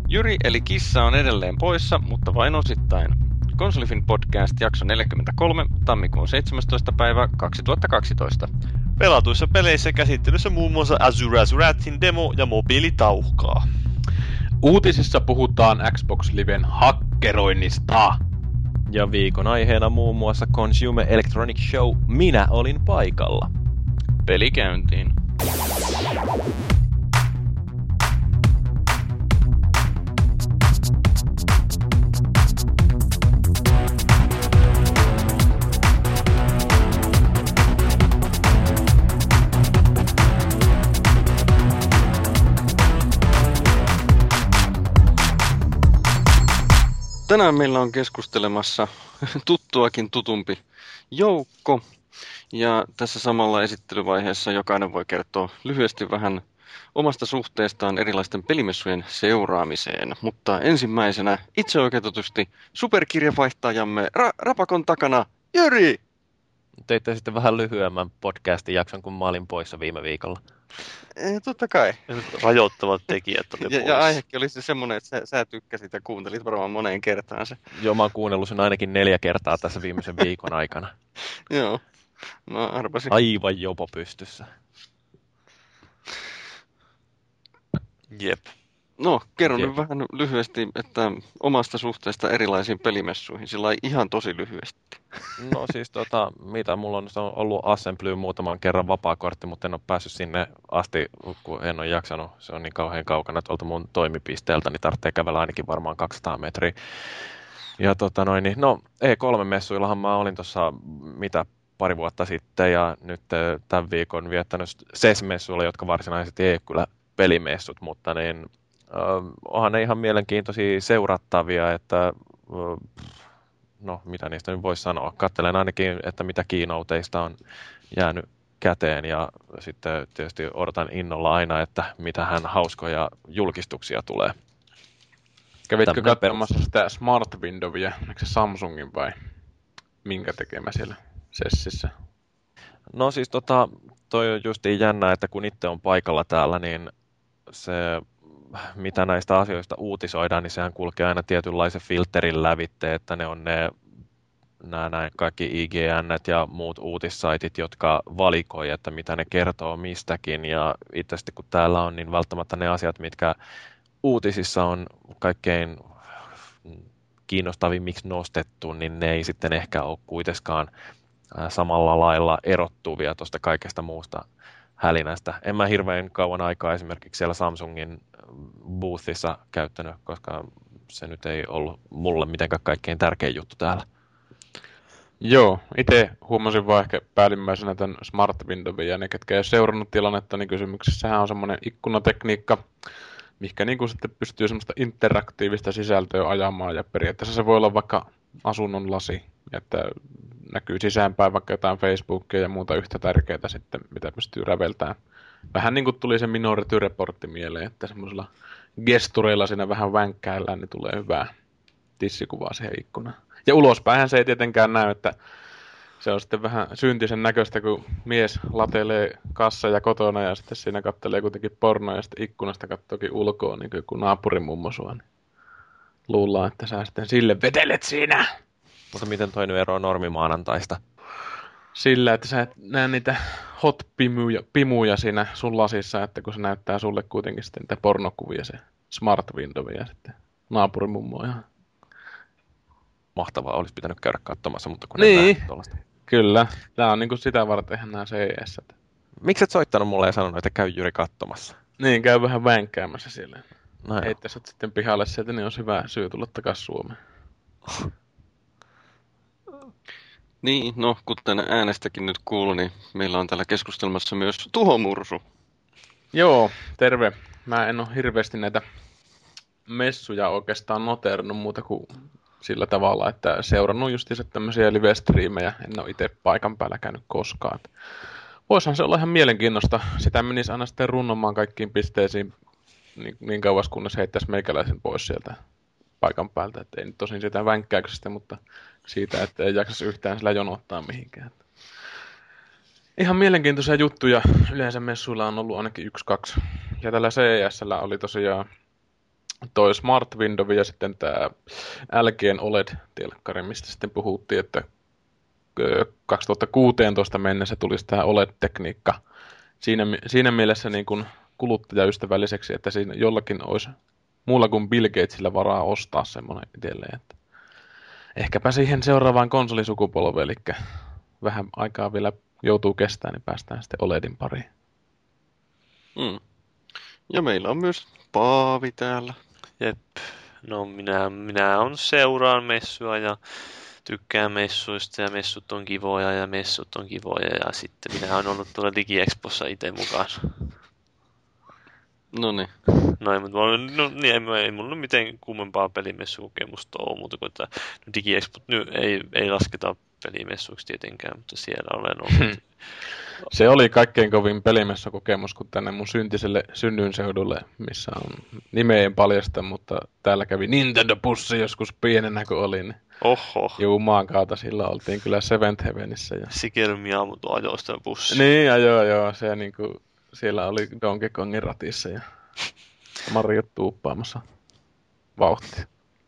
Jyri eli Kissa on edelleen poissa, mutta vain osittain. Konsolifin podcast jakso 43, tammikuun 17. päivä 2012. Pelatuissa peleissä käsittelyssä muun muassa Azuratin demo ja mobiilitauhkaa. Uutisissa puhutaan Xbox Liven hakkeroinnista. Ja viikon aiheena muun muassa Consumer Electronics Show Minä olin paikalla. Peli käyntiin. Tänään meillä on keskustelemassa tuttuakin tutumpi joukko. Ja tässä samalla esittelyvaiheessa jokainen voi kertoa lyhyesti vähän omasta suhteestaan erilaisten pelimessujen seuraamiseen. Mutta ensimmäisenä itseoikeutetusti superkirjavaihtajamme Rapakon takana Jyri! Teitte sitten vähän lyhyemmän podcastin jakson, kun mä olin poissa viime viikolla. Totta kai. Rajoittavat tekijät oli pois. Ja aihekin oli se semmoinen, että sä tykkäsit ja kuuntelit varmaan moneen kertaan se. Joo, mä oon kuunnellut sen ainakin 4 kertaa tässä viimeisen viikon aikana. Joo, mä arvasin. Aivan jopo pystyssä. Jep. No, kerron nyt vähän lyhyesti, että omasta suhteesta erilaisiin pelimessuihin, sillä ihan tosi lyhyesti. No siis mitä mulla on ollut Assemblyyn muutaman kerran vapaakortti, mutta en ole päässyt sinne asti, kun en ole jaksanut. Se on niin kauhean kaukana tuolta mun toimipisteeltä, niin tarvitsee kävellä ainakin varmaan 200 metriä. Ja E3-messuillahan mä olin tuossa pari vuotta sitten ja nyt tämän viikon viettänyt SES-messuilla, jotka varsinaisesti ei ole kyllä pelimessut, mutta niin onhan ne ihan mielenkiintoisia seurattavia, että no mitä niistä nyt voisi sanoa. Katselen ainakin, että mitä keynoteista on jäänyt käteen ja sitten tietysti odotan innolla aina, että mitähän hauskoja julkistuksia tulee. Kävitkö katsomassa sitä Smart Windowia, eikö se Samsungin vai minkä tekemä siellä sessissä? No siis toi on justiin jännä, että kun itse on paikalla täällä, niin se mitä näistä asioista uutisoidaan, niin sehän kulkee aina tietynlaisen filterin lävitte, että ne on nämä kaikki IGN ja muut uutissaitit, jotka valikoi, että mitä ne kertoo mistäkin. Ja itse asiassa kun täällä on, niin välttämättä ne asiat, mitkä uutisissa on kaikkein kiinnostavimmiksi nostettu, niin ne ei sitten ehkä ole kuitenkaan samalla lailla erottuvia tuosta kaikesta muusta hälinästä. En mä hirveän kauan aikaa esimerkiksi siellä Samsungin boothissa käyttänyt, koska se nyt ei ollut mulle mitenkään kaikkein tärkein juttu täällä. Joo, itse huomasin vaan ehkä päällimmäisenä tämän Smart Windowin ja ne, ketkä ei ole seurannut tilannetta, niin kysymyksessähän on semmoinen ikkunatekniikka, mikä niin kuin sitten pystyy semmoista interaktiivista sisältöä ajamaan ja periaatteessa se voi olla vaikka asunnon lasi, että näkyy sisäänpäin vaikka jotain Facebookia ja muuta yhtä tärkeää sitten, mitä pystyy räveltämään. Vähän niin kuin tuli se Minority Reportti mieleen, että semmoisilla gestureilla siinä vähän vänkkäillään, niin tulee hyvää tissikuvaa siihen ikkunaan. Ja ulospäinhän se ei tietenkään näy, että se on sitten vähän syntisen näköistä, kun mies latelee kassa ja kotona ja sitten siinä kattelee kuitenkin pornoa ja sitten ikkunasta kattookin ulkoa, niin kuin joku naapurimummo sua, niin luullaan, että sä sitten sille vetelet siinä. Mutta miten toi nyt eroaa normimaanantaista? Sillä, että sä et näe niitä hot-pimuja siinä sun lasissa, että kun se näyttää sulle kuitenkin sitten niitä pornokuvia, se Smart Window ja sitten naapurimummo ihan. Mahtavaa, olisi pitänyt käydä katsomassa, mutta kun niin. En näe tuollaista. Kyllä, tää on niinku sitä vartenhan nämä CES. Miksi et soittanut mulle ja sanonut, että käy Jyri katsomassa? Niin, käy vähän vänkkäämässä siellä. No heittäisit sitten pihalle sieltä, niin olisi hyvä syy tulla takaisin Suomeen. Niin, no kuten äänestäkin nyt kuuluu, niin meillä on täällä keskustelmassa myös Tuhomursu. Joo, terve. Mä en ole hirveästi näitä messuja oikeastaan noterannut muuta kuin sillä tavalla, että seurannut justiinsa tämmöisiä live-striimejä. En ole itse paikan päällä käynyt koskaan. Voisihan se olla ihan mielenkiinnosta. Sitä menisi aina sitten runnomaan kaikkiin pisteisiin niin kauas, kunnes heittäisi meikäläisen pois sieltä paikan päältä. Että ei nyt tosin sitä vänkkääksestä, mutta siitä, että ei jaksaisi yhtään sillä jonottaa mihinkään. Ihan mielenkiintoisia juttuja. Yleensä messuilla on ollut ainakin 1-2. Ja tällä CES:llä oli tosiaan toi Smart Window ja sitten tämä LGn OLED-telkkari, mistä sitten puhuttiin, että 2016 mennessä tulisi tämä OLED-tekniikka siinä mielessä niin kuin kuluttajaystävälliseksi, että siinä jollakin olisi muulla kuin Bill Gatesillä varaa ostaa semmoinen itselleen. Että ehkäpä siihen seuraavaan konsolisukupolveen, eli vähän aikaa vielä joutuu kestämään, niin päästään sitten OLEDin pariin. Ja meillä on myös Paavi täällä. Jep. No minä on seuraan messua ja tykkään messuista ja messut on kivoja ja messut on kivoja ja sitten minä olen ollut tuolla DigiExpossa itse mukana. Noniin. No ei mulla mitään kummempaa pelimessukokemusta ole muuta kuin, että DigiExpo ei lasketa pelimessuiksi tietenkään, mutta siellä olen ollut. Se oli kaikkein kovin pelimessukokemus, kun tänne mun syntiselle synnyinseudulle, missä on nimeen paljasta, mutta täällä kävi Nintendo-pussi joskus pienenä kun olin. Niin Oho. Jumaan kautta sillä oltiin kyllä Seventh Heavenissä. Ja... Sikiru Miyamoto ajoi sitä bussia. Niin, joo. Se niinku, siellä oli Donkey Kongin ratissa ja Mario tuuppaamassa vauhtia.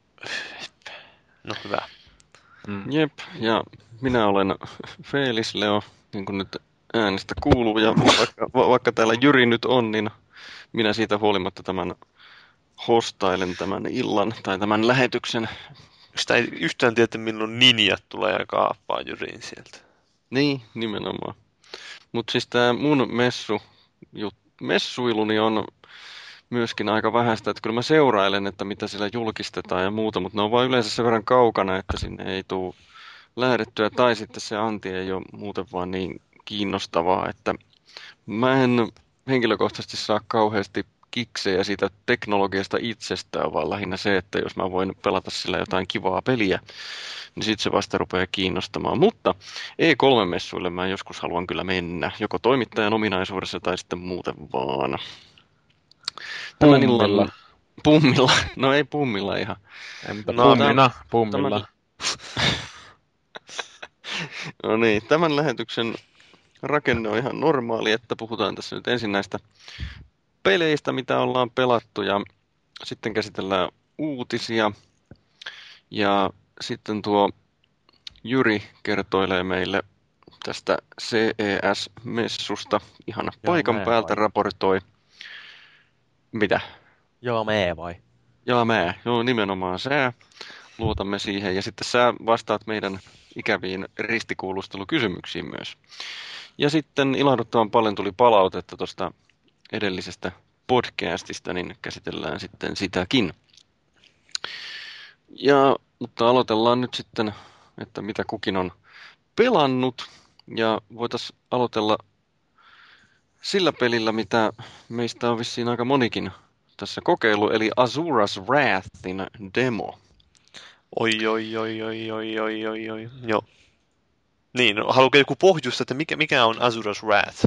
No hyvä. Jep, ja minä olen Felis Leo, niin kuin nyt äänestä kuuluu, ja vaikka täällä Jyri nyt on, niin minä siitä huolimatta tämän hostailen tämän illan tai tämän lähetyksen. Sitä ei yhtään tiedä, milloin ninjat tulee ja kaappaa Jyrin sieltä. Niin, nimenomaan. Mutta siis tämä mun messuiluni on myöskin aika vähäistä, että kyllä mä seurailen, että mitä siellä julkistetaan ja muuta, mutta ne on vain yleensä sen verran kaukana, että sinne ei tule lähdettyä, tai sitten se anti ei ole muuten vaan niin kiinnostavaa, että mä en henkilökohtaisesti saa kauheasti kiksejä siitä teknologiasta itsestään, vaan lähinnä se, että jos mä voin pelata sillä jotain kivaa peliä, niin sitten se vasta rupeaa kiinnostamaan. Mutta E3-messuille mä joskus haluan kyllä mennä, joko toimittajan ominaisuudessa tai sitten muuten vaan. Pummilla. No ei pummilla ihan. Ei, mutta pummilla. No niin, tämän lähetyksen rakenne on ihan normaali, että puhutaan tässä nyt ensin näistä peleistä, mitä ollaan pelattu, ja sitten käsitellään uutisia. Ja sitten tuo Jyri kertoilee meille tästä CES-messusta ihan paikan päältä raportoi. Mitä? Joo, me vai? Joo, nimenomaan sä. Luotamme siihen. Ja sitten sä vastaat meidän ikäviin ristikuulustelukysymyksiin myös. Ja sitten ilahduttavan paljon tuli palautetta tuosta edellisestä podcastista, niin käsitellään sitten sitäkin. Mutta aloitellaan nyt sitten, että mitä kukin on pelannut. Ja voitaisiin aloitella sillä pelillä, mitä meistä on vissiin aika monikin tässä kokeilu, eli Asura's Wrathin demo. Oi. Joo. Niin, haluatko joku pohjusta, että mikä on Asura's Wrath?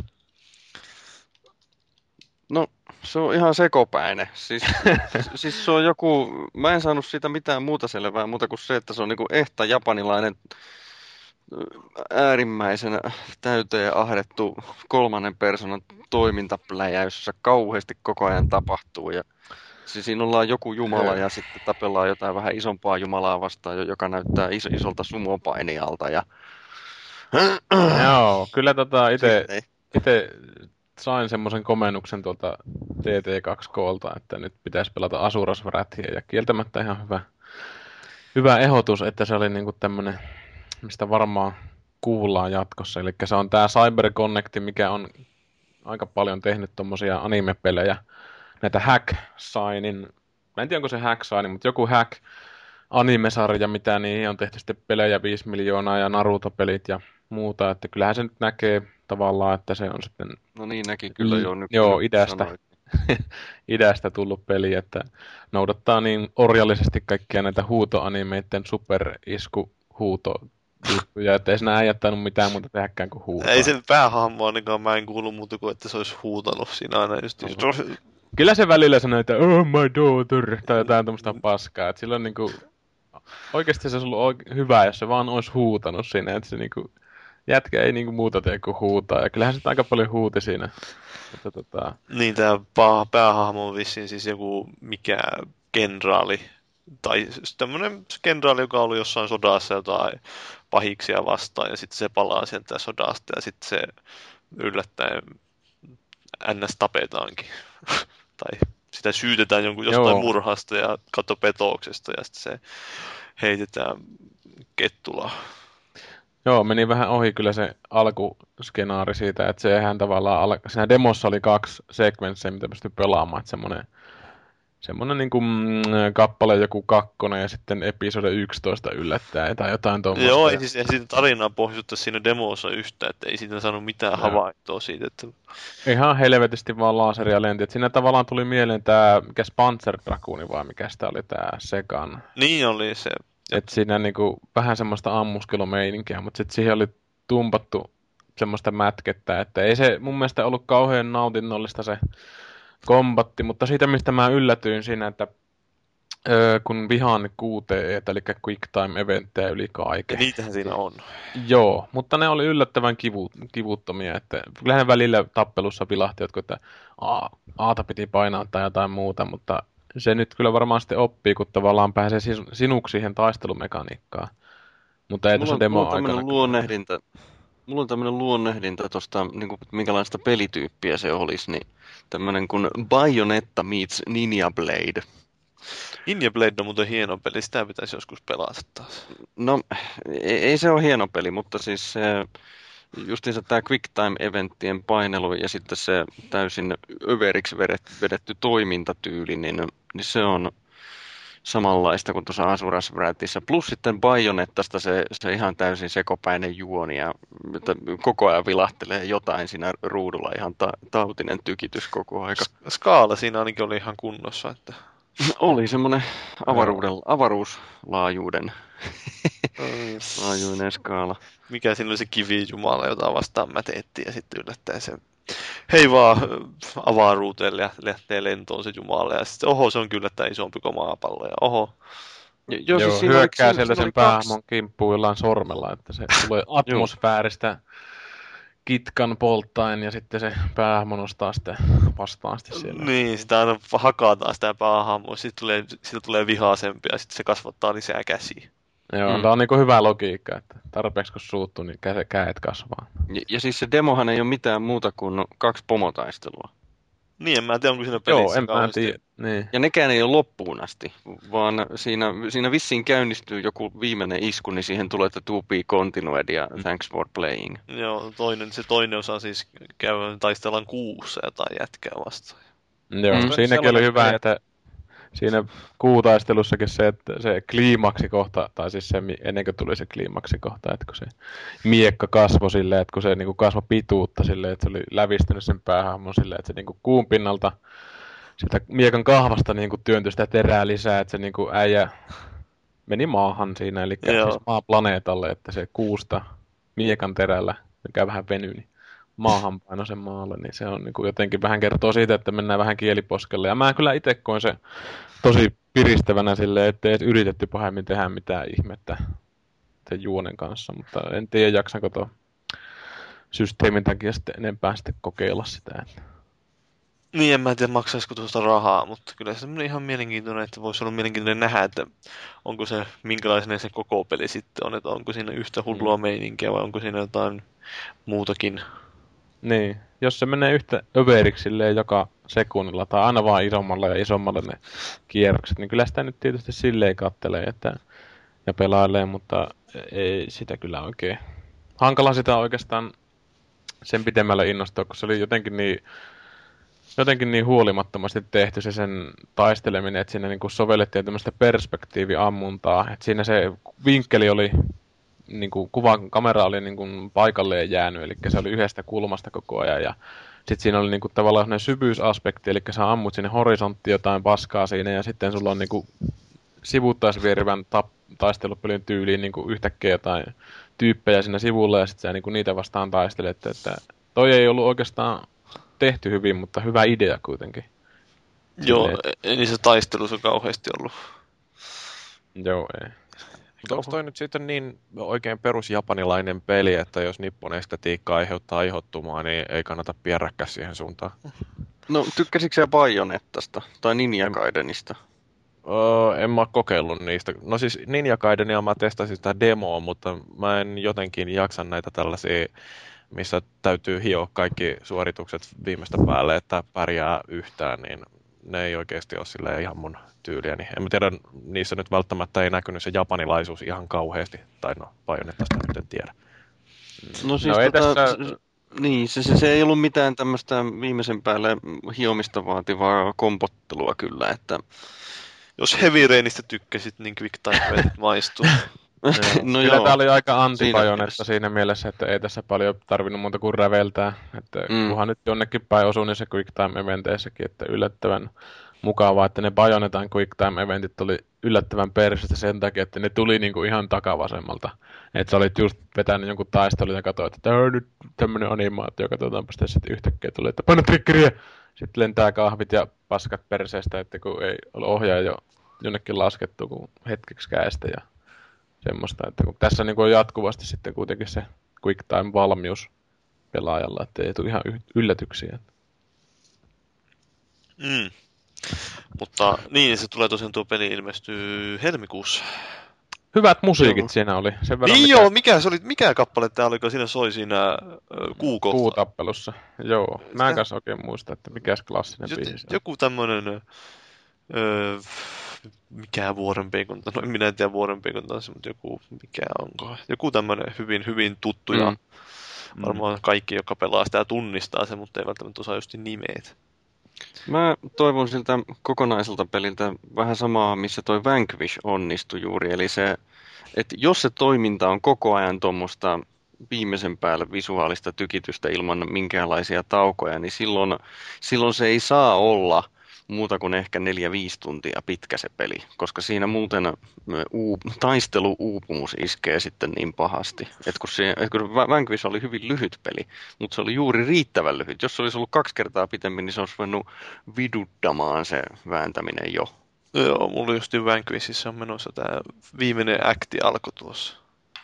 No, se on ihan sekopäinen. Siis se on joku, mä en saanut siitä mitään muuta selvää, muuta kuin se, että se on niinku ehta japanilainen äärimmäisen täyteen ahdettu kolmannen persoonan toimintapläjäys, jossa kauheasti koko ajan tapahtuu. Ja siinä ollaan joku jumala ja sitten tapellaan jotain vähän isompaa jumalaa vastaan, joka näyttää isolta sumopainijalta. Ja... Joo, kyllä itse sain semmoisen komennuksen tuolta TT2Klta, että nyt pitäisi pelata Asura's Wrathia, ja kieltämättä ihan hyvä ehdotus, että se oli niinku tämmönen, mistä varmaan kuullaan jatkossa. Eli se on tää CyberConnect, mikä on aika paljon tehnyt tommosia anime-pelejä. Näitä Hack-Signin, mä en tiedä onko se Hack-Sign, mutta joku Hack-anime-sarja, mitä niin on tehty sitten pelejä 5 miljoonaa ja Naruto-pelit ja muuta. Että kyllähän se nyt näkee tavallaan, että se on sitten... No niin näki kyllä jo nyt. Joo, idästä tullut peli, että noudattaa niin orjallisesti kaikkia näitä huutoanimeiden superisku-huuto ja ettei sinä äijät tainnut mitään muuta tehdäkään kuin huutaa. Ei sen päähahmo ainakaan mä en kuulu muuta kuin, että se olisi huutanut siinä aina just. Kyllä se välillä sanoo, että oh my daughter, tai jotain tämmöistä paskaa. Että sillä on niinku, oikeasti se olisi ollut hyvä, jos se vaan olisi huutanut siinä, että se niinku, jätkä ei niinku muuta tee kuin huutaa. Ja kyllähän se aika paljon huuti siinä. Että Niin, tää päähahmo on vissiin siis joku, mikä kenraali, tai tämmöinen kenraali, joka oli jossain sodassa jotain pahiksia vastaan, ja sitten se palaa sieltä sodasta, ja sitten se yllättäen NS tapetaankin. Tai sitä syytetään jostain murhasta ja katopetoksesta, ja sitten se heitetään kettulaan. Joo, meni vähän ohi kyllä se alkuskenaari siitä, että sehän tavallaan, siinä demossa oli 2 sekvenssiä, mitä pystyi pelaamaan, että semmoinen niin kuin kappale joku 2 ja sitten episode 11 yllättäen tai jotain tuommoista. Joo, ei siitä tarinaa pohjuttaa siinä demossa yhtään, että ei siitä saanut mitään havaintoa siitä. Että... Ihan helvetisti vaan laseria lenti. Siinä tavallaan tuli mieleen tämä, mikä Panzer Dragoon vai mikä sitä oli tämä Segan. Niin oli se. Että siinä niinku vähän semmoista ammuskelumeininkiä, mutta sitten siihen oli tumpattu semmoista mätkettä, että ei se mun mielestä ollut kauhean nautinnollista se kombatti, mutta siitä mistä mä yllätyin siinä, että kun vihaan QTE, eli Quick Time Eventtejä yli kaiken. Ja niitähän siinä on. Joo, mutta ne oli yllättävän kivuttomia, että kyllähän välillä tappelussa vilahti jotkut, että Aata piti painaa tai jotain muuta, mutta se nyt kyllä varmaan sitten oppii, kun tavallaan pääsee sinuksi siihen taistelumekaniikkaan. Mutta ei tässä demo-aikana. Mulla on tämmöinen luonnehdinta tuosta, niin minkälaista pelityyppiä se olisi, niin tämmöinen kuin Bayonetta meets Ninja Blade. Ninja Blade on muuten hieno peli, sitä pitäisi joskus pelata taas. No, ei se ole hieno peli, mutta siis justiinsa tämä Quick Time-eventtien painelu ja sitten se täysin överiksi vedetty toimintatyyli, niin se on samanlaista kuin tuossa Asuras Wrathissa. Plus sitten Bayonettasta se ihan täysin sekopäinen juoni ja koko ajan vilahtelee jotain siinä ruudulla, ihan tautinen tykitys koko aika. Skaala siinä ainakin oli ihan kunnossa, että... Oli semmoinen avaruuslaajuuden laajuinen skaala. Mikä siinä oli se kivijumala, jota vastaan mätettiin ja sitten yllättäen se hei vaan avaruuteen lähtee lentoon se jumala ja sitten se on kyllä tämä isompi kuin maapallo ja oho. Joo, siis hyökkää sieltä sen päähmon kimppuun jollain sormella, että se tulee atmosfääristä kitkan polttaen ja sitten se päähmo nostaa sitten vastaan sitten siellä. Niin, sitä aina hakataan sitä päähmoa, sitten tulee vihaisempi ja sitten se kasvattaa lisää käsiä. Joo, tämä on niin hyvä logiikka, että tarpeeksi kun suuttuu, niin kädet kasvaa. Ja siis se demohan ei ole mitään muuta kuin 2 pomotaistelua. Niin, en mä tiedä, onko siinä pelissä kauheasti. Niin. Ja nekään ei ole loppuun asti, vaan siinä vissiin käynnistyy joku viimeinen isku, niin siihen tulee, että to be continued ja thanks for playing. Joo, se toinen osa siis taistellaan 6 jotain jätkää vastaan. Joo, siinäkin oli hyvä, että siinä kuutaistelussakin se, että se kliimaksikohta, tai siis se ennen kuin tuli se kliimaksikohta, että kun se miekka kasvoi silleen, että kun se niin kasvoi pituutta silleen, että se oli lävistänyt sen päähahmon silleen, että se niin kuun pinnalta sitä miekan kahvasta niin työntyi sitä terää lisää, että se niin äijä meni maahan siinä, eli siis maaplaneetalle, että se kuusta miekan terällä, mikä vähän venyi, niin maahan paino sen maalle, niin se on niin kuin jotenkin vähän kertoo siitä, että mennään vähän kieliposkelle. Ja mä kyllä itse koin se tosi piristävänä silleen, ettei edes yritetty pahemmin tehdä mitään ihmettä sen juonen kanssa, mutta en tiedä jaksanko tuon systeemin takia sitten enempää sitten kokeilla sitä. Että. Niin, en mä tiedä maksaisiko tuosta rahaa, mutta kyllä se on ihan mielenkiintoinen, että voisi olla mielenkiintoinen nähdä, että onko se, minkälainen se koko peli sitten on, että onko siinä yhtä hullua meininkiä vai onko siinä jotain muutakin. Niin, jos se menee yhtä överiksi joka sekunnilla tai aina vaan isommalle ja isommalle ne kierrokset, niin kyllä sitä nyt tietysti silleen kattelee ja pelailee, mutta ei sitä kyllä oikein. Hankala sitä oikeastaan sen pitemmälle innostaa, kun se oli jotenkin niin huolimattomasti tehty se sen taisteleminen, että siinä niinku sovellettiin tämmöistä perspektiiviammuntaa, että siinä se vinkkeli oli niinku kamera oli niinku paikalleen jäänyt, eli se oli yhdestä kulmasta koko ajan ja sitten siinä oli niinku tavallaan sellainen syvyysaspekti, eli sä ammut sinne horisontti jotain paskaa siinä ja sitten sulla on niinku sivuttaisvierivän taistelupelin tyyliin niinku yhtäkkiä jotain tyyppejä siinä sivulla ja sitten sä niinku niitä vastaan taistelet, että toi ei ollut oikeastaan tehty hyvin, mutta hyvä idea kuitenkin. Joo, ei niissä taistelussa kauheasti ollut. Joo, ei. Mutta onko toi nyt sitten niin oikein perusjapanilainen peli, että jos nippon estetiikka aiheuttaa ihottumaa, niin ei kannata pierräkkää siihen suuntaan? No, tykkäsitkö sä Bayonettasta tai Ninja Gaidenista? En mä oo kokeillut niistä. No siis Ninja Gaidenia mä testasin sitä demoa, mutta mä en jotenkin jaksa näitä tällaisia, missä täytyy hioa kaikki suoritukset viimeistä päälle, että pärjää yhtään, niin ne ei oikeasti ole silleen ihan mun tyyliä. Niin en mä tiedä, niissä nyt välttämättä ei näkynyt se japanilaisuus ihan kauheasti. Tai no, Bayonettasta nyt en tiedä. No siis No ei tässä... niin, se ei ollut mitään tämmöistä viimeisen päälle hiomista vaativaa kompottelua kyllä, että Jos Heavy Rainista tykkäsit, niin Quick Time maistuu. no Kyllä joo. tää oli aika Siinä anti-Bajonetta mielessä. siinä mielessä, että ei tässä paljon tarvinnut muuta kuin räveltää. Että kunhan nyt jonnekin päin osui niin se Quick Time-eventeissäkin, että yllättävän mukavaa, että ne Bajonetan Quick Time-eventit oli yllättävän persestä sen takia, että ne tuli niinku ihan takavasemmalta. Että sä olit just vetänyt jonkun taistelun ja katsoit, että tää on nyt tämmönen animaatio, katsotaanpa sitten, sitten yhtäkkiä tuli, että paina triggeriä! Sitten lentää kahvit ja paskat perseestä, että kun ei ole ohjaaja jo jonnekin laskettu kuin hetkeksi käestä ja semmoista, että kun tässä niin kuin on jatkuvasti sitten kuitenkin se quick time valmius pelaajalla, että ei tule ihan yllätyksiä. Mutta niin, se tulee tosiaan tuo peli ilmestyy helmikuussa. Hyvät musiikit Joo. siinä oli. Sen verran Niin joo, mikä kappale tää oli, kun siinä soi siinä kuukohtaa? Kuutappelussa. Joo. Mä en kanssa oikein muista, että mikäs klassinen biisi se on. Joku tämmönen mikä vuorenpeikon, no en minä en tiedä vuorenpeikon tanssi, mutta joku, mikä onko. Joku tämmönen hyvin tuttu ja varmaan kaikki, jotka pelaa sitä tunnistaa se, mutta ei välttämättä osaa just nimeet. Mä toivon siltä kokonaiselta peliltä vähän samaa, missä toi Vanquish onnistui juuri. Eli se, että jos se toiminta on koko ajan tuommoista viimeisen päälle visuaalista tykitystä ilman minkäänlaisia taukoja, niin silloin se ei saa olla muuta kuin ehkä 4-5 tuntia pitkä se peli, koska siinä muuten taisteluuupumus iskee sitten niin pahasti. Kun Vanquish oli hyvin lyhyt peli, mutta se oli juuri riittävän lyhyt. Jos se olisi ollut 2 kertaa pitemmin, niin se olisi voinut viduttamaan se vääntäminen jo. Joo, mulla just Vanquishissa on menossa tää viimeinen akti alkoi tuossa.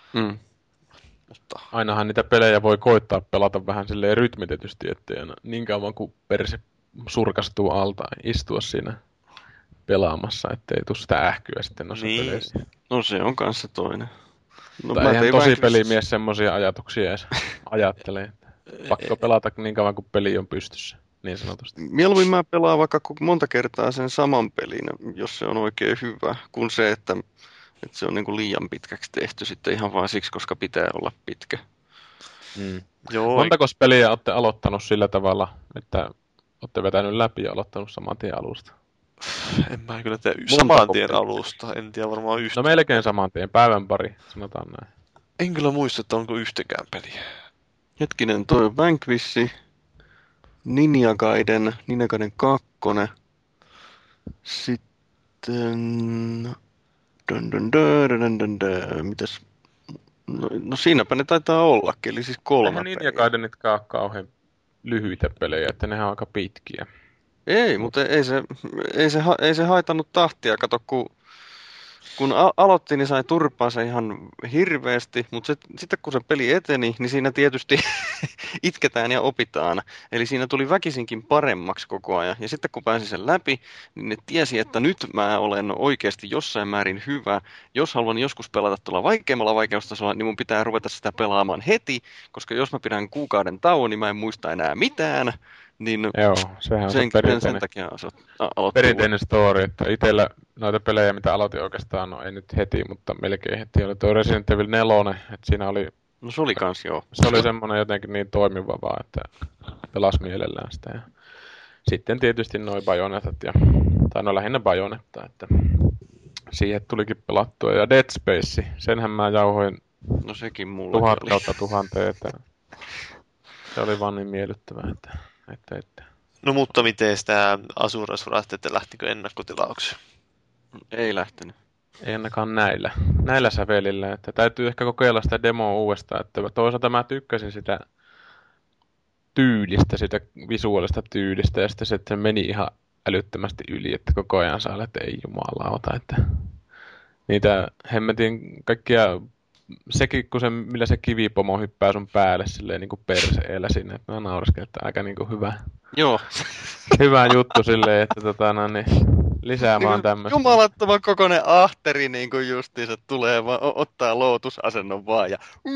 Mutta Ainahan niitä pelejä voi koittaa pelata vähän silleen rytmitetysti, ettei aina niin kauan kuin perse surkastuu alta istua siinä pelaamassa, ettei tule sitä ähkyä sitten noissa peleissä. No se on kanssa toinen. No, Tai eihän tosi pelimies semmoisia ajatuksia edes ajattelee. Että pakko pelata niin kauan kuin peli on pystyssä, niin sanotusti. Mieluummin mä pelaan vaikka monta kertaa sen saman pelin, jos se on oikein hyvä, kuin se, että se on niin kuin liian pitkäksi tehty sitten ihan vain siksi, koska pitää olla pitkä. joo, Montako peliä olette aloittanut sillä tavalla, että olette vetänyt läpi ja aloittanut saman tien alusta? en mä kyllä tiedä saman tien alusta, en tiedä varmaan yhtä. No melkein saman tien, päivän pari, sanotaan näin. En kyllä muista, että onko yhtäkään peliä. Hetkinen, toi on Vanquish, Ninja Gaiden 2, sitten... Mitäs? No siinäpä ne taitaa ollakin, eli siis 3 Eihän peliä. Ninja Gaidenitkaan ole kauhean lyhyitä pelejä, että nehän on aika pitkiä. Ei, mutta ei se haitannut tahtia. Kato, kun aloitti, niin sai turpaansa ihan hirveästi, mutta sitten kun se peli eteni, niin siinä tietysti itketään ja opitaan. Eli siinä tuli väkisinkin paremmaksi koko ajan. Ja sitten kun pääsi sen läpi, niin ne tiesi, että nyt mä olen oikeasti jossain määrin hyvä. Jos haluan joskus pelata tuolla vaikeimmalla vaikeustasolla, niin mun pitää ruveta sitä pelaamaan heti, koska jos mä pidän kuukauden tauon, niin mä en muista enää mitään. Niin Joo, sehän on sen perinteinen, takia aloitti perinteinen story, että itsellä noita pelejä, mitä aloitin oikeastaan, no ei nyt heti, mutta melkein heti, oli tuo Resident Evil 4, että siinä oli, No se oli kans joo. se oli semmoinen jotenkin niin toimiva vaan, että pelas mielellään sitä. Ja sitten tietysti noi Bayonetat, tai no lähinnä Bayonetta, että siihen tulikin pelattua. Ja Dead Space, senhän mä jauhoin No sekin mulla 1000 oli. kautta 1000, että se oli vaan niin miellyttävää, että. No mutta miten sitä Asuras Wrath, että lähtikö ennakkotilaukseen? Ei lähtenyt. Ei ainakaan näillä sävelillä, että täytyy ehkä kokeilla sitä demoa uudestaan, että toisaalta mä tykkäsin sitä tyylistä, sitä visuaalista tyylistä, ja sitten se meni ihan älyttömästi yli, että koko ajan saa, että ei jumalauta, että niitä hemmetin kaikkia, sekin kun millä se kivipomo hyppää sun päälle silleen niin kuin perseellä sinne, että mä nauriskelin, että aika niin kuin hyvä Joo. hyvä juttu silleen, että niin, lisäämään tämmöistä. Jumalattoman kokoinen ahteri niin kuin justiinsa tulee, vaan ottaa lootusasennon vaan ja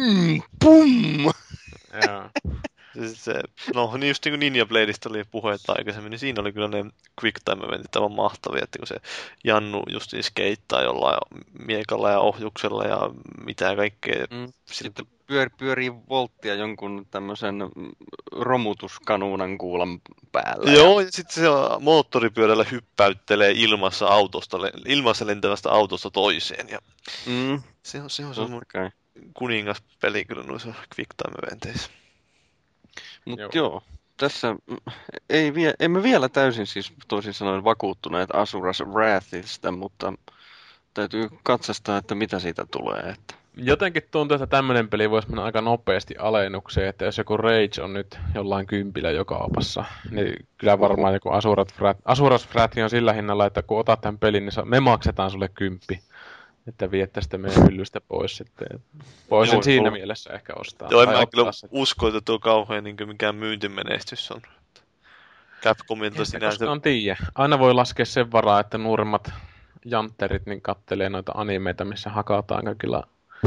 pum! Joo. Siis se, no niin just niin kuin Ninja Bladeista oli puhetta aikaisemmin, niin siinä oli kyllä ne quick time eventit aivan mahtavia, että kun se Jannu justiin skeittaa jollain miekalla ja ohjuksella ja mitä kaikkea. Sitten pyörii volttia jonkun tämmöisen romutuskanuunan kuulan päällä. Joo, ja sitten se moottoripyörällä hyppäyttelee ilmassa lentävästä autosta toiseen. Ja se on semmoinen kuningaspeli kyllä noissa quick time eventeissä. Mutta joo, tässä emme vielä täysin siis toisin sanoen vakuuttuneet Asuras Wrathista, mutta täytyy katsastaa, että mitä siitä tulee. Että. Jotenkin tuntuu, että tämmöinen peli voisi mennä aika nopeasti alennukseen, että jos joku Rage on nyt jollain kympillä joka opassa, niin kyllä varmaan joku Asuras Wrath on sillä hinnalla, että kun otat tämän pelin, niin me maksetaan sulle 10. Että viette sitä meidän hyllystä pois sitten. Voisin siinä mielessä ehkä ostaa. Joo, en mä kyllä usko, että tuo kauhean niin mikään myyntimenestys on. Capcomilta sinänsä. Koskaan tiedä. Aina voi laskea sen varaa, että nuoremmat jantterit niin kattelee noita animeita, missä hakataan kaikilla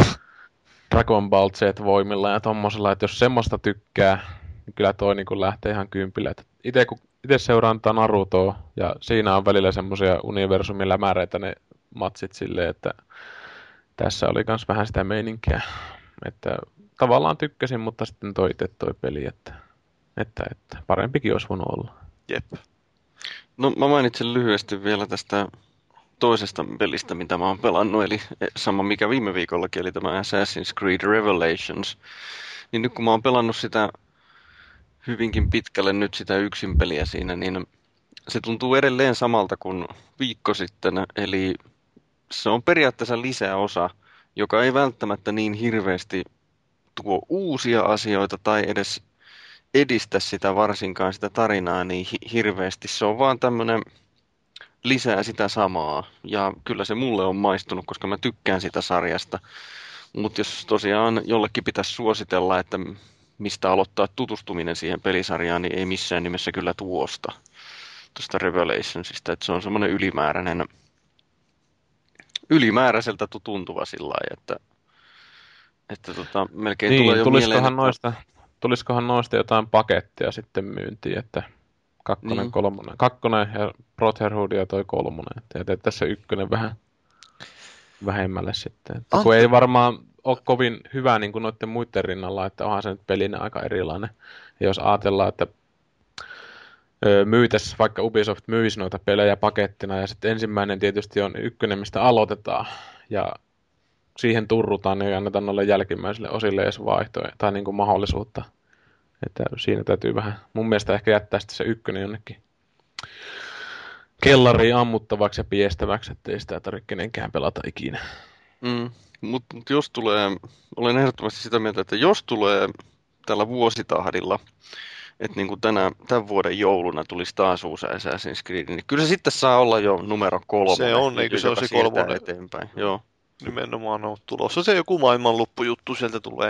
Dragon Ball Z-voimilla ja tommosella. Että jos semmoista tykkää, niin kyllä toi niin lähtee ihan kympillä. Itse seuraan Narutoa ja siinä on välillä semmosia universumin lämäreitä ne matsit silleen, että tässä oli kans vähän sitä meininkiä, että tavallaan tykkäsin, mutta sitten toi peli, että parempikin olisi voinut olla. Jep. No mä mainitsen lyhyesti vielä tästä toisesta pelistä, mitä mä oon pelannut, eli sama mikä viime viikollakin, eli tämä Assassin's Creed Revelations. Niin nyt kun mä oon pelannut sitä hyvinkin pitkälle nyt sitä yksin peliä siinä, niin se tuntuu edelleen samalta kuin viikko sitten, eli se on periaatteessa lisäosa, joka ei välttämättä niin hirveästi tuo uusia asioita tai edes edistä sitä varsinkaan sitä tarinaa niin hirveästi. Se on vaan tämmöinen lisää sitä samaa ja kyllä se mulle on maistunut, koska mä tykkään sitä sarjasta. Mutta jos tosiaan jollekin pitäisi suositella, että mistä aloittaa tutustuminen siihen pelisarjaan, niin ei missään nimessä kyllä tuosta Revelationsista, että se on semmoinen ylimääräiseltä tuntuva sillä lailla, että melkein niin, tulee jo mieleen, tulisikohan noista jotain pakettia sitten myyntiin, että kakkonen ja Brotherhood ja toi 3, että jätettäisiin se 1 vähän vähemmälle sitten. Että kun ei varmaan ole kovin hyvä niin kuin noiden muiden rinnalla, että onhan se nyt pelinä aika erilainen. Ja jos ajatellaan, että myytäisiin, vaikka Ubisoft myisi noita pelejä pakettina, ja sitten ensimmäinen tietysti on 1, mistä aloitetaan, ja siihen turrutaan, niin ei anneta noille jälkimmäisille osille edes vaihtoja tai niin kuin mahdollisuutta. Että siinä täytyy vähän, mun mielestä ehkä jättää sitten se 1 jonnekin kellariin ammuttavaksi ja piestäväksi, ettei sitä tarvitse kenenkään pelata ikinä. Mutta jos tulee, olen ehdottomasti sitä mieltä, että jos tulee tällä vuositahdilla, että niin kuin tämän vuoden jouluna tulisi taas uusi Assassin's Creed, niin kyllä se sitten saa olla jo numero 3. Se on, eikö se ole se 3? Eteenpäin. Joo. Nimenomaan on tulossa. Se joku maailmanloppujuttu sieltä tulee.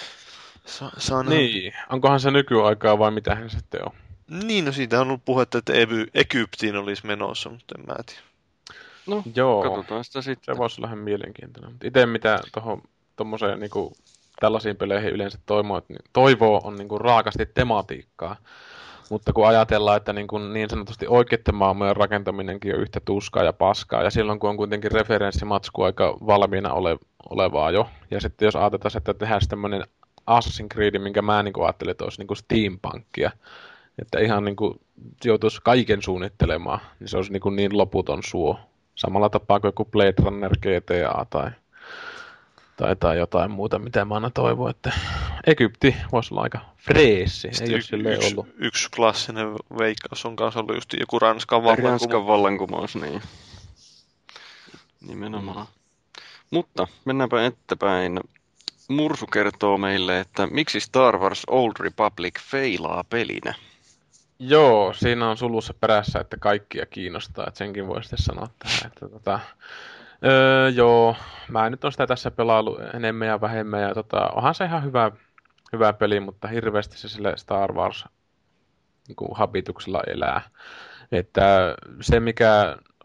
Niin, onkohan se nykyaikaa vai mitä hän sitten on? Niin, no siitä on ollut puhetta, että Egyptiin olisi menossa, mutta en mä tiedä. No, joo, katsotaan sitä sitten. Se voisi olla ihan mielenkiintoinen. Itse mitä tommoseen niinku tällaisiin peleihin yleensä toivoo on niinku raakasti tematiikkaa. Mutta kun ajatellaan, että niin sanotusti oikeiden maailmojen rakentaminenkin on yhtä tuskaa ja paskaa, ja silloin kun on kuitenkin referenssimatsku aika valmiina olevaa jo, ja sitten jos ajatellaan, että tehdään tämmöinen Assassin's Creed, minkä mä ajattelin, että olisi steampunkia, että ihan joutuisi kaiken suunnittelemaan, niin se olisi niin loputon suo. Samalla tapaa kuin joku Blade Runner GTA tai jotain muuta, mitä mä aina toivon, että Egypti voisi olla aika freessi. Ei ole silleen ollut. Yksi klassinen veikkaus on kanssa ollut just joku Ranskan vallankumous. Ranskan vallankumous, niin. Nimenomaan. Mutta mennäänpä eteenpäin. Mursu kertoo meille, että miksi Star Wars Old Republic feilaa pelinä. Joo, siinä on sulussa perässä, että kaikkia kiinnostaa, että senkin voi sitten sanoa tähän. Että joo, mä nyt on sitä tässä pelaillut enemmän ja vähemmän, ja onhan se ihan hyvä peli, mutta hirveästi se sille Star Wars habituksella elää. Että se, mikä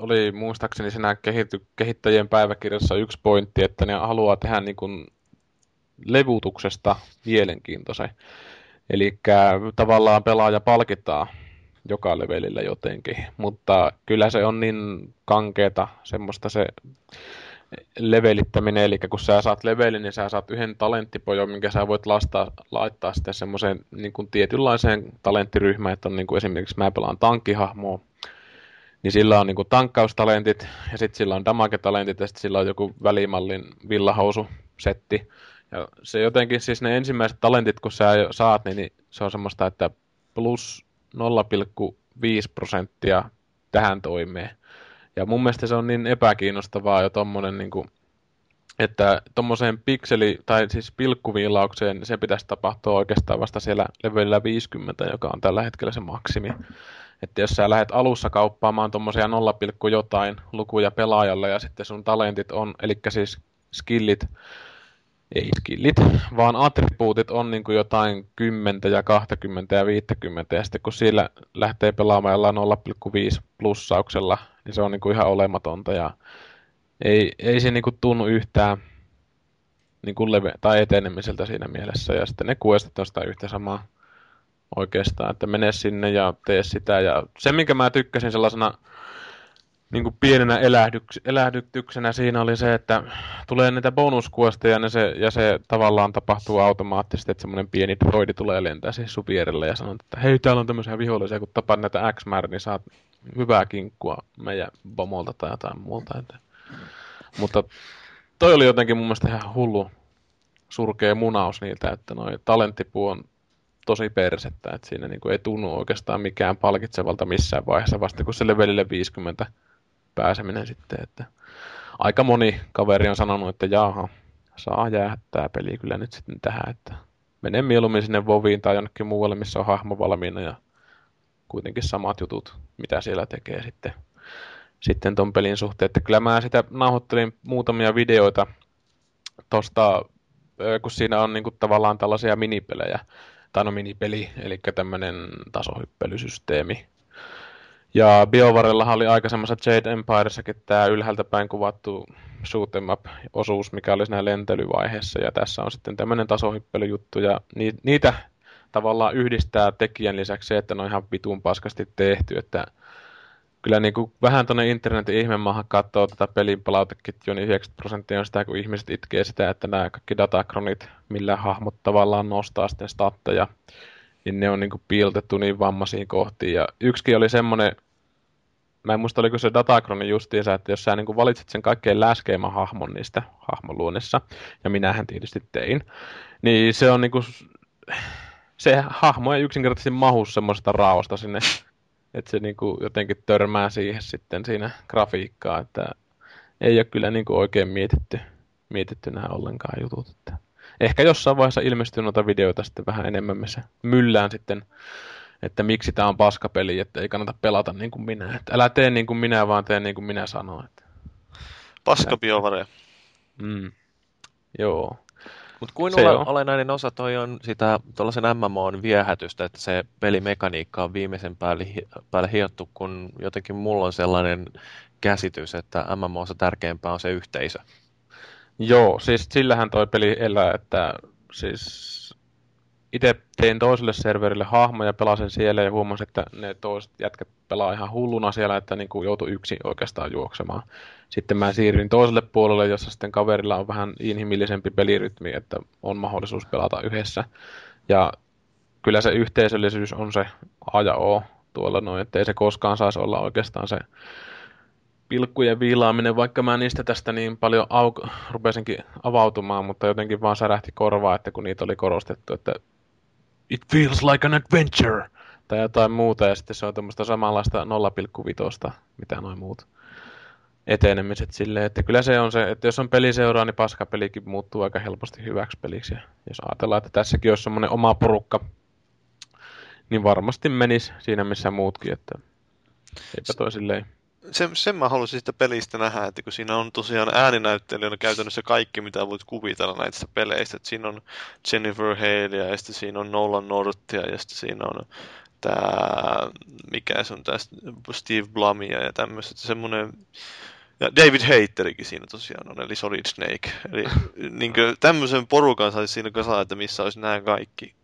oli muistaakseni siinä kehittäjien päiväkirjassa yksi pointti, että ne haluaa tehdä niin kuin levutuksesta mielenkiintoisen. Eli tavallaan pelaaja palkitaan joka levelillä jotenkin, mutta kyllä se on niin kankeeta semmoista se levelittäminen, eli kun sä saat levelin, niin sä saat yhden talenttipojon, minkä sä voit laittaa sitten semmoiseen niin kuin tietynlaiseen talenttiryhmään, että on niin kuin esimerkiksi mä pelaan tankkihahmoa, niin sillä on niin kuin tankkaustalentit, ja sitten sillä on damage-talentit, ja sitten sillä on joku välimallin villahoususetti. Ja se jotenkin, siis ne ensimmäiset talentit, kun sä saat, niin se on semmoista, että plus 0,5% tähän toimeen. Ja mun mielestä se on niin epäkiinnostavaa jo tommonen niinku, että tommoseen tai siis pilkkuviilaukseen se pitäisi tapahtua oikeastaan vasta siellä levelillä 50, joka on tällä hetkellä se maksimi. Että jos sä lähdet alussa kauppaamaan tommosia 0, jotain lukuja pelaajalle ja sitten sun talentit on, eli siis skillit, ei skillit, vaan attribuutit on niinku jotain 10 ja 20 ja 50, ja sitten kun siellä lähtee pelaamaan jollain 0,5 plussauksella, niin se on niinku ihan olematonta, ja ei se niinku tunnu yhtään niinku tai etenemiseltä siinä mielessä, ja sitten ne questit on sitä yhtä samaa oikeastaan, että mene sinne ja tee sitä, ja se minkä mä tykkäsin sellaisena niin kuin pienenä elähdytyksenä siinä oli se, että tulee näitä bonuskuosteja ja se tavallaan tapahtuu automaattisesti, että semmoinen pieni droidi tulee lentää siis sun vierelle ja sanoo, että hei, täällä on tämmöisiä vihollisia, kun tapat näitä X-määrä, niin saat hyvää kinkkua meidän pomolta tai jotain muuta. Mutta toi oli jotenkin mun mielestä ihan hullu surkea munaus niiltä, että noi talenttipuu on tosi persettä, että siinä niinku ei tunnu oikeastaan mikään palkitsevalta missään vaiheessa, vasta kun se levelille 50 pääseminen sitten, että aika moni kaveri on sanonut, että jaha, saa jäädä tää peli kyllä nyt sitten tähän, että mene mieluummin sinne WoWiin tai jonnekin muualle, missä on hahmo valmiina ja kuitenkin samat jutut, mitä siellä tekee sitten ton pelin suhteen, että kyllä mä sitä nauhoittelin muutamia videoita tosta, kun siinä on niinku tavallaan tällaisia minipelejä, tai no minipeli, eli tämmönen tasohyppelysysteemi. Ja BioWarellahan oli aika semmoisessa Jade Empiressäkin tää ylhäältä päin kuvattu shoot 'em up-osuus, mikä oli siinä lentelyvaiheessa, ja tässä on sitten tämmönen tasohyppelyjuttu, ja niitä tavallaan yhdistää tekijän lisäksi se, että ne on ihan vitun paskasti tehty, että kyllä niinku vähän tonne internetin ihmemaahan katsoo tätä pelin palauteketjua, niin 90% on sitä, kun ihmiset itkee sitä, että nämä kaikki datakronit, millä hahmot tavallaan nostaa sitten statteja, niin ne on niinku piiltettu niin vammaisiin kohtiin. Ja yksikin oli semmonen, mä en muista oliko se datakroni justiinsa, että jos sä niinku valitset sen kaikkein läskeimmän hahmon niistä hahmoluonnissa, ja minähän tietysti tein, niin se on niinku, se hahmo ei yksinkertaisesti mahu semmoisesta raosta sinne, että se niinku jotenkin törmää siihen sitten siinä grafiikkaa, että ei ole kyllä niinku oikein mietitty nämä ollenkaan jutut. Että ehkä jossain vaiheessa ilmestyy noita videoita sitten vähän enemmän, missä myllään sitten, että miksi tää on paskapeli, että ei kannata pelata niin kuin minä. Että älä tee niin kuin minä, vaan tee niin kuin minä sanon. Paska BioWare. Joo. Mutta kuin olennainen osa toi on sitä tuollaisen MMOn viehätystä, että se pelimekaniikka on viimeisen päälle hiottu, kun jotenkin mulla on sellainen käsitys, että MMOssa tärkeämpää on se yhteisö. Joo, siis sillähän toi peli elää, että siis itse tein toiselle serverille hahmoja, pelasin siellä ja huomasin, että ne toiset jätkät pelaa ihan hulluna siellä, että niinku joutui yksin oikeastaan juoksemaan. Sitten mä siirryin toiselle puolelle, jossa sitten kaverilla on vähän inhimillisempi pelirytmi, että on mahdollisuus pelata yhdessä. Ja kyllä se yhteisöllisyys on se A ja O tuolla noin, ettei se koskaan saisi olla oikeastaan se pilkkujen viilaaminen, vaikka mä niistä tästä niin paljon rupesinkin avautumaan, mutta jotenkin vaan särähti korvaa, että kun niitä oli korostettu, että it feels like an adventure, tai jotain muuta, ja sitten se on tämmöistä samanlaista 0,5, mitä noin muut etenemiset silleen, että kyllä se on se, että jos on peliseuraa, niin paskapelikin muuttuu aika helposti hyväksi peliksi, ja jos ajatellaan, että tässäkin olisi semmoinen oma porukka, niin varmasti menisi siinä missä muutkin, että eipä toi silleen. Sen mä haluaisin sitä pelistä nähdä, että kun siinä on tosiaan ääninäyttelijänä käytännössä kaikki, mitä voit kuvitella näistä peleistä. Että siinä on Jennifer Haleyä ja sitten siinä on Nolan Northia ja sitten siinä on mikä se on tästä Steve Blumia ja tämmöistä, semmoinen, ja David Hayterikin siinä tosiaan on, eli Solid Snake. Eli niin tämmöisen porukan saisi siinä kasaan, että missä olisi nämä kaikki.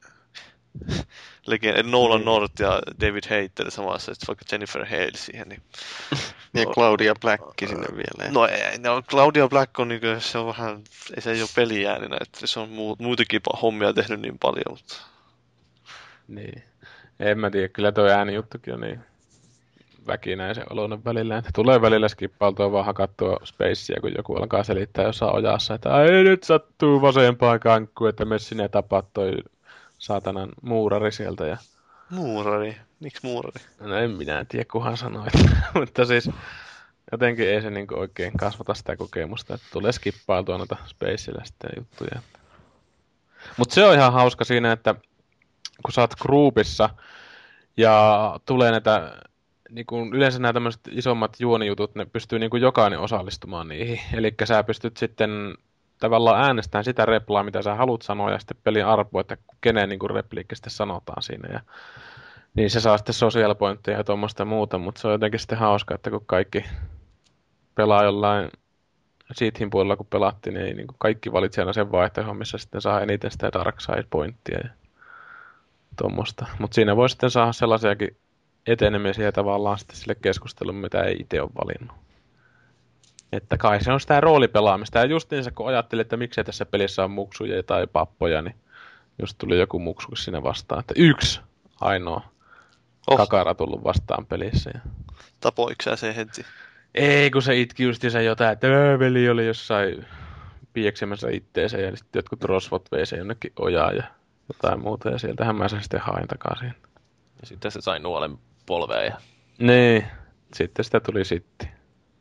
Nolan North ja David Hayter samassa, sitten vaikka Jennifer Hale siihen. Niin. Ja Claudia Black sinne vielä. No ei, Claudia Black on, se on vähän, ei se ei ole peliääninä, että se on muitakin hommia tehnyt niin paljon. Mutta... Niin. En mä tiedä, kyllä toi äänijuttukin on niin väkinäisen oloinen välillä. Että tulee välillä skippailtua vaan hakattua spacea, kun joku alkaa selittää jossain ojassa, että ei nyt sattuu vasempaan kankkuun, että me sinne tapaat toi saatanan muurari sieltä. Ja... Muurari? Miksi muurari? No en minä tiedä, kunhan sanoit. Mutta siis jotenkin ei se niinku oikein kasvata sitä kokemusta, että tulee skippailtua noita spacella sitten juttuja. Mutta se on ihan hauska siinä, että kun sä oot groupissa ja tulee näitä, niinku yleensä nämä tämmöiset isommat juonijutut, ne pystyy niinku jokainen osallistumaan niihin. Eli sä pystyt sitten tavallaan äänestämään sitä replaa, mitä sä haluat sanoa, ja sitten pelin arvo, että kenen niinku repliikki sitten sanotaan siinä. Ja, niin se saa sitten social pointteja ja tuommoista muuta, mutta se on jotenkin sitten hauska, että kun kaikki pelaa jollain Sithin puolella, kun pelattiin, niin, niin kaikki valitsi aina sen vaihtoehdon, missä sitten saa eniten sitä dark side pointtia ja tuommoista. Mutta siinä voi sitten saada sellaisiakin etenemisiä tavallaan sitten sille keskustelulle, mitä ei itse ole valinnut. Että kai se on sitä roolipelaamista. Ja justiinsa kun ajattelin, että miksei tässä pelissä on muksuja tai pappoja, niin just tuli joku muksu siinä vastaan. Että yksi ainoa kakara tullut vastaan pelissä. Ja... Tapoiko sä se heti? Ei, kun se itki justiinsa jotain, että veli oli jossain pieksemässä itteensä ja sitten jotkut rosvot vei se jonnekin ojaa ja jotain muuta. Ja sieltähän mä sen sitten hain takaisin. Ja sitten se sai nuolen polveen. Ja... Niin, sitten sitä tuli sitten.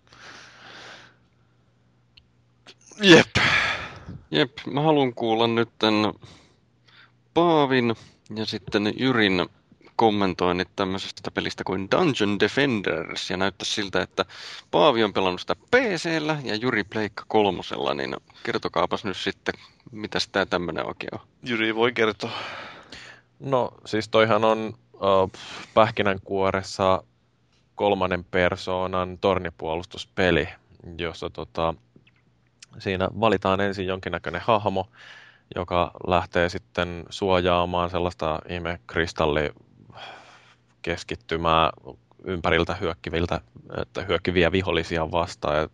Jep, mä haluan kuulla nyt Paavin ja sitten Jyrin kommentoinnit tämmöisestä pelistä kuin Dungeon Defenders, ja näyttää siltä, että Paavi on pelannut sitä PC:llä ja Jyri Pleikka 3:lla, niin kertokaapas nyt sitten, mitä tämä tämmöinen oikein on. Jyri voi kertoa. No siis toihan on pähkinänkuoressa kolmannen persoonan tornipuolustuspeli, jossa siinä valitaan ensin jonkinnäköinen hahmo, joka lähtee sitten suojaamaan sellaista ihmekristalli-keskittymää ympäriltä hyökkiviä vihollisia vastaan. Ja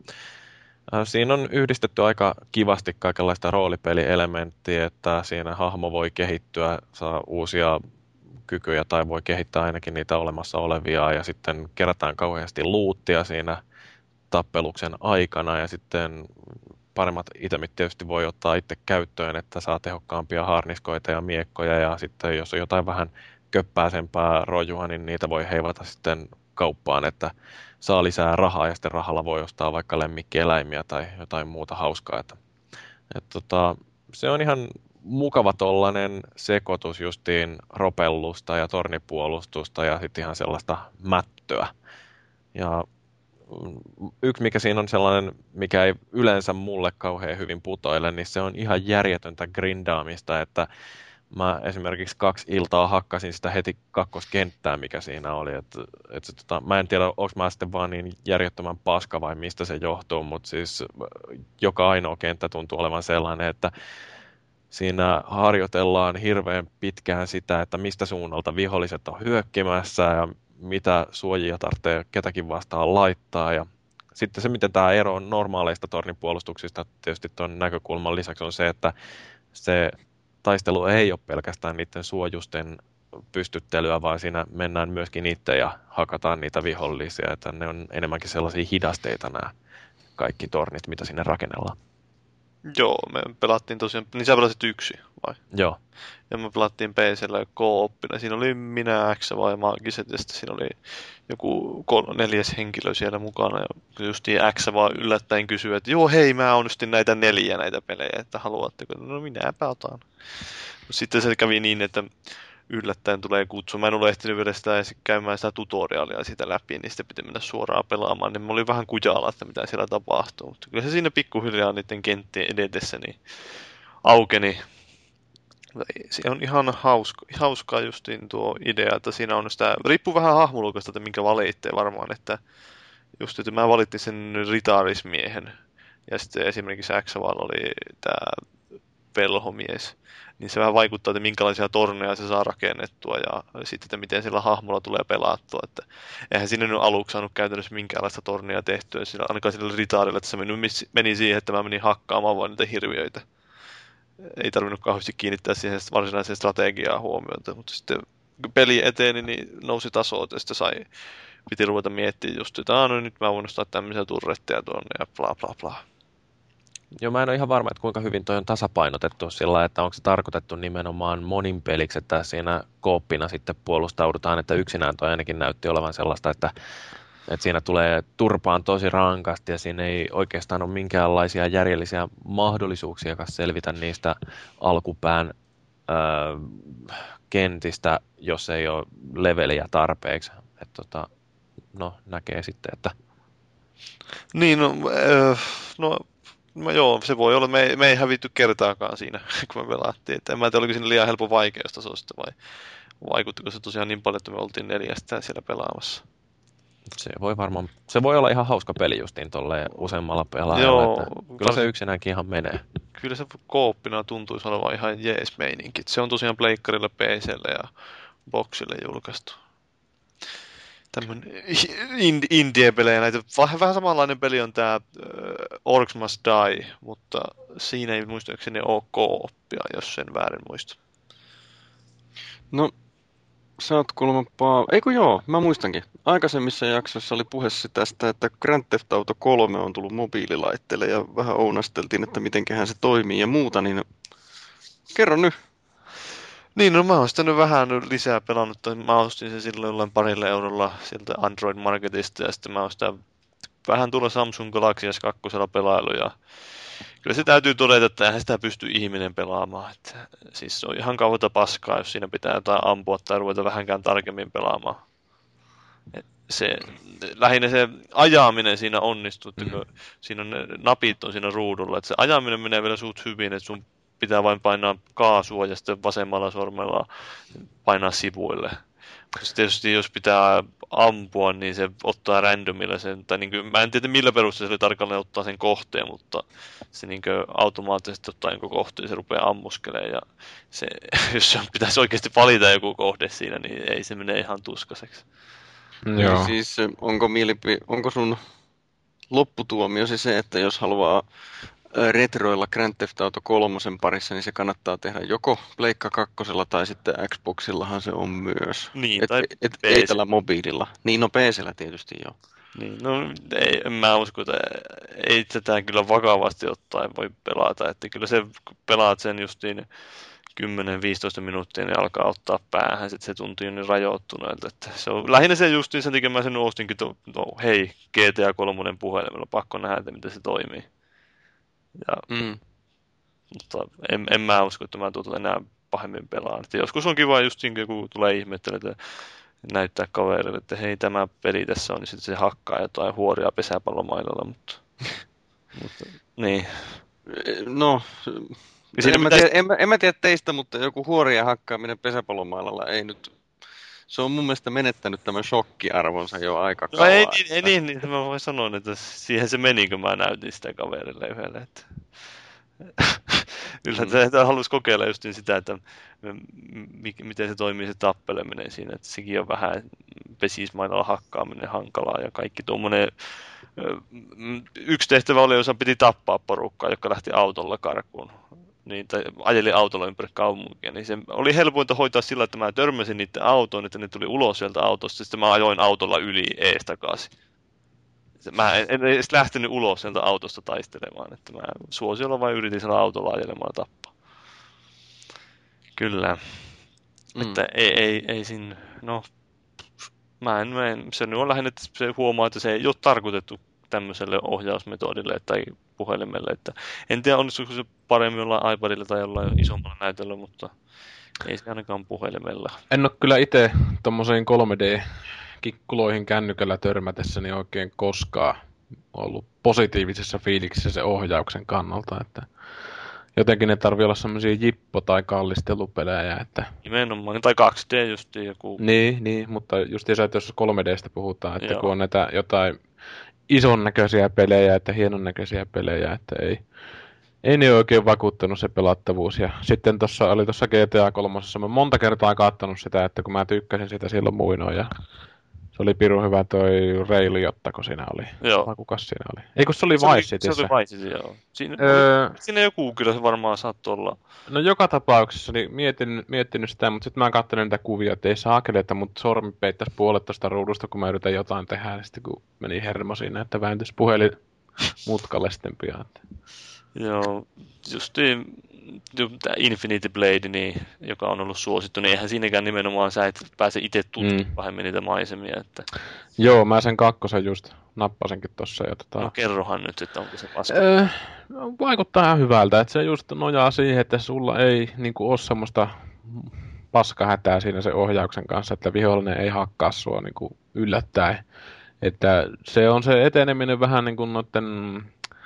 siinä on yhdistetty aika kivasti kaikenlaista roolipelielementtiä, että siinä hahmo voi kehittyä, saa uusia kykyjä tai voi kehittää ainakin niitä olemassa olevia, ja sitten kerätään kauheasti luuttia siinä tappeluksen aikana, ja sitten paremmat itemit tietysti voi ottaa itse käyttöön, että saa tehokkaampia harniskoita ja miekkoja, ja sitten jos on jotain vähän köppääsempää rojua, niin niitä voi heivata sitten kauppaan, että saa lisää rahaa, ja sitten rahalla voi ostaa vaikka lemmikkieläimiä tai jotain muuta hauskaa. Se on ihan mukava tollainen sekoitus justiin ropellusta ja tornipuolustusta ja sitten ihan sellaista mättöä. Ja yksi, mikä siinä on sellainen, mikä ei yleensä mulle kauhean hyvin putoile, niin se on ihan järjetöntä grindaamista, että mä esimerkiksi 2 iltaa hakkasin sitä heti kakkoskenttää, mikä siinä oli. Mä en tiedä, onko mä sitten vaan niin järjettömän paska vai mistä se johtuu, mutta siis joka ainoa kenttä tuntuu olevan sellainen, että siinä harjoitellaan hirveän pitkään sitä, että mistä suunnalta viholliset on hyökkimässä ja mitä suojia tarvitsee ketäkin vastaan laittaa. Ja sitten se, miten tämä ero on normaaleista tornipuolustuksista tietysti tuon näkökulman lisäksi on se, että se taistelu ei ole pelkästään niiden suojusten pystyttelyä, vaan siinä mennään myöskin itse ja hakataan niitä vihollisia. Että ne on enemmänkin sellaisia hidasteita nämä kaikki tornit, mitä sinne rakennellaan. Joo, me pelattiin tosiaan, niin sä pelasit yksi vai? Joo. Ja me pelattiin PC:llä co-oppina. Siinä oli minä, X vai Maagiset, ja sitten siinä oli joku 4. henkilö siellä mukana. Ja justiin X vaan yllättäen kysyi, että joo hei, mä onnistin näitä 4 näitä pelejä, että haluatteko? No minäpä otan. Sitten se kävi niin, että yllättäen tulee kutsu. Mä en ole ehtinyt vielä käymään sitä tutoriaalia siitä läpi, niin sitten piti mennä suoraan pelaamaan. Niin mä olin vähän kujalla, että mitä siellä tapahtuu. Mutta kyllä se siinä pikkuhiljaa niiden kenttien edetessä niin aukeni Se on ihan hauskaa justiin tuo idea, että siinä on sitä, riippuu vähän hahmoluokasta, että minkä valitte varmaan, että just, että mä valittiin sen ritarismiehen, ja sitten esimerkiksi X-Val oli tämä velhomies, niin se vähän vaikuttaa, että minkälaisia torneja se saa rakennettua, ja sitten, että miten sillä hahmolla tulee pelattua, että eihän sinne nyt aluksi saanut käytännössä minkäänlaista tornia tehtyä, sillä, ainakaan sillä ritaarilla, että se meni siihen, että mä menin hakkaamaan vain niitä hirviöitä. Ei tarvinnut kauheasti kiinnittää siihen varsinaiseen strategiaan huomiota, mutta sitten peli eteni, niin nousi taso, ja sitten piti ruveta miettimään just, että no nyt mä voin nostaa tämmöisiä turretteja tuonne ja bla bla bla. Joo, mä en ole ihan varma, että kuinka hyvin toi on tasapainotettu sillä lailla, että onko se tarkoitettu nimenomaan monin peliksi, että siinä kooppina sitten puolustaudutaan, että yksinään toi ainakin näytti olevan sellaista, että siinä tulee turpaan tosi rankasti ja siinä ei oikeastaan ole minkäänlaisia järjellisiä mahdollisuuksia selvitä niistä alkupään kentistä, jos ei ole leveliä tarpeeksi. No, näkee sitten, että... Niin, no joo, se voi olla. Me ei hävitty kertaakaan siinä, kun me pelattiin. En mä tiedä, oliko siinä liian helppo vaikeustasosta vai vaikuttiko se tosiaan niin paljon, että me oltiin 4 siellä pelaamassa. Se voi olla ihan hauska peli justiin tolleen useammalla pelaajalla. Kyllä se yksinäänkin ihan menee. Kyllä se kooppina tuntuisi olevan ihan jees meininki. Se on tosiaan pleikkarille, PC:lle ja boxille julkaistu. Tämmönen indie-pelejä näitä. Vähän samanlainen peli on tää Orcs Must Die, mutta siinä ei muistaakseni ole kooppia, jos sen väärin muista. No, sä oot kuulemma joo, mä muistankin. Aikaisemmissa jaksoissa oli puheessa tästä, että Grand Theft Auto 3 on tullut mobiililaitteelle ja vähän ounasteltiin, että mitenköhän se toimii ja muuta, niin kerro nyt. Niin, no mä oon sitä nyt vähän lisää pelannut. Mä ostin sen silloin jollain parilla eurolla sieltä Android Marketista ja sitten mä oon sitä vähän tuolla Samsung Galaxy S2 pelailu ja kyllä se täytyy todeta, että eihän sitä pysty ihminen pelaamaan. Että, siis se on ihan kauheata paskaa, jos siinä pitää jotain ampua tai ruveta vähänkään tarkemmin pelaamaan. Lähinnä se ajaminen siinä onnistuu, kun siinä on ne napit on siinä ruudulla. Että se ajaminen menee vielä suht hyvin, että sun pitää vain painaa kaasua ja sitten vasemmalla sormella painaa sivuille. Sitten tietysti jos pitää ampua, niin se ottaa randomilla sen, tai niin kuin, mä en tiedä millä perusteella se tarkalleen ottaa sen kohteen, mutta se niin kuin automaattisesti ottaa jonkun kohteen ja se rupeaa ammuskelemaan. Ja se, jos pitäisi oikeasti valita joku kohde siinä, niin ei se mene ihan tuskaiseksi. Joo. Siis onko sun lopputuomiosi se, että jos haluaa retroilla Grand Theft Auto 3 parissa, niin se kannattaa tehdä joko Pleikka 2 tai sitten Xboxillahan se on myös. Niin, ei tällä mobiililla. Niin, no PC:llä tietysti joo. Niin, no en mä usko, että ei tätä kyllä vakavasti ottaen voi pelata. Että kyllä se, kun pelaat sen justiin 10-15 minuuttia, niin alkaa ottaa päähän. Sitten se tuntuu niin rajoittuneelta. Että se on lähinnä se justiin sen tekemään sen ostinkin, hei, GTA 3 puhelimella, pakko nähdä, että miten se toimii. Ja, mutta en mä usko, että mä tuota enää pahemmin pelaan. Että joskus on kiva just joku tulee ihmettelemään, että näyttää kaverille, että hei tämä peli tässä on, niin sitten se hakkaa jotain huoria pesäpallomailalla, mutta niin. No, en mä tiedä teistä, mutta joku huoria hakkaaminen pesäpallomailalla ei nyt, se on mun mielestä menettänyt tämän shokkiarvonsa jo aika kauan. No ei niin, mä voin sanoa, että siihen se meni, kun mä näytin sitä kaverille yhdelle, että yllättäen haluaisi kokeilla just sitä, että miten se toimii se tappeleminen siinä, että sekin on vähän pesismailalla hakkaaminen hankalaa ja kaikki tuommoinen. Yksi tehtävä oli, jossa piti tappaa porukkaa, joka lähti autolla karkuun. Niin, tai ajeli autolla ympäri kaupunkia, niin se oli helpointa hoitaa sillä, että mä törmäsin niiden autoon, että ne tuli ulos sieltä autosta, sitten mä ajoin autolla yli ees takaisin. Mä en edes lähtenyt ulos sieltä autosta taistelemaan, että mä suosiolla vain yritin siellä autolla ajelemaan ja tappaa. Kyllä. Että ei siinä, no, se nyt on lähinnä, että se huomaa, että se ei ole tarkoitettu tämmöiselle ohjausmetodille tai puhelimelle, että en tiedä onnistuuko se paremmin jollain iPadilla tai jollain isommalla näytöllä, mutta ei se ainakaan puhelimella. En ole kyllä itse tommoseen 3D-kikkuloihin kännykällä törmätessäni oikein koskaan ollut positiivisessa fiiliksissä se ohjauksen kannalta, että jotenkin ne tarvii olla semmoisia jippo- tai kallistelupelejä, että... Nimenomaan, tai 2D justiin joku. Niin, mutta just se, että jos 3Dstä puhutaan, että Joo. kun on näitä jotain ison näköisiä pelejä, että hienon näköisiä pelejä, että ei ne oikein vakuuttanut se pelattavuus. Ja sitten oli tuossa GTA 3, mä monta kertaa kattonut sitä, että kun mä tykkäsin sitä silloin muinoin ja se oli pirun hyvä toi Ray Liotta, kun siinä oli. Joo. Vai kukas siinä oli? Ei kun se oli Vice Cityssä. Se oli Vice City, joo. Siinä joku kyllä se varmaan saattoi olla. No joka tapauksessa niin miettinyt sitä, mutta sitten mä katselin niitä kuvia, että ei saakeli, että mut sormi peittäisi puolet tosta ruudusta, kun mä yritän jotain tehdä. Ja sitten kun meni hermo siinä, että vääntyisi puhelin mutkalle sitten pian. Joo, justiin tämä Infinity Blade, niin, joka on ollut suosittu, niin eihän siinäkään nimenomaan sä et pääse itse tutkimaan pahemmin niitä maisemia. Että... Joo, mä sen 2 just nappasinkin tossa. Ja No kerrohan nyt, että onko se paska. Vaikuttaa ihan hyvältä, että se just nojaa siihen, että sulla ei niinku ole semmoista paskahätää siinä sen ohjauksen kanssa, että vihollinen ei hakkaa sua niinku yllättäen. Että se on se eteneminen vähän niin kuin noitten...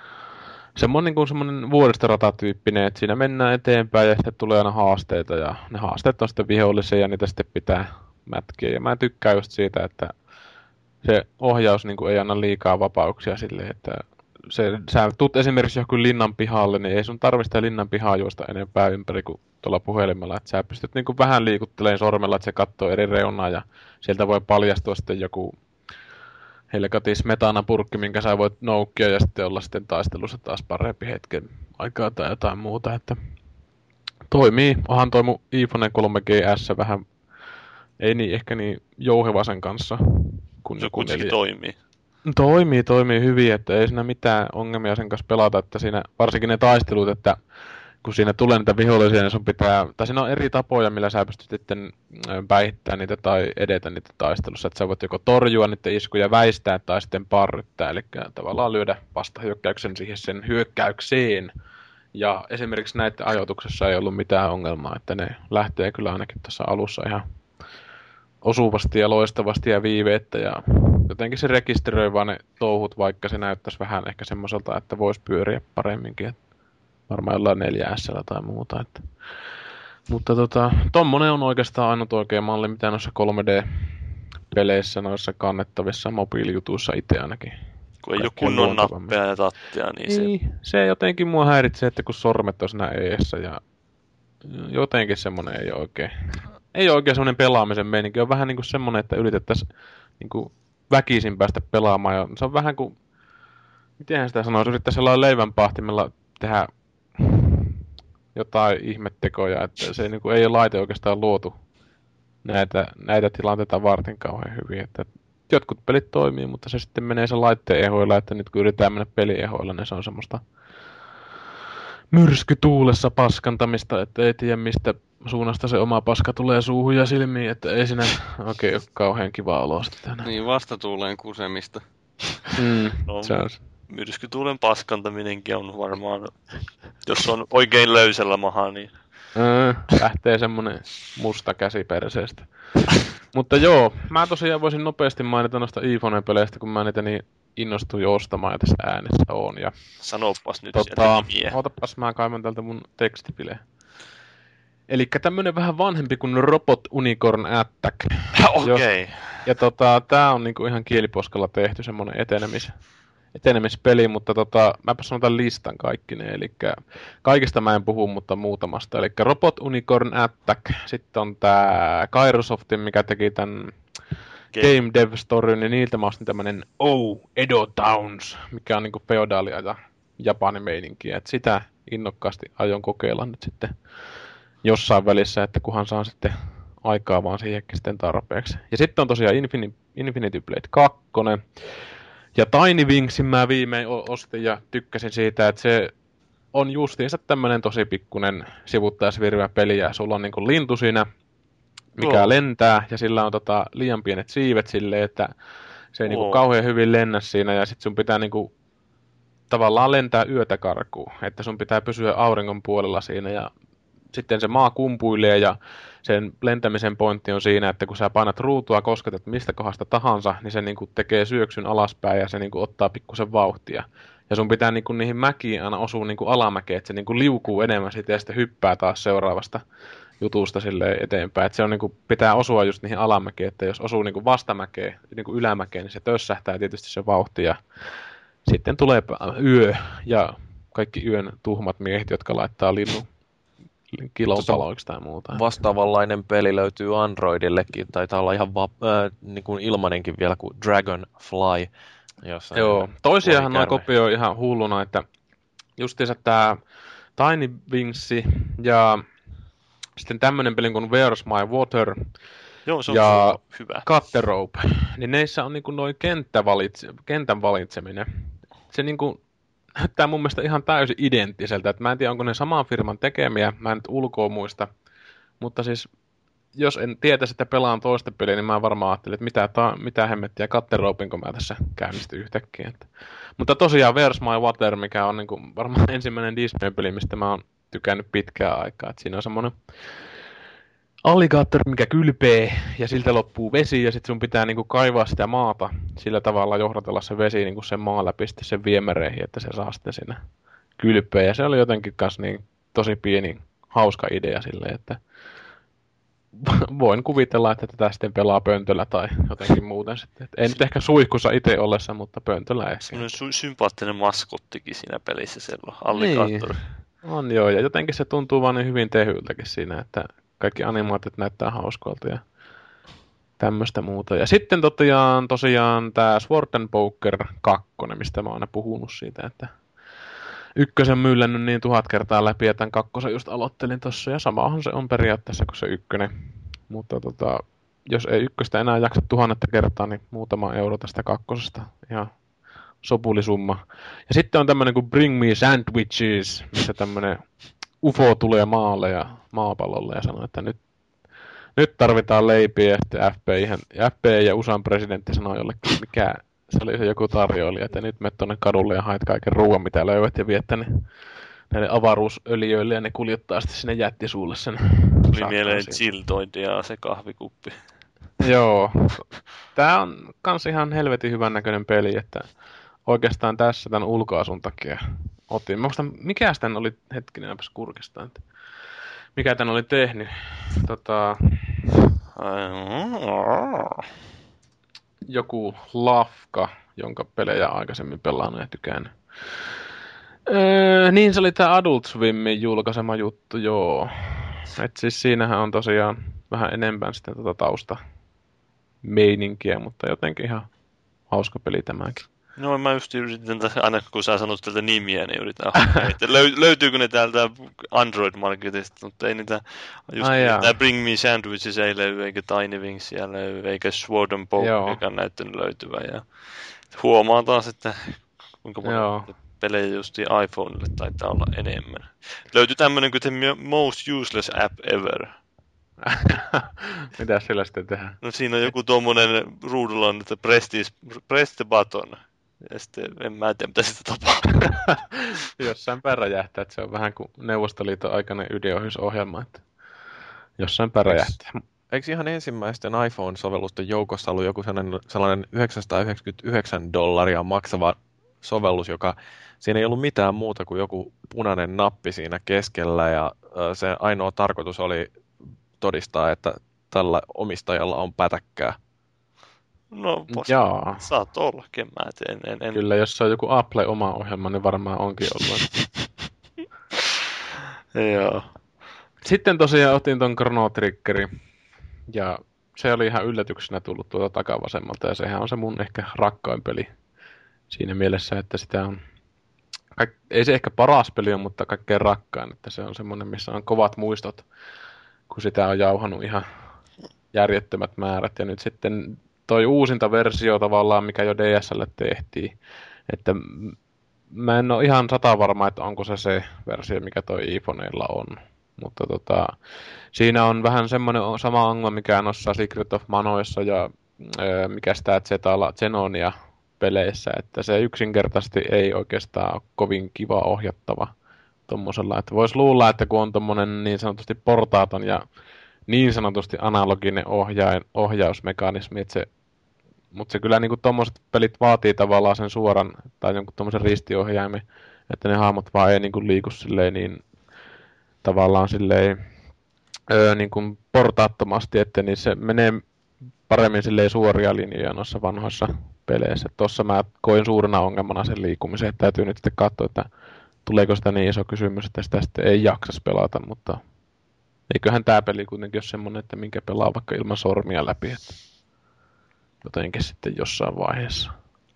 Semmoinen vuoristoratatyyppinen, että siinä mennään eteenpäin ja sitten tulee aina haasteita ja ne haasteet on sitten vihollisia ja niitä sitten pitää mätkiä. Ja mä tykkään just siitä, että se ohjaus niin kuin ei anna liikaa vapauksia silleen, että sä tuut esimerkiksi johonkin linnan pihalle, niin ei sun tarvitse sitä linnan pihaa juosta enempää ympäri kuin tuolla puhelimella. Että sä pystyt niin kuin vähän liikuttelemaan sormella, että se katsoo eri reunaa ja sieltä voi paljastua sitten joku helkatis metanapurkki, minkä sä voit noukkia ja sitten olla sitten taistelussa taas parempi hetken aikaa tai jotain muuta, että toimii. Onhan toi mun iPhone 3GS vähän, ei niin ehkä niin jouheva sen kanssa. Kun se kuitenkin toimii. Toimii hyvin, että ei siinä mitään ongelmia sen kanssa pelata, että siinä varsinkin ne taistelut, että kun siinä tulee niitä vihollisia, niin sun pitää, tai siinä on eri tapoja, millä sä pystyt sitten päihittämään niitä tai edetä niitä taistelussa. Että sä voit joko torjua niiden iskuja, väistää tai sitten parryttää, eli tavallaan lyödä vastahyökkäyksen siihen sen hyökkäykseen. Ja esimerkiksi näiden ajoituksessa ei ollut mitään ongelmaa, että ne lähtee kyllä ainakin tässä alussa ihan osuvasti ja loistavasti ja viiveettä. Ja jotenkin se rekisteröi vaan ne touhut, vaikka se näyttäisi vähän ehkä semmoiselta, että voisi pyöriä paremminkin. Varmaan jollain 4S tai muuta. Että. Mutta tommonen on oikeastaan ainut oikea malli, mitä noissa 3D-peleissä, noissa kannettavissa mobiilijutuissa itse ainakin. Kun ei ole kunnon nappeja ja tattia, niin se jotenkin mua häiritsee, että kun sormet on siinä eessä ja jotenkin semmonen ei ole oikein semmonen pelaamisen meininki. On vähän niinku semmonen, että yritettäisiin niinku väkisin päästä pelaamaan. Ja se on vähän kuin, mitenhän sitä sanoisi, yrittäisiin sellainen leivänpahtimella tehdä jotain ihmettekoja, että se niinku ei ole laite oikeastaan luotu näitä tilanteita varten kauhean hyvin. Että jotkut pelit toimii, mutta se sitten menee sen laitteen ehoilla, että nyt kun yritetään mennä peliehoilla, niin se on semmoista myrskytuulessa paskantamista, että ei tiedä mistä suunnasta se oma paska tulee suuhun ja silmiin, että ei siinä oikein ole kauhean kiva olo sitten. Niin, vastatuuleen kusemista. No, myrskytuulen paskantaminenkin on varmaan, jos on oikein löysällä maha, niin... Lähtee semmonen musta käsi perseestä. Mutta joo, mä tosiaan voisin nopeasti mainita noista iPhone-peleistä, kun mä niitä niin innostuin ostamaan ja tässä äänessä on. Ja sanopas nyt sieltä nimiä. Ootapas, mä kaivan täältä mun tekstipileen. Elikkä tämmönen vähän vanhempi kuin Robot Unicorn Attack. Okei. Ja tää on niinku ihan kieliposkalla tehty semmonen etenemispeli, mutta mäpä sanon tämän listan kaikkineen, eli kaikista mä en puhu, mutta muutamasta. Eli Robot Unicorn Attack, sitten on tää Kairosoftin, mikä teki tän Game Dev Storyn, niin niiltä mä ostin tämmönen Edo Towns, mikä on niinku feodaalia ja Japanin meininkiä, että sitä innokkaasti aion kokeilla nyt sitten jossain välissä, että kunhan saan sitten aikaa vaan siihenkin sitten tarpeeksi. Ja sitten on tosiaan Infinity Blade 2, ja Tiny Wingsin mä viimein ostin ja tykkäsin siitä, että se on justiinsa tämmönen tosi pikkunen sivuttaisvirvä peli ja sulla on niinku lintu siinä, mikä lentää ja sillä on liian pienet siivet silleen, että se ei niinku kauhean hyvin lennä siinä ja sit sun pitää niinku tavallaan lentää yötä karkuun, että sun pitää pysyä auringon puolella siinä ja sitten se maa kumpuilee ja sen lentämisen pointti on siinä, että kun sä painat ruutua, kosketat mistä kohdasta tahansa, niin se niinku tekee syöksyn alaspäin ja se niinku ottaa pikkusen vauhtia. Ja sun pitää niinku niihin mäkiin aina osua niinku alamäkeen, että se niinku liukuu enemmän siitä ja sitten hyppää taas seuraavasta jutusta silleen eteenpäin. Että se on niinku, pitää osua just niihin alamäkeen, että jos osuu niinku vastamäkeen, niinku ylämäkeen, niin se tössähtää tietysti se vauhti ja sitten tulee yö ja kaikki yön tuhmat miehet, jotka laittaa linnun kilopaloiksi tai muuta. Vastaavanlainen peli löytyy Androidillekin, taitaa olla ihan niin kuin ilmainenkin vielä kuin Dragonfly. Joo, toisiahan noin kopioi ihan hulluna, että justiinsa tää Tiny Wings ja sitten tämmönen peli kuin Where's My Water Joo, se on ja hyvä. Cut the Rope, niin neissä on niinku noin kentän valitseminen. Se niinku näyttää mun mielestä ihan täysin identtiseltä, että mä en tiedä onko ne saman firman tekemiä, mä en nyt ulkoa muista, mutta siis jos en tietäisi, että pelaan toista peliä, niin mä varmaan ajattelin, että mitä hemmettiä Cut the Ropenko mä tässä käynnistin yhtäkkiä. Mutta tosiaan Where's My Water, mikä on niinku varmaan ensimmäinen Disney-peli, mistä mä oon tykännyt pitkään aikaa. Et siinä on semmonen alligaattori, mikä kylpee ja siltä loppuu vesi ja sitten sun pitää niinku kaivaa sitä maata sillä tavalla johdatella se vesi niinku sen maan läpi sitten sen viemäreihin, että se saa sitten siinä kylpeä. Ja se oli jotenkin kans niin tosi pieni hauska idea silleen, että voin kuvitella, että tätä sitten pelaa pöntöllä tai jotenkin muuten sitten. Et ei nyt ehkä suihkussa itse ollessa, mutta pöntöllä ehkä. Semmoinen sympaattinen maskottikin siinä pelissä, siellä alligaattori. Niin. On joo, ja jotenkin se tuntuu vaan niin hyvin tehyltäkin siinä, että kaikki animaatiot näyttää hauskalta ja tämmöistä muuta. Ja sitten tosiaan tämä Sword and Poker 2, mistä mä oon aina puhunut siitä, että ykkösen myllännyt niin 1000 kertaa läpi ja tämän kakkosen just aloittelin tossa ja samahan se on periaatteessa kuin se ykkönen. Mutta jos ei ykköstä enää jaksa 1000 kertaa, niin muutama euro tästä kakkosesta. Ihan sopulisumma. Ja sitten on tämmönen kuin Bring Me Sandwiches, missä tämmönen UFO tulee maalle ja maapallolle ja sanoo, että nyt tarvitaan leipiä. Ja sitten FBI ja USAn presidentti sanoi jollekin, mikä se oli se joku tarjoilija, että nyt menet tonne kadulle ja haet kaiken ruoan, mitä löydät ja viet tänne näille avaruusöljyille ja ne kuljettaa sitten sinne jättisuulle sen. Tuli mieleen Chiltoid ja se kahvikuppi. Joo. Tää on kans ihan helvetin hyvän näköinen peli, että oikeastaan tässä tämän ulkoasun takia otin. Mä muistan, mikä tän oli, hetkinen, näpäs kurkistaan, että mikä tän oli tehnyt. Joku Lafka, jonka pelejä aikaisemmin pelannut ja tykännyt. Niin se oli tää Adult Swimin julkaisema juttu, joo. Et siis siinähän on tosiaan vähän enemmän sitten tausta meininkiä, mutta jotenkin ihan hauska peli tämäkin. No mä just yritän tässä, aina kun sä sanot tältä nimiä, niin yritän että löytyykö ne täältä Android-marketista, mutta ei niitä, just tää Bring Me Sandwiches ei löydy, eikä Tiny Wingsia löydy, eikä Sword and Poker, joka on näyttänyt löytyvän. Ja huomaa taas, että kuinka monta pelejä just iPhonelle taitaa olla enemmän. Löytyy tämmönen kuin The Most Useless App Ever. Mitä sillä sitten tehdään? No siinä on joku tommonen ruudulla on, että press the button. Ja sitten en mä tiedä, mitä sitä tapahtuu. Jossain päin räjähtää, että se on vähän kuin Neuvostoliiton aikainen ydinohjusohjelma, että jossain päin räjähtää. Eikö ihan ensimmäisten iPhone-sovellusten joukossa ollut joku sellainen $999 maksava sovellus, joka siinä ei ollut mitään muuta kuin joku punainen nappi siinä keskellä ja se ainoa tarkoitus oli todistaa, että tällä omistajalla on pätäkkää. No, saat ollakin, mä en. Kyllä, jos se on joku Apple oma ohjelma, niin varmaan onkin ollut. Joo. Sitten tosiaan otin ton Chrono Triggerin, ja se oli ihan yllätyksenä tullut tuolta takavasemmalta, ja sehän on se mun ehkä rakkain peli siinä mielessä, että sitä on, ei se ehkä paras peli on, mutta kaikkein rakkain, että se on semmoinen, missä on kovat muistot, kun sitä on jauhanut ihan järjettömät määrät, ja nyt sitten toi uusinta versio tavallaan, mikä jo DS:lle tehtiin, että mä en ole ihan 100 varma, että onko se versio, mikä toi iPhoneilla on, mutta siinä on vähän semmoinen sama ongelma, mikä noissa Secret of Manoissa ja mikä sitä Zenonia peleissä, että se yksinkertaisesti ei oikeastaan ole kovin kiva ohjattava tommosella, että vois luulla, että kun on tommonen niin sanotusti portaaton ja niin sanotusti analoginen ohjausmekanismi, että se Mutta se kyllä niinku tommoset pelit vaatii tavallaan sen suoran tai jonkun tommosen ristiohjaimen, että ne hahmot vaan ei niinku liiku silleen niin tavallaan silleen niinku portaattomasti, että niin se menee paremmin silleen suoria linjoja noissa vanhoissa peleissä. Tossa mä koin suurena ongelmana sen liikkumisen, että täytyy nyt sitten katsoa, että tuleeko sitä niin iso kysymys, että sitä sitten ei jaksas pelata, mutta eiköhän tää peli kuitenkin ole semmonen, että minkä pelaa vaikka ilman sormia läpi, että jotenkin sitten jossain vaiheessa.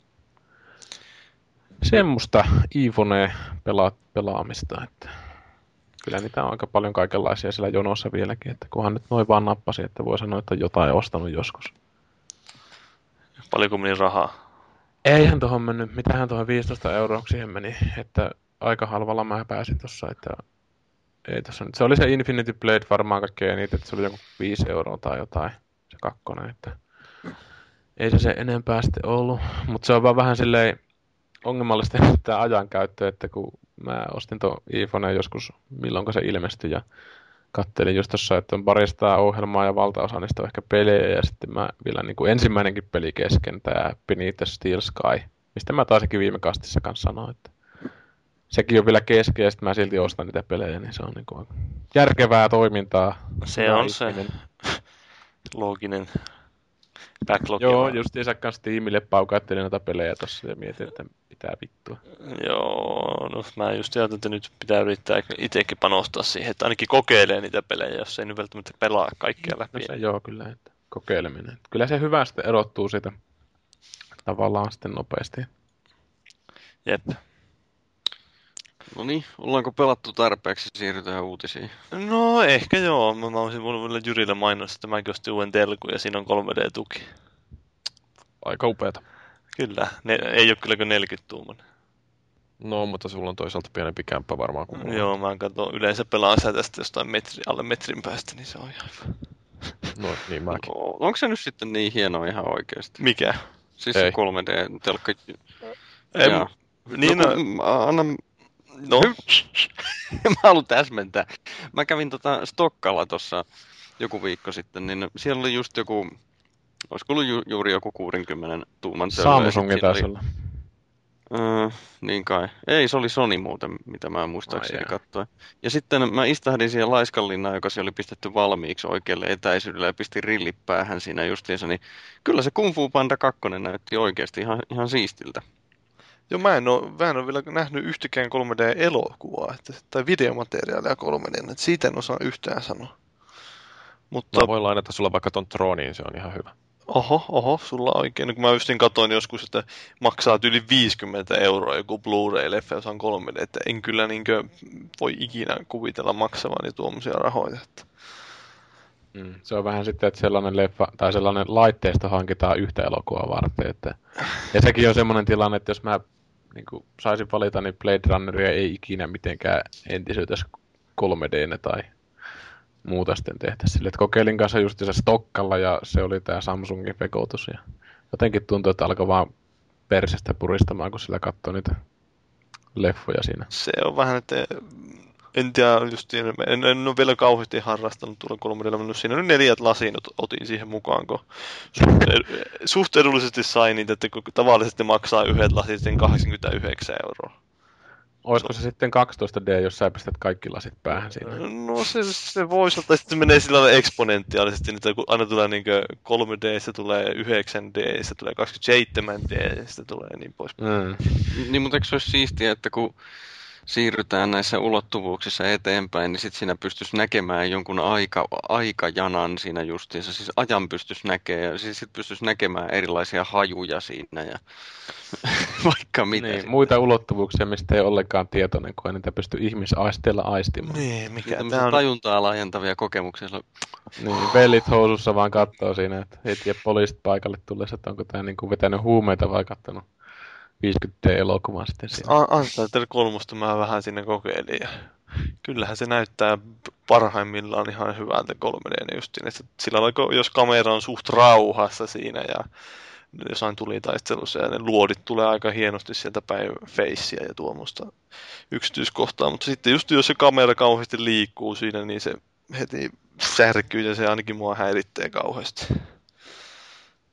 Semmoista Ifoneen pelaamista, että kyllä niitä on aika paljon kaikenlaisia siellä jonossa vieläkin, että kunhan nyt noin vaan nappasi, että voi sanoa, että jotain ostanut joskus. Paljonko meni rahaa? Eihän tuohon mennyt, mitähän tuohon 15 euroa siihen meni, että aika halvalla mä pääsin tossa, että ei tossa nyt. Se oli se Infinity Blade varmaan kaikkea niitä, että se oli joku 5 euroa tai jotain, se kakkonen, että ei se enempää sitten ollut, mutta se on vaan vähän silleen ongelmallista tämä ajankäyttö, että kun mä ostin tuon iPhoneen joskus, milloin se ilmestyi ja kattelin just tossa, että on parista ohjelmaa ja valtaosa niistä on ehkä pelejä ja sitten mä vielä niin kuin ensimmäinenkin peli kesken, tämä Beneath the Steel Sky, mistä mä taisikin viime kastissa kanssa sanoa, että sekin on vielä kesken ja sitten mä silti ostan niitä pelejä, niin se on niin kuin järkevää toimintaa. Se on se looginen backlog. Joo, justiinsa kanssa tiimille paukaittelin noita pelejä tossa ja mietin, että pitää vittua. Joo, no mä just ajattelin, että nyt pitää yrittää itsekin panostaa siihen, että ainakin kokeilee niitä pelejä, jos ei nyt välttämättä pelaa kaikkia läpi. No se joo kyllä, että kokeileminen. Kyllä se hyvä sitten erottuu siitä tavallaan sitten nopeasti. Jep. No niin, ollaanko pelattu tarpeeksi, siirrytään uutisiin? No ehkä joo, mä olisin voinut vielä Jyrille mainostaa, että mäkin ostin uuden telkun ja siinä on 3D-tuki. Aika upeata. Kyllä, ei ole kyllä kuin 40-tuumainen. No, mutta sulla on toisaalta pienempi kämppä varmaan kuin mulla. Joo, mä katson, yleensä pelaan sitä tästä jostain alle metrin päästä, niin se on ihan hyvä. No, niin mäkin. No, onko se nyt sitten niin hieno ihan oikeasti? Mikä? Siis Ei. se 3D-telkka. Niin, Anna. no. Mä haluan täsmentää. Mä kävin Stokkalla tuossa joku viikko sitten, niin siellä oli just joku, olisiko ollut juuri joku 60 tuuman töllä. Samsungin taisi olla. Niin kai. Ei, se oli Sony muuten, mitä mä muistaakseni katsoin. Ja sitten mä istahdin siihen laiskanlinnaan, joka se oli pistetty valmiiksi oikealle etäisyydelle ja pistin rillit päähän siinä justiinsa, niin kyllä se Kung Fu Panda 2 näytti oikeasti ihan siistiltä. Joo, mä en ole vielä nähnyt yhtäkään 3D-elokuvaa tai videomateriaalia 3D, että siitä en osaa yhtään sanoa. Mutta... Mä voin lainata sulla vaikka ton Troniin, se on ihan hyvä. Oho, sulla oikein. No, kun mä justin katsoin joskus, että maksaa yli 50 euroa joku Blu-ray-leffa, jos on 3D, että en kyllä voi ikinä kuvitella maksavani tuommoisia rahoja. Että... Se on vähän sitten, että sellainen leffa tai sellainen laitteisto hankitaan yhtä elokuvaa varten. Että... Ja sekin on semmoinen tilanne, että jos mä niin saisin valita, niin Blade Runneria ei ikinä mitenkään entisöitäisi 3D:nä tai muuta sitten tehtäisiin sille. Kokeilin kanssa just se Stokkalla ja se oli tää Samsungin vekotus ja jotenkin tuntui, että alkoi vaan persestä puristamaan, kun sillä katsoi niitä leffoja siinä. Se on vähän, että en tiedä, en ole vielä kauheasti harrastanut tuolla 3D:llä, mutta siinä oli 4 lasin, otin siihen mukaan, kun suht edullisesti sain niitä, että kun tavallisesti maksaa yhdet lasit sitten 89 euroa. Olisiko se sitten 12D, jos sä pistät kaikki lasit päähän siinä? No se voisi olla, tai sitten menee sillä lailla eksponentiaalisesti, että kun aina tulee niin 3D, se tulee 9D, se tulee 27D, se tulee niin pois. Niin, mutta eikö se olisi siistiä, että kun siirrytään näissä ulottuvuuksissa eteenpäin, niin sitten siinä pystyisi näkemään jonkun aikajanan siinä justiinsa, siis ajan pystyisi näkemään, ja siis sitten pystyisi näkemään erilaisia hajuja siinä ja vaikka mitä. Niin, muita ulottuvuuksia, mistä ei ollenkaan tietoinen, kun ei niitä pysty ihmisaisteella aistimaan. Niin, mikä tämä on tajuntaa laajentavia kokemuksia. Niin, vellit housussa vaan katsoo siinä, että heti ja poliisit paikalle tulleessa, että onko tämä niinku vetänyt huumeita vai kattonut 50D-elokuvan sitten siinä. Uncharted 3 mä vähän sinne kokeilin ja kyllähän se näyttää parhaimmillaan ihan hyvältä 3D justiin, että sillä lailla, jos kamera on suht rauhassa siinä ja jossain tulitaistelussa ja ne luodit tulee aika hienosti sieltä päin feissiä ja tuommoista yksityiskohtaa, mutta sitten just jos se kamera kauheasti liikkuu siinä, niin se heti särkyy ja se ainakin mua häiritsee kauheasti.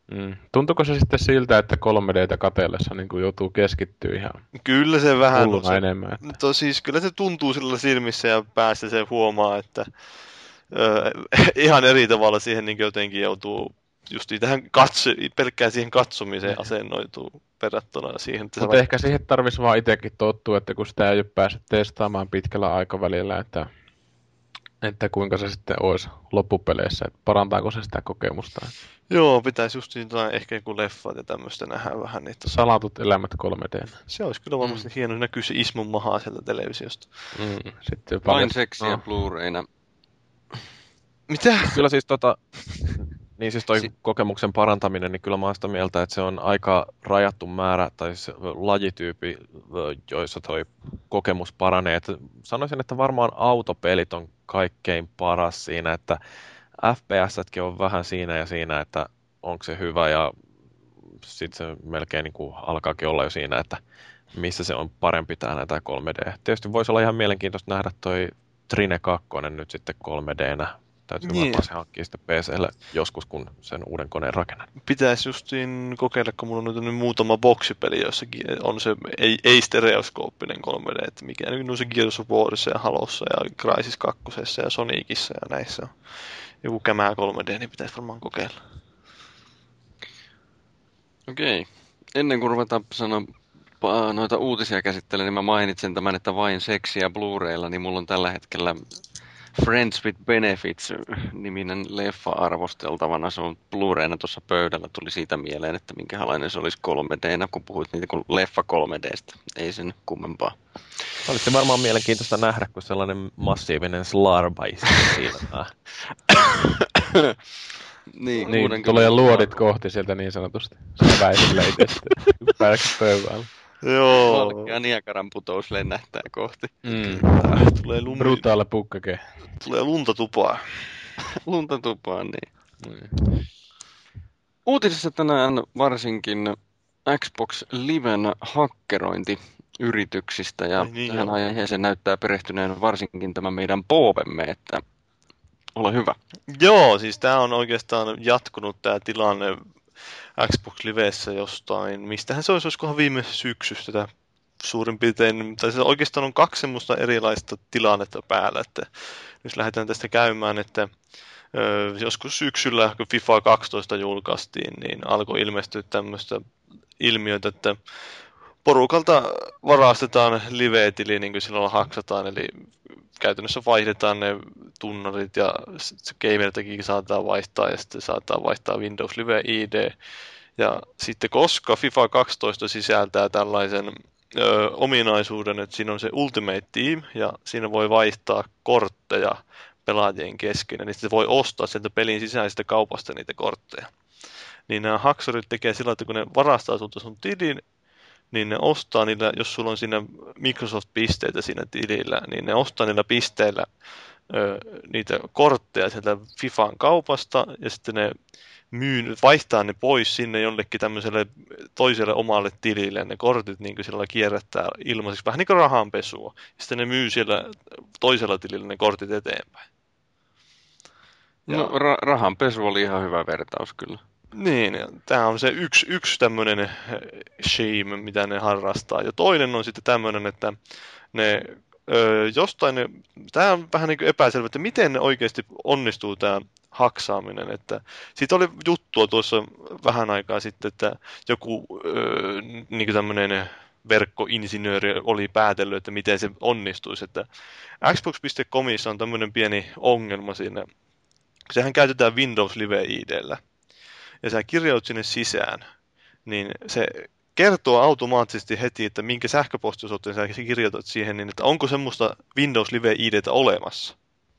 Tuntuuko se sitten siltä, että 3D:tä katsellessa niin kuin joutuu keskittyä ihan Kyllä se vähän on hulluna se. enemmän? Että... Siis kyllä se tuntuu sillä silmissä ja päässä se huomaa, että ihan eri tavalla siihen niin jotenkin joutuu just tähän pelkkään siihen katsomiseen asennoituu verrattuna siihen. Että mutta ehkä siihen tarvitsisi vaan itsekin tottua, että kun sitä ei ole päässyt testaamaan pitkällä aikavälillä, että kuinka se sitten olisi loppupeleissä, että parantaako se sitä kokemusta. Joo, pitäisi just jotain ehkä joku leffat ja tämmöistä nähdä vähän niitä. Salatut elämät 3D. Se olisi kyllä varmasti hieno, näkyy se Ismon mahaa sieltä televisiosta. Sitten vain seksiä Blu-rayna. Mitä? Kyllä siis niin siis toi kokemuksen parantaminen, niin kyllä mä oon sitä mieltä, että se on aika rajattu määrä tai se lajityyppi, joissa toi kokemus paranee. Että sanoisin, että varmaan autopelit on kaikkein paras siinä, että FPS-tkin on vähän siinä ja siinä, että onko se hyvä ja sitten se melkein niin kuin alkaakin olla jo siinä, että missä se on parempi täällä tai 3D. Tietysti voisi olla ihan mielenkiintoista nähdä toi Trine 2 nyt sitten 3D:nä. Täytyy varmaan se hankkia sitten PC:lle joskus, kun sen uuden koneen rakennan. Pitäisi justiin kokeilla, kun mulla on nyt muutama boksipeli, jossakin on se ei-stereoskooppinen 3D, että mikä nyt on se Gears of Warissa ja Halossa ja Crysis 2 ja Sonicissa ja näissä on joku kämää 3D, niin pitäisi varmaan kokeilla. Okei. Ennen kuin ruvetaan sanoa noita uutisia käsittelen, niin mä mainitsen tämän, että vain seksiä Blu-raylla, niin mulla on tällä hetkellä Friends with Benefits-niminen leffa arvosteltavana. Se on Blu-rayna tuossa pöydällä. Tuli siitä mieleen, että minkälainen se olisi 3D:nä, kun puhuit niitä kuin leffa 3D:stä. Ei sen kummempaa. Olisi varmaan mielenkiintoista nähdä, kun sellainen massiivinen slarbaisi silmää. niin tulee luodit kohti sieltä niin sanotusti. Se väisillä itse sitten pöydällä. Joo. Valkea Niagaran putous lennähtää kohti. Tulee brutaale pukkake. Tulee lunta tupaa. Lunta tupaa, niin. Uutisissa tänään varsinkin Xbox Liven hakkerointiyrityksistä ja tähän aiheeseen näyttää perehtyneen varsinkin tämä meidän Poovemme, että ole hyvä. Joo, siis tämä on oikeastaan jatkunut tämä tilanne Xbox Livessä jostain, mistähän se olisikohan viime syksystä tämä suurin piirtein, tai se oikeastaan on kaksi semmoista erilaista tilannetta päällä, että jos lähdetään tästä käymään, että joskus syksyllä, kun FIFA 12 julkaistiin, niin alkoi ilmestyä tämmöistä ilmiötä, että porukalta varastetaan live-tili, niin kuin silloin haksataan, eli käytännössä vaihdetaan ne tunnarit ja gameriltakin saattaa vaihtaa ja sitten saattaa vaihtaa Windows Live ID. Ja sitten koska FIFA 12 sisältää tällaisen ominaisuuden, että siinä on se Ultimate Team ja siinä voi vaihtaa kortteja pelaajien kesken, niin sitten voi ostaa sieltä pelin sisäisestä kaupasta niitä kortteja. Niin nämä haksarit tekee sillä, että kun ne varastaa sulta sun tilin, niin ne ostaa niillä, jos sulla on siinä Microsoft-pisteitä siinä tilillä, niin ne ostaa niillä pisteillä niitä kortteja sieltä FIFAn kaupasta, ja sitten ne vaihtaa ne pois sinne jollekin tämmöiselle toiselle omalle tilille, ne kortit niin kuin sillä kierrättää ilmaiseksi, vähän niin kuin rahanpesua, ja sitten ne myy siellä toisella tilillä ne kortit eteenpäin. No, rahanpesu oli ihan hyvä vertaus kyllä. Niin, tämä on se yksi tämmöinen shame, mitä ne harrastaa. Ja toinen on sitten tämmöinen, että ne tämä on vähän niin kuin epäselvä, että miten ne oikeasti onnistuu tämä haksaaminen. Että siitä oli juttua tuossa vähän aikaa sitten, että joku niin kuin tämmöinen verkkoinsinööri oli päätellyt, että miten se onnistuisi. Että Xbox.comissa on tämmöinen pieni ongelma siinä. Sehän käytetään Windows Live ID:llä. Ja sä kirjoit sinne sisään, niin se kertoo automaattisesti heti, että minkä sähköpostiosoitteen sä kirjoitat siihen, niin että onko semmoista Windows Live ID:tä olemassa.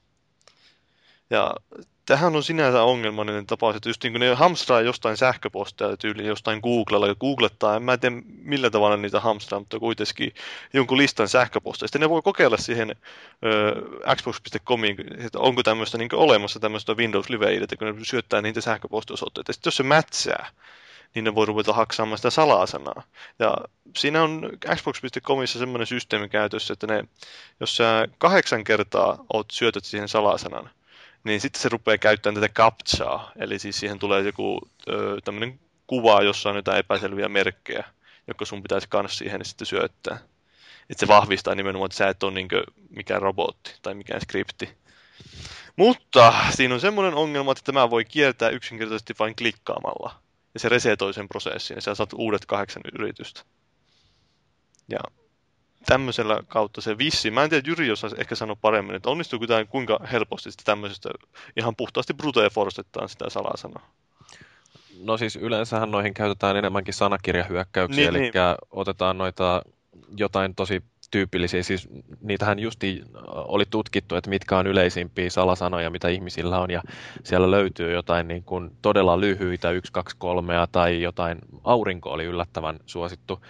Ja tähän on sinänsä ongelmallinen tapaus, että just niin kuin ne hamstraa jostain sähköpostia tyyliin jostain Googlella, ja googlettaa, en mä tiedä millä tavalla niitä hamstraa, mutta kuitenkin jonkun listan sähköpostia. Sitten ne voi kokeilla siihen Xbox.comiin, että onko tämmöistä niin kuin olemassa tämmöistä Windows Live ID:tä, kun ne syöttää niitä sähköpostiosoitteita. Sitten jos se mätsää, niin ne voi ruveta haksaamaan sitä salasanaa. Ja siinä on Xbox.comissa semmoinen systeemi käytössä, että jos sä 8 kertaa syötät siihen salasanan, niin sitten se rupeaa käyttämään tätä captchaa, eli siis siihen tulee joku tämmöinen kuva, jossa on jotain epäselviä merkkejä, jotka sun pitäisi kans siihen sitten syöttää. Että se vahvistaa nimenomaan, että sä et ole niinkö mikään robotti tai mikään skripti. Mutta siinä on semmoinen ongelma, että tämä voi kieltää yksinkertaisesti vain klikkaamalla. Ja se resetoi sen prosessin ja sä saat uudet 8 yritystä. Ja tämmöisellä kautta se vissi. Mä en tiedä, Jyri osaisi ehkä sanoa paremmin, että onnistuuko tämä kuinka helposti sitä tämmöisestä ihan puhtaasti brute forcetetaan sitä salasanaa. No siis yleensähän noihin käytetään enemmänkin sanakirjahyökkäyksiä, Niin, eli otetaan noita jotain tosi tyypillisiä, siis niitähän justi oli tutkittu, että mitkä on yleisimpiä salasanoja, mitä ihmisillä on, ja siellä löytyy jotain niin kuin todella lyhyitä 1, 2, 3 tai jotain, aurinko oli yllättävän suosittu.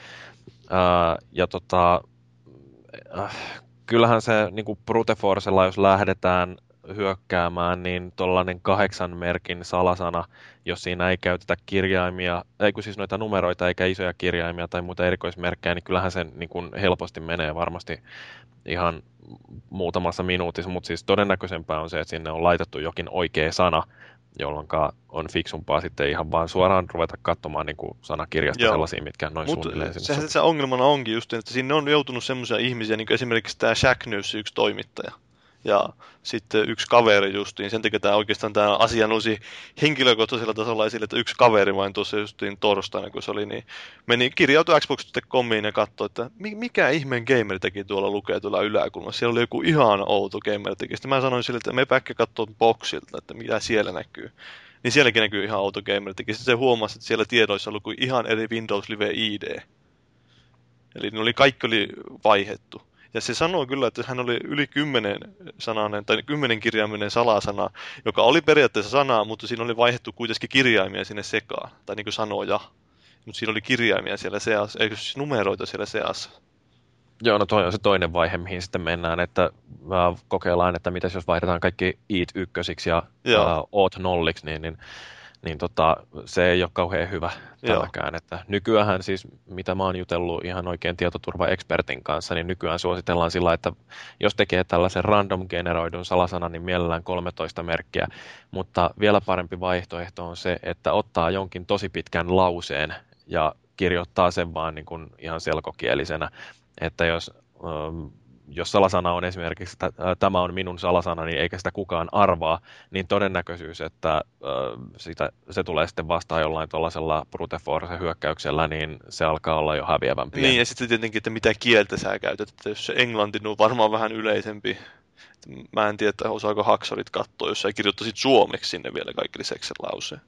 Kyllähän se niin kuin brute forcella, jos lähdetään hyökkäämään, niin tuollainen 8 merkin salasana, jos siinä ei käytetä kirjaimia, siis noita numeroita eikä isoja kirjaimia tai muita erikoismerkkejä, niin kyllähän se niin kuin helposti menee varmasti ihan muutamassa minuutissa, mutta siis todennäköisempää on se, että sinne on laitettu jokin oikea sana, jolloin on fiksumpaa sitten ihan vaan suoraan ruveta katsomaan niin kuin sanakirjasta sellaisia, mitkä noin suunnilleen sinne. Sehän se ongelmana onkin just, että sinne on joutunut semmoisia ihmisiä, niin kuin esimerkiksi tämä Shack News, yksi toimittaja. Ja sitten yksi kaveri justiin, sen takia tämä asia nousi henkilökohtaisella tasolla esille, että yksi kaveri vain tuossa justiin torstaina, kun se oli, niin kirjautui Xbox.comiin ja katsoi, että mikä ihmeen gamer teki tuolla lukee tuolla yläkulmassa. Siellä oli joku ihan outo gamer teki. Sitten mä sanoin sille, että me päkkä katsoa boxilta, että mitä siellä näkyy. Niin sielläkin näkyy ihan outo gamer teki. Sitten se huomasi, että siellä tiedoissa oli ihan eri Windows Live ID. Eli ne kaikki oli vaihettu. Ja se sanoo kyllä, että hän oli yli 10-sanainen tai 10-kirjaiminen salasana, joka oli periaatteessa sanaa, mutta siinä oli vaihdettu kuitenkin kirjaimia sinne sekaan, tai niin kuin sanoja. Mutta siinä oli kirjaimia siellä seassa, eikö siis numeroita siellä seassa. Joo, no toi on se toinen vaihe, mihin sitten mennään, että kokeillaan, että mitäs jos vaihdetaan kaikki it ykkösiksi ja oot nolliksi, niin se ei ole kauhean hyvä tälläkään. Että nykyään siis, mitä mä oon jutellut ihan oikein tietoturva-ekspertin kanssa, niin nykyään suositellaan sillä, että jos tekee tällaisen random generoidun salasanan, niin mielellään 13 merkkiä. Mutta vielä parempi vaihtoehto on se, että ottaa jonkin tosi pitkän lauseen ja kirjoittaa sen vaan niin kuin ihan selkokielisenä. Että jos salasana on esimerkiksi, että tämä on minun salasanani eikä sitä kukaan arvaa, niin todennäköisyys, että se tulee sitten vastaan jollain tuollaisella brute force hyökkäyksellä, niin se alkaa olla jo häviävämpi. Niin, ja sitten tietenkin, että mitä kieltä sä käytät. Että jos se englanti on varmaan vähän yleisempi. Mä en tiedä, että osaako haksarit katsoa, jos sä kirjoittaisit suomeksi sinne vielä kaikki lisäksi lauseen.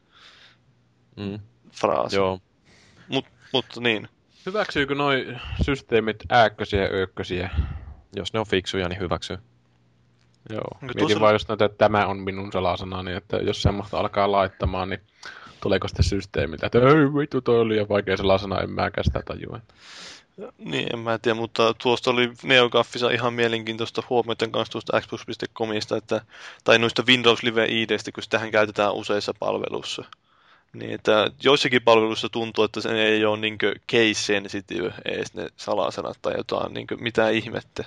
Fraasi. Joo. Mutta niin. Hyväksyykö noi systeemit ääkkösiä ja öökkösiä? Jos ne on fiksuja, niin hyväksy. Joo. Mietin vaan just näitä, että tämä on minun salasanani, että jos semmoista alkaa laittamaan, niin tuleeko sitten systeemiltä, että ei vittu, toi oli liian vaikea salasana, en mäkään sitä tajua. Niin, en mä tiedä, mutta tuosta oli NeoGaffissa ihan mielenkiintoista huomioiden kanssa tuosta Xbox.comista, tai noista Windows Live IDstä, kun sitähän käytetään useissa palveluissa. Niin, että joissakin palveluissa tuntuu, että se ei ole niin case sensitive edes ne salasanat tai jotain niin mitään ihmettä.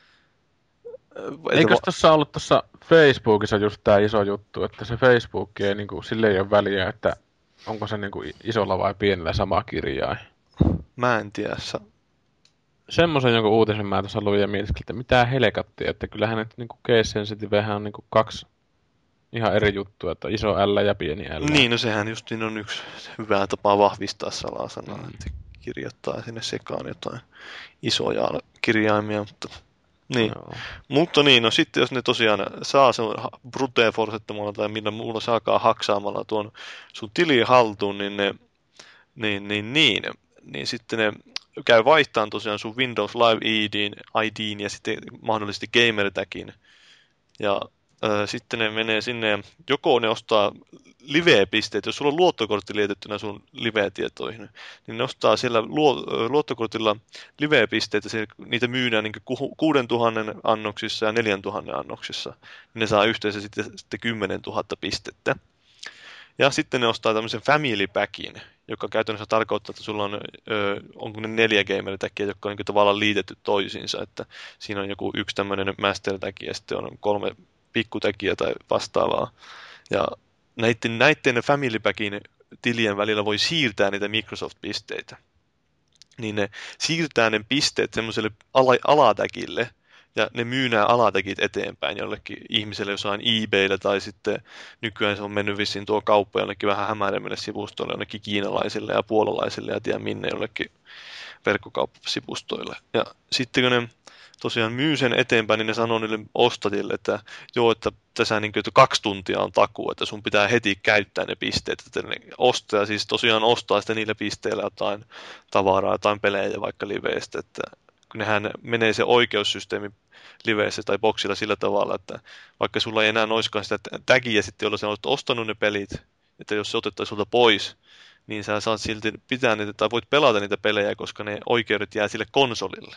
Eikö tässä ollut tuossa Facebookissa just tämä iso juttu, että se Facebook ei niin kuin, sille ei ole väliä, että onko se niin kuin isolla vai pienellä sama kirjain? Mä en tiedä. Semmoisen jonkun uutisen mä tuossa luin ja mietin, että mitä helkattia, että kyllähän nyt niin case sensitivehän on niin kuin 2 ihan eri juttua, että iso L ja pieni L. Niin, no sehän just niin on yksi hyvä tapa vahvistaa salasanaa, että kirjoittaa sinne sekaan jotain isoja kirjaimia, mutta niin. Mutta niin, no sitten jos ne tosiaan saa sen brute forcettamalla tai millä muulla saakaan haksaamalla tuon sun tilin haltuun, niin sitten ne käy vaihtamaan tosiaan sun Windows Live ID:n ja sitten mahdollisesti gamer tagin. Ja sitten ne menee sinne, joko ne ostaa live-pisteet, jos sulla on luottokortti liitettynä sun live-tietoihin, niin ne ostaa siellä luottokortilla live-pisteitä, niitä myydään niin 6000 annoksissa ja 4000 annoksissa, niin ne saa yhteensä sitten 10 000 pistettä. Ja sitten ne ostaa tämmöisen family packin, joka käytännössä tarkoittaa, että sulla onko ne 4 gamer tagia, jotka on niin tavallaan liitetty toisiinsa, että siinä on joku yksi tämmöinen master tag ja sitten on 3 pikkutekijä tai vastaavaa. Ja näiden Family Packin tilien välillä voi siirtää niitä Microsoft-pisteitä. Niin ne siirtää ne pisteet semmoiselle alatäkille, ja ne myy nämä alatäkit eteenpäin jollekin ihmiselle jossain eBayllä, tai sitten nykyään se on mennyt vissiin tuo kauppa jollekin vähän hämärämmille sivustoille, jonnekin kiinalaisille ja puolalaisille, ja tiedä minne jollekin verkkokauppasivustoille. Ja sitten kun ne tosiaan myy sen eteenpäin, niin ne sanoo niille ostajille, että joo, että tässä niin kuin 2 tuntia on takuu, että sun pitää heti käyttää ne pisteet. Että ne ostaja siis tosiaan ostaa sitten niillä pisteillä jotain tavaraa, jotain pelejä vaikka liveistä. Että nehän menee se oikeussysteemi liveissä tai boksilla sillä tavalla, että vaikka sulla ei enää olisikaan sitä tagia sitten, jolla sä olet ostanut ne pelit, että jos se otettaisiin sulta pois, niin sä saat silti pitää niitä tai voit pelata niitä pelejä, koska ne oikeudet jää sille konsolille.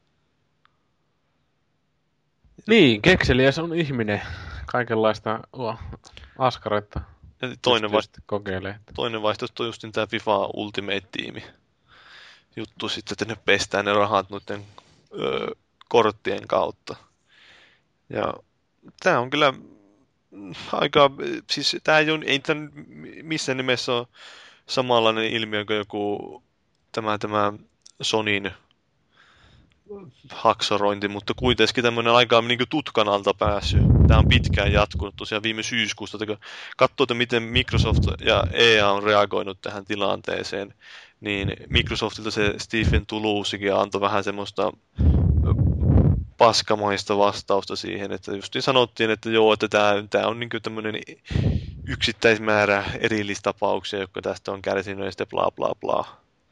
Niin, kekseliäs on ihminen. Kaikenlaista askareita Toinen vaihtoehto on just tämä FIFA Ultimate-tiimi juttu sitten, että ne pestää ne rahat noiden korttien kautta. Ja tämä on kyllä aika, siis tämä ei tämän missään nimessä ole samanlainen ilmiö kuin joku tämä Sonyn haksorointi, mutta kuitenkin tämmöinen aika niin tutkan alta päässyt. Tämä on pitkään jatkunut tosiaan viime syyskuusta. Katsoo, että miten Microsoft ja EA on reagoinut tähän tilanteeseen, niin Microsoftilta se Stephen Toulousekin antoi vähän semmoista paskamaista vastausta siihen, että justiin sanottiin, että joo, että tämä on niin tämmöinen yksittäismäärä erillistapauksia, jotka tästä on kärsinyt ja sitten bla bla bla.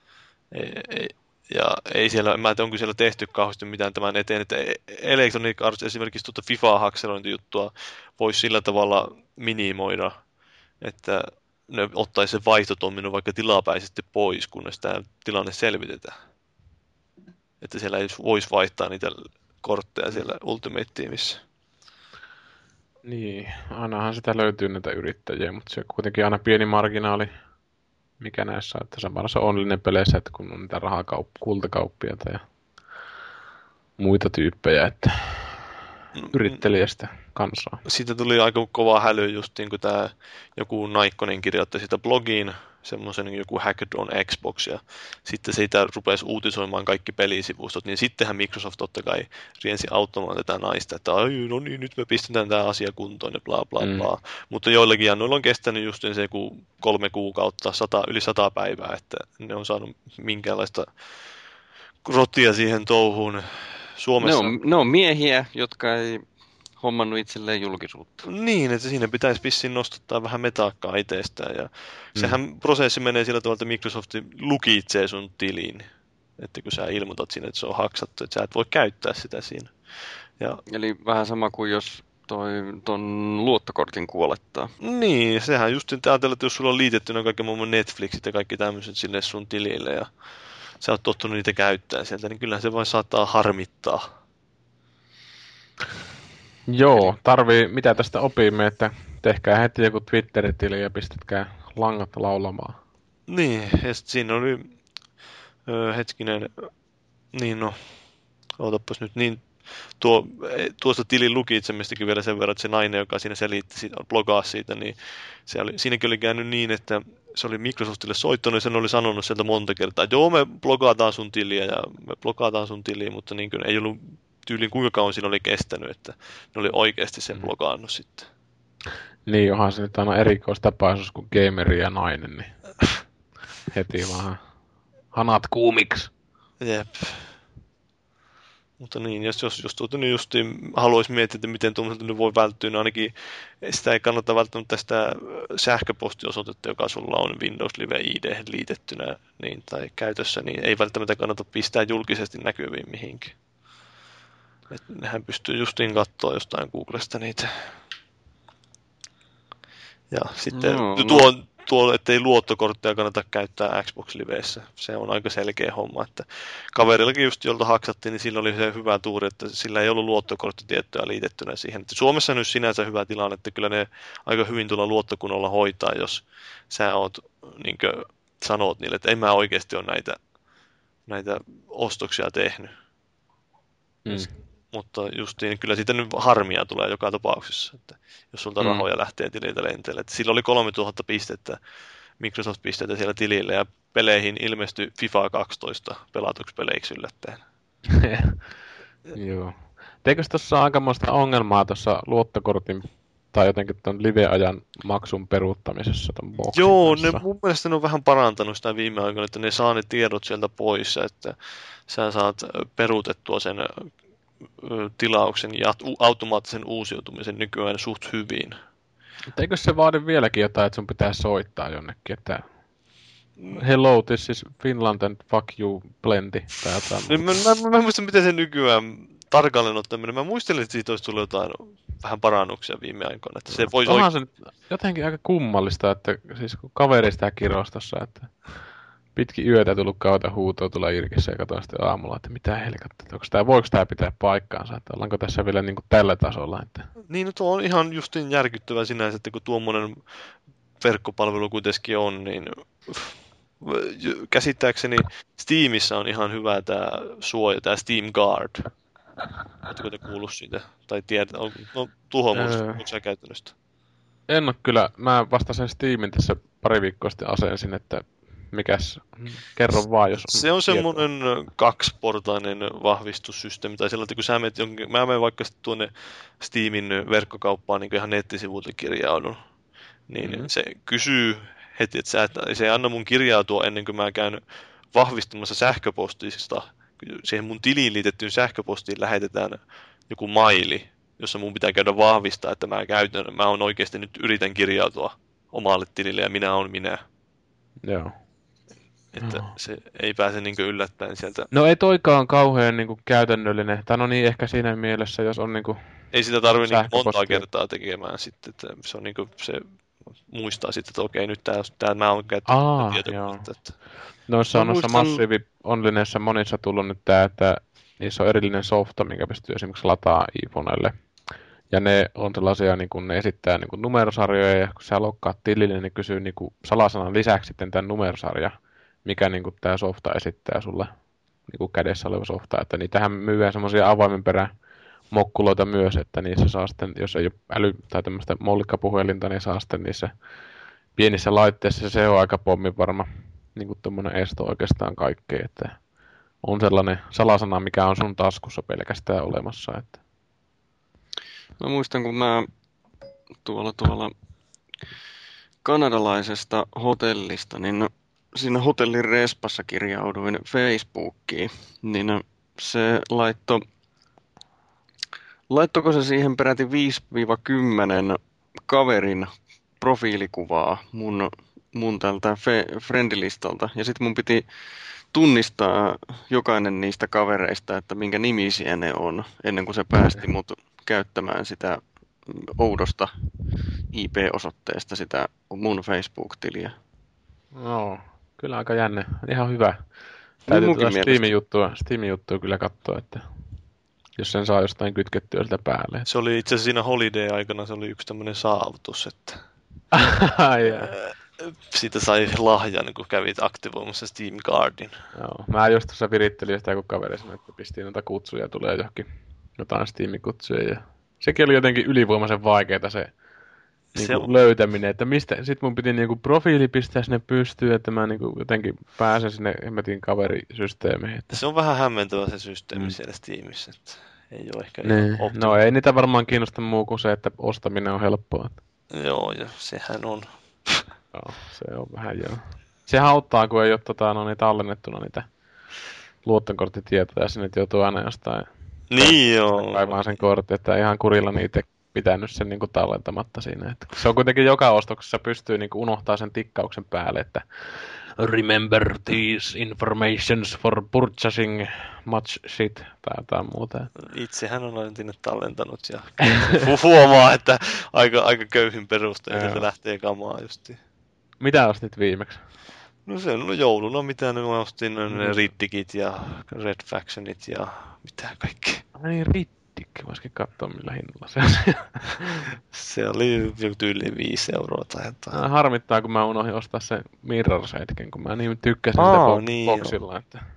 Ja ei siellä, mä en tiedä, onko siellä tehty kauheasti mitään tämän eteen, että Electronic Arts esimerkiksi tuota FIFA-hakserointijuttua voisi sillä tavalla minimoida, että ne ottaisi sen vaihtotoiminnon vaikka tilapäisesti pois, kunnes tämä tilanne selvitetään. Että siellä ei voisi vaihtaa niitä kortteja siellä Ultimate-tiimissä. Niin, ainahan sitä löytyy näitä yrittäjiä, mutta se on kuitenkin aina pieni marginaali, mikä näissä on, että samalla on onnellinen peleissä, että kun on niitä kultakauppiaita ja muita tyyppejä, että yrittelijästä kansaa. Siitä tuli aika kova häly just niin kuin tämä joku Naikkonen kirjoitti sitä blogiin, semmoisen joku Hacked on Xbox, ja sitten siitä rupesi uutisoimaan kaikki pelisivustot, niin sittenhän Microsoft totta kai riensi auttamaan tätä naista, että no niin, nyt me pistetään tämä asia kuntoon ja bla bla bla. Mutta joillakin jannoilla on kestänyt just se 3 kuukautta, yli 100 päivää, että ne on saanut minkäänlaista rotia siihen touhuun. Suomessa ne on miehiä, jotka ei hommannut itselleen julkisuutta. Niin, että siinä pitäisi vissiin nostottaa vähän metaakkaa itsestään. Ja sehän prosessi menee sillä tavalla, että Microsoft lukitsee sun tiliin. Että kun sä ilmoitat sinne, että se on haksattu, että sä et voi käyttää sitä siinä. Ja eli vähän sama kuin jos ton luottokortin kuolettaa. Niin, sehän just ajatella, että jos sulla on liitettynä kaikki muun Netflixit ja kaikki tämmöiset sinne sun tilille ja sä oot tottunut niitä käyttää sieltä, niin kyllähän se vain saattaa harmittaa. Joo, mitä tästä opimme, että tehkää heti joku Twitter-tili ja pistetkää langat laulamaan. Niin, ja siinä oli hetkinen, niin no, ootapas nyt, niin tuosta tilin lukitsemistakin vielä sen verran, että se nainen, joka siinä selitti, blogasi siitä, niin siinäkin oli käynyt niin, että se oli Microsoftille soittanut ja sen oli sanonut sieltä monta kertaa, että joo, me blokataan sun tiliä, mutta niin kuin ei ollut tyyliin kuinka kauan siinä oli kestänyt, että ne oli oikeasti sen blokaannut sitten. Niin, onhan se nyt aina erikoistapaisuus kuin gameri ja nainen, niin heti vähän hanat kuumiksi. Jep. Mutta niin, jos niin justiin haluaisi miettiä, että miten tuommoiselta voi välttyä, niin ainakin sitä ei kannata välttämättä sitä sähköpostiosoitetta, joka sulla on Windows Live ID liitettynä niin, tai käytössä, niin ei välttämättä kannata pistää julkisesti näkyviin mihinkin. Et nehän pystyy justiin katsoa jostain Googlesta niitä. Ja sitten tuo, ettei luottokortteja kannata käyttää Xbox Liveissä. Se on aika selkeä homma. Että kaverillakin just jolta haksattiin, niin sillä oli se hyvä tuuri, että sillä ei ollut luottokorttitietoja liitettynä siihen. Että Suomessa nyt sinänsä hyvä tilanne, että kyllä ne aika hyvin tuolla luottokunnolla hoitaa, jos sä oot, niin kuin sanot niille, että en mä oikeasti ole näitä ostoksia tehnyt. Mutta justiin kyllä siitä nyt harmia tulee joka tapauksessa, että jos sulta rahoja lähtee tililtä lenteelle. Että sillä oli 3000 pistettä, Microsoft-pisteitä siellä tilillä ja peleihin ilmestyi FIFA 12 pelatuksi peleiksi yllättäen. Joo. Teikö tuossa aikamoista ongelmaa tuossa luottokortin tai jotenkin tuon live-ajan maksun peruuttamisessa ton boksin Joo, kanssa? mun mielestä ne on vähän parantanut sitä viime aikoina, että ne saa ne tiedot sieltä pois, että sä saat peruutettua sen tilauksen ja automaattisen uusiutumisen nykyään suht hyvin. Mutta eikö se vaadi vieläkin jotain, että sun pitää soittaa jonnekin, että hello, this is Finland and fuck you plenty, tai jotain. Mä en muista, miten se nykyään tarkalleen ottaminen. Mä muistelin, että siitä olisi tullut jotain vähän parannuksia viime aikoina. Että se voisi Onhan se jotenkin aika kummallista, että siis kun kaveri sitä kirostossa, että pitkin yötä tullut kautta huutoa tulee irkissä ja katsoin sitten aamulla, että mitä helkattaa, voiko tämä pitää paikkaansa, että ollaanko tässä vielä niin kuin tällä tasolla. Että... Niin, no tuo on ihan justiin järkyttävää sinänsä, että kun tuommoinen verkkopalvelu kuitenkin on, niin käsittääkseni Steamissa on ihan hyvä tämä suoja, tämä Steam Guard. Oletteko te kuullut siitä? Tai tiedät, no tuhoamuus, onko sä käyttänyt sitä? En ole kyllä, mä vasta sen Steamin tässä pari viikkoa sitten asensin, että mikäs, kerro vaan, jos on se on semmoinen kaksiportainen vahvistussysteemi, tai sellainen, että kun sä menet mä menen vaikka tuonne Steamin verkkokauppaan niin ihan nettisivuilta kirjaudun, niin se kysyy heti, että se ei anna mun kirjautua ennen kuin mä käyn vahvistamassa sähköpostista. Siihen mun tiliin liitettyyn sähköpostiin lähetetään joku maili, jossa mun pitää käydä vahvistaa, että mä oon oikeasti nyt yritän kirjautua omalle tilille ja minä on minä. Joo. Että se ei pääse niin yllättäen sieltä. No ei toikaan kauhean niin kuin käytännöllinen. Tai no niin, ehkä siinä mielessä, jos on niin kuin ei sitä tarvitse niin montaa kertaa tekemään sitten, että se on niin kuin se muistaa sitten, että okei, nyt tää mä oon käyttänyt tietokonetta. Että... Noissa on noissa Massive Onlineissa monissa tullut nyt tää, että niissä on erillinen softa, minkä pystyy esimerkiksi lataa iPhonelle. Ja ne on sellaisia, niin kun ne esittää niin kun numerosarjoja, ja kun sä lokkaat tilille, niin ne kysyy niin kun salasanan lisäksi sitten tämän numerosarja, mikä niin kun tää softa esittää sulle niin kun kädessä oleva softa. Että niitähän myydään semmoisia avaimenperä mokkuloita myös, että niissä saa sitten, jos ei ole tai tämmöistä mollikkapuhelinta, niin saa sitten niissä pienissä laitteissa, se on aika pomminvarma niin kuin tommonen esto oikeastaan kaikkeen, että on sellainen salasana, mikä on sun taskussa pelkästään olemassa, että mä muistan, kun mä tuolla kanadalaisesta hotellista, niin siinä hotellin respassa kirjauduin Facebookiin, niin se laittoiko se siihen peräti 5-10 kaverin profiilikuvaa mun tältä friendilistalta, ja sitten mun piti tunnistaa jokainen niistä kavereista, että minkä nimisiä ne on, ennen kuin se päästi mut käyttämään sitä oudosta IP-osoitteesta sitä mun Facebook-tiliä. No, kyllä aika jänne. Ihan hyvä. Täytyy Steam-juttua kyllä katsoa, että jos sen saa jostain kytkettyä sitä päälle. Se oli itse asiassa siinä Holiday-aikana, se oli yksi tämmöinen saavutus, että siitä sai lahjan, kun kävit aktivoimassa Steam Guardin. Joo, mä just tuossa virittelin sitä, kun kaveri sanoi, että pistiin noita kutsuja, tulee johonkin jotain Steam-kutsuja. Ja sekin oli jotenkin ylivoimaisen vaikeeta se löytäminen, että mistä, sit mun piti niinku profiili pistää sinne pystyyn, että mä niinku jotenkin pääsen sinne hemmetin kaverisysteemiin. Että... Se on vähän hämmentävä se systeemi siellä Steamissa, että ei ole ehkä ihan no ei niitä varmaan kiinnosta muu kuin se, että ostaminen on helppoa. Joo, ja sehän on. Joo, se on vähän joo. Sehän auttaa, kun ei ole tallennettuna niitä luottokorttitietoja, sinne että joutuu aina jostain kaivaan sen kortin, että ihan kurilla niitä pitänyt sen niinku tallentamatta siinä. Että se on kuitenkin joka ostoksessa pystyy niinku unohtaa sen tikkauksen päälle, että remember these informations for purchasing much shit tai jotain muuta. Itsehän on aina sinne tallentanut ja huomaa, että aika köyhin perusteella se lähtee kamaa justiin. Mitä ostit viimeksi? No se on jouluna, mitä ne ostin, ne Riddickit ja Red Factionit ja mitä kaikkea. Niin Riddick, voisikin katsoa millä hinnalla se on. Se oli yli 5 euroa tai jotain. Harmittaa, kun mä unohdin ostaa sen Mirror's Edgen, kun mä niin tykkäsin sitä boksilla, että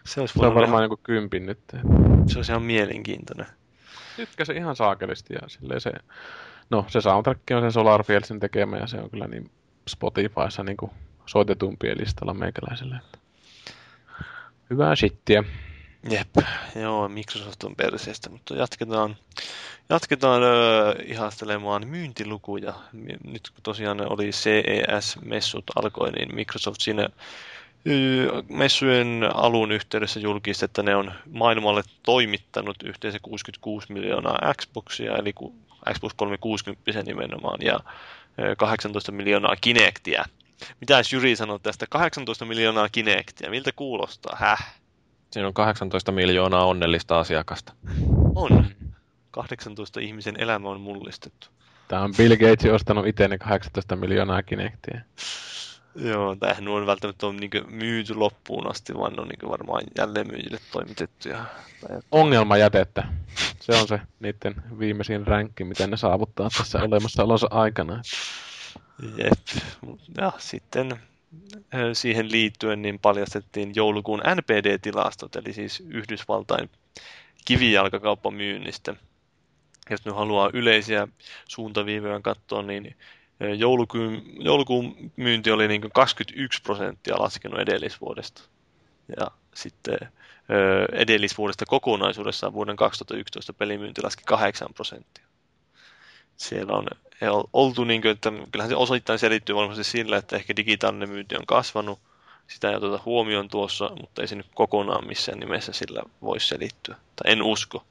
Se olisi Se on voinut varmaan joku 10 nyt. se olisi ihan mielenkiintoinen. Tykkäsin ihan saakelisti ja silleen se... No, se soundtrack on sen Solar Fieldsin tekemä ja se on kyllä niin Spotifyssa niinku soitetumpien listalla meikäläiselle. Hyvää shittiä. Jep, joo, Microsoft on perseestä, mutta jatketaan ihastelemaan myyntilukuja. Nyt kun tosiaan oli CES-messut alkoi, niin Microsoft siinä messujen alun yhteydessä julkisti, että ne on maailmalle toimittanut yhteensä 66 miljoonaa Xboxia, eli Xbox 360 nimenomaan, ja 18 miljoonaa Kinectia. Mitäs Jyri sanoi tästä 18 miljoonaa Kinectia? Miltä kuulostaa? Siinä on 18 miljoonaa onnellista asiakasta. On. 18 ihmisen elämä on mullistettu. Tää on Bill Gates ostanut itse ne 18 miljoonaa Kinectia. Joo, tämähän on välttämättä on niinku myyty loppuun asti, vaan on niinku varmaan jälleen myyjille toimitettu. Ongelmajätettä. Se on se niiden viimeisin ränkki, miten ne saavuttaa tässä olemassaolonsa aikana. Jep. Ja sitten siihen liittyen niin paljastettiin joulukuun NPD-tilastot, eli siis Yhdysvaltain kivijalkakauppamyynnistä. Jos ne haluaa yleisiä suuntaviivoja katsoa, niin joulukuun myynti oli niin 21% laskenut edellisvuodesta. Ja sitten edellisvuodesta kokonaisuudessaan vuoden 2011 pelimyynti laski 8%. Siellä on oltu, niin kuin, että kyllähän se osittain selittyy varmasti sillä, että ehkä digitaalinen myynti on kasvanut. Sitä ei oteta huomioon tuossa, mutta ei se nyt kokonaan missään nimessä sillä voi selittyä. Tai en usko.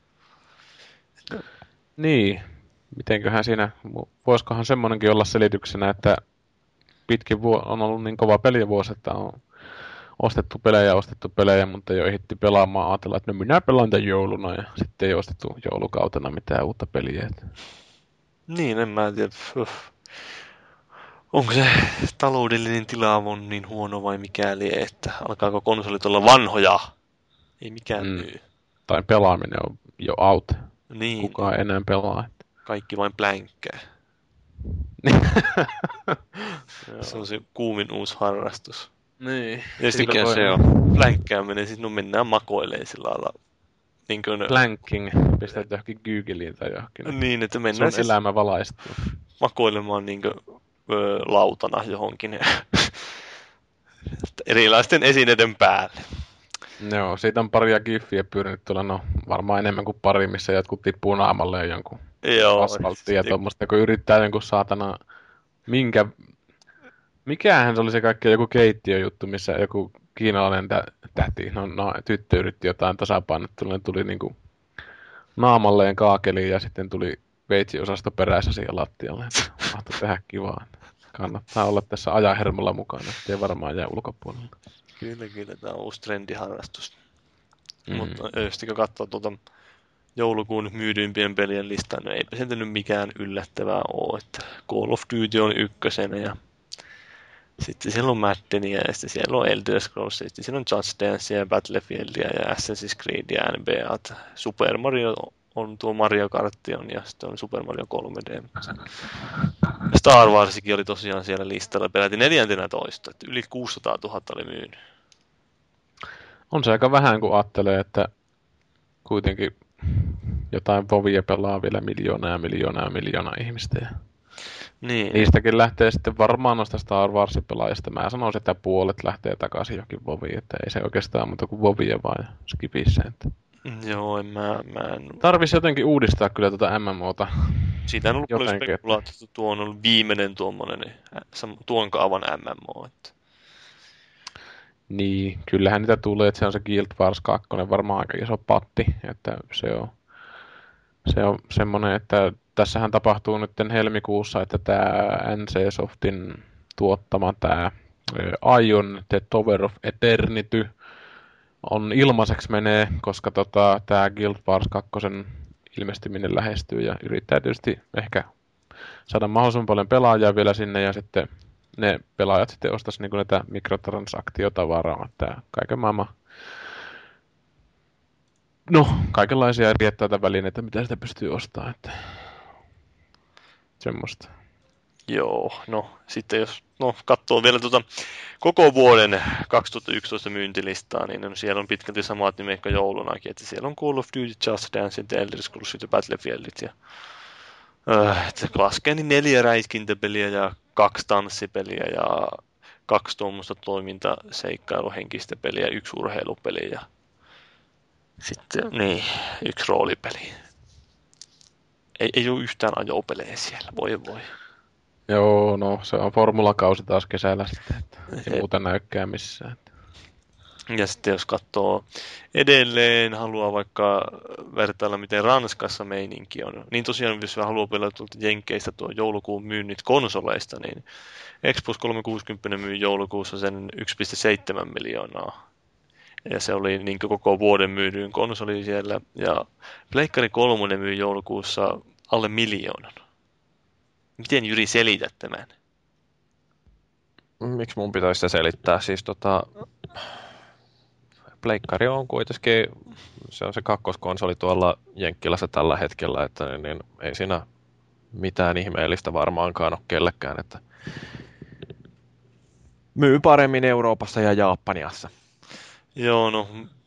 Niin, mitenköhän siinä, voisikohan semmoinenkin olla selityksenä, että pitkin on ollut niin kova pelivuosi, että on ostettu pelejä, mutta ei ole ehditty pelaamaan. Ajatellaan, että no minä pelaan tämän jouluna ja sitten ei ostettu joulukautena mitään uutta peliä. Niin, en mä tiedä. Onko se taloudellinen tila on niin huono vai mikäli, että alkaako konsolit olla vanhoja? Ei mikään myy. Tai pelaaminen on jo out. Niin. Kukaan ei enää pelaa. Kaikki vain plänkkää. Se on se kuumin uusi harrastus. Niin. Ja sitten Mikä se on? Plänkkääminen, siis no mennään makoilemaan sillä lailla. Niin kuin, Planking, pistät johonkin Googleen tai johonkin. niin, että mennään sun elämä valaistuu. makoilemaan niin kuin, lautana johonkin erilaisten esineiden päälle. Joo, siitä on paria giffiä pyörinyt tuolla, no varmaan enemmän kuin pari, missä jotkut tippuu naamalle ja jonkun asfalttiin ja tuommoista, kun yrittää jonkun saatana, mikähän se oli se kaikki joku keittiöjuttu, missä joku kiinalainen täti, no tyttö yritti jotain tasapainottelua, tuli niinku naamalleen kaakeliin ja sitten tuli veitsiosasto perässä siihen lattialle. Mahtoi tehdä kivaa. Kannattaa olla tässä ajahermolla mukana, ettei varmaan jää ulkopuolella. Kyllä, tämä on uusi trendiharrastus. Mutta jos katsoo tuota joulukuun myydyimpien pelien listaa, niin eipä sieltä nyt mikään yllättävää ole. Että Call of Duty on ykkösenä ja sitten siellä on Maddenia ja sitten siellä on Elder Scrolls, sitten siellä on Just Dance ja Battlefieldia ja Assassin's Creed ja NBA. Super Mario on tuo Mario Kart ja sitten on Super Mario 3D. Star Warsikin oli tosiaan siellä listalla peräti 14, että yli 600 000 oli myynyt. On se aika vähän, kun ajattelee, että kuitenkin jotain Vovia pelaa vielä miljoonaa ihmistä. Ja niin. Niistäkin lähtee sitten varmaan noista Star Warsin pelaajista. Mä sanoisin, että puolet lähtee takaisin johonkin Voviin, että ei se oikeastaan muuta kuin Vovia vaan skipissä. Joo, mä en... Tarvisi jotenkin uudistaa kyllä tuota MMOta. Siitä on ollut paljon spekulaatio, että tuo on ollut viimeinen tuommoinen tuon kaavan MMO. Että. Niin, kyllähän niitä tulee, että se on se Guild Wars 2 varmaan aika iso patti, että se on semmoinen, että tässähän tapahtuu nyt helmikuussa, että tämä NC Softin tuottama tämä Ion The Tower of Eternity on ilmaiseksi menee, koska tämä Guild Wars 2 ilmestyminen lähestyy ja yrittää tietysti ehkä saada mahdollisimman paljon pelaajia vielä sinne ja sitten ne pelaajat sitten ostaisi niinku näitä mikrotransaktiotavaraa, että kaiken maailman kaikenlaisia riittäitä välineitä, mitä sitä pystyy ostamaan, että semmoista. Joo, no sitten jos katsoo vielä koko vuoden 2011 myyntilistaa, niin siellä on pitkälti samat nimet kuin joulunakin, että siellä on Call of Duty, Just Dance, Elder Scrolls ja Battlefieldit ja että laskee niin 4 räiskintäpeliä ja 2 tanssipeliä ja 2 tuommoista toimintaseikkailuhenkistä peliä, 1 urheilupeli ja sitten niin, 1 roolipeli. Ei ole yhtään ajopelejä siellä, voi. Joo, no se on formulakausi taas kesällä sitten, että ei muuta näykään missään. Ja sitten jos katsoo edelleen, haluaa vaikka vertailla, miten Ranskassa meininki on. Niin tosiaan, jos haluaa pelata tuolta Jenkeistä tuo joulukuun myynnit konsoleista, niin Xbox 360 myy joulukuussa sen 1,7 miljoonaa. Ja se oli niin koko vuoden myydyin konsoli siellä. Ja Pleikkari 3 myy joulukuussa alle 1 miljoonan. Miten Jyri selität tämän? Miksi mun pitäisi se selittää? Siis Pleikkari on kuitenkin, se on se kakkoskonsoli tuolla Jenkkilässä tällä hetkellä, että niin ei siinä mitään ihmeellistä varmaankaan ole kellekään, että myy paremmin Euroopassa ja Japaniassa. Joo, no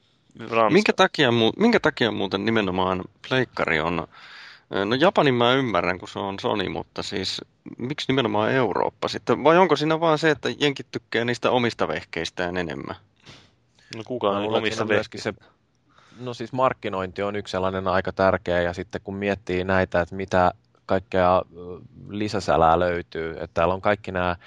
Minkä takia muuten nimenomaan pleikkari on... No Japanin mä ymmärrän, kun se on Sony, mutta siis miksi nimenomaan Eurooppa sitten? Vai onko siinä vaan se, että jenkit tykkää niistä omista vehkeistään enemmän? No kukaan ei omista se, no siis markkinointi on yksi sellainen aika tärkeä, ja sitten kun miettii näitä, että mitä kaikkea lisäsälää löytyy, että täällä on kaikki nämä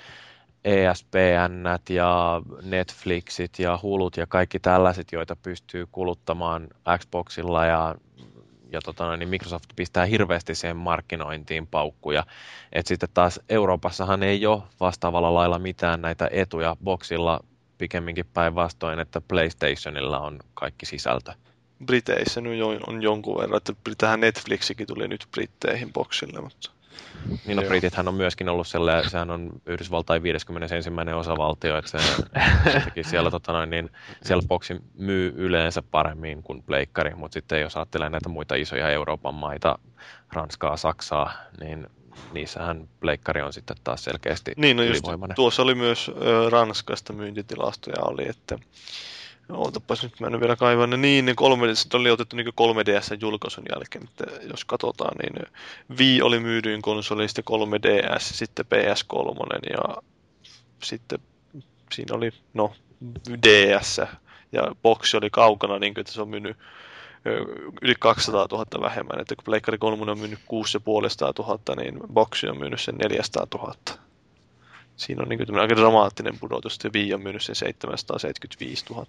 ESPN:t ja Netflixit ja Hulut ja kaikki tällaiset, joita pystyy kuluttamaan Xboxilla ja niin Microsoft pistää hirveästi siihen markkinointiin paukkuja. Et sitten taas Euroopassahan ei ole vastaavalla lailla mitään näitä etuja boxilla, pikemminkin päinvastoin, että PlayStationilla on kaikki sisältö. Briteissä nyt on jonkun verran, että tähän Netflixikin tuli nyt Britteihin boxille, mutta... Niin no Britithän on myöskin ollut sehän on Yhdysvaltain 51. osavaltio, että se siellä, siellä boxi myy yleensä paremmin kuin pleikkari, mutta sitten jos ajattelee näitä muita isoja Euroopan maita, Ranskaa, Saksaa, niin niissähän pleikkari on sitten taas selkeästi ylivoimainen. Tuossa oli myös Ranskasta myyntitilastoja oli, että ootapas nyt, mä en vielä kaivan. Niin, ne 3DS oli otettu niin 3DS julkaisun jälkeen. Että jos katsotaan, niin Wii oli myydyin konsoli, sitten 3DS, sitten PS3 ja sitten siinä oli, DS ja boxi oli kaukana, niin että se on myynyt yli 200 000 vähemmän. Että kun Pleikkari 3 on myynyt 650 000, niin boxi on myynyt sen 400 000. Siinä on niin aika dramaattinen pudotus, että Wii on myynyt sen 775 000.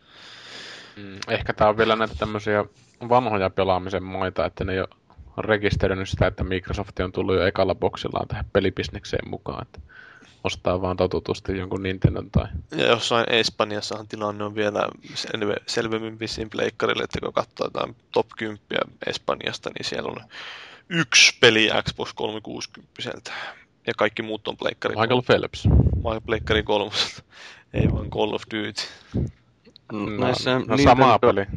Ehkä tää on vielä näitä tämmöisiä vanhoja pelaamisen maita, että ne ei ole rekisteröinyt sitä, että Microsoft on tullut jo ekalla boksillaan tähän pelibisnekseen mukaan, että ostaa vaan totutusti jonkun Nintendon tai... Ja jossain Espanjassahan tilanne on vielä selvemmin vissiin pleikkarille, että kun katsoo jotain top 10 Espanjasta, niin siellä on 1 peli Xbox 360 ja kaikki muut on pleikkari. Michael Phelps. Pleikkari 3. Ei vaan Call of Duty. No sama peli.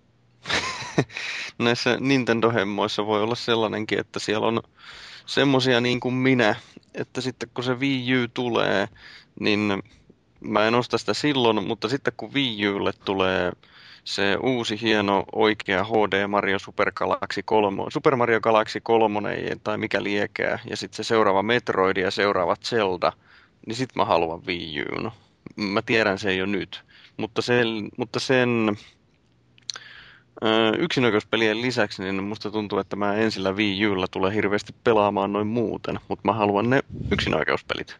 Näissä Nintendo-hemmoissa voi olla sellainenkin, että siellä on semmosia niin kuin minä, että sitten kun se Wii U tulee, niin mä en osta sitä silloin, mutta sitten kun Wii Ulle tulee se uusi hieno oikea HD Super Mario Galaxy 3 tai mikä liekää, ja sitten se seuraava Metroid ja seuraava Zelda, niin sit mä haluan Wii U:n. Mä tiedän se jo nyt, mutta sen yksinäköispelien lisäksi, niin musta tuntuu, että mä en sillä Wii U:lla tule hirveästi pelaamaan noin muuten, mutta mä haluan ne yksinäköispelit.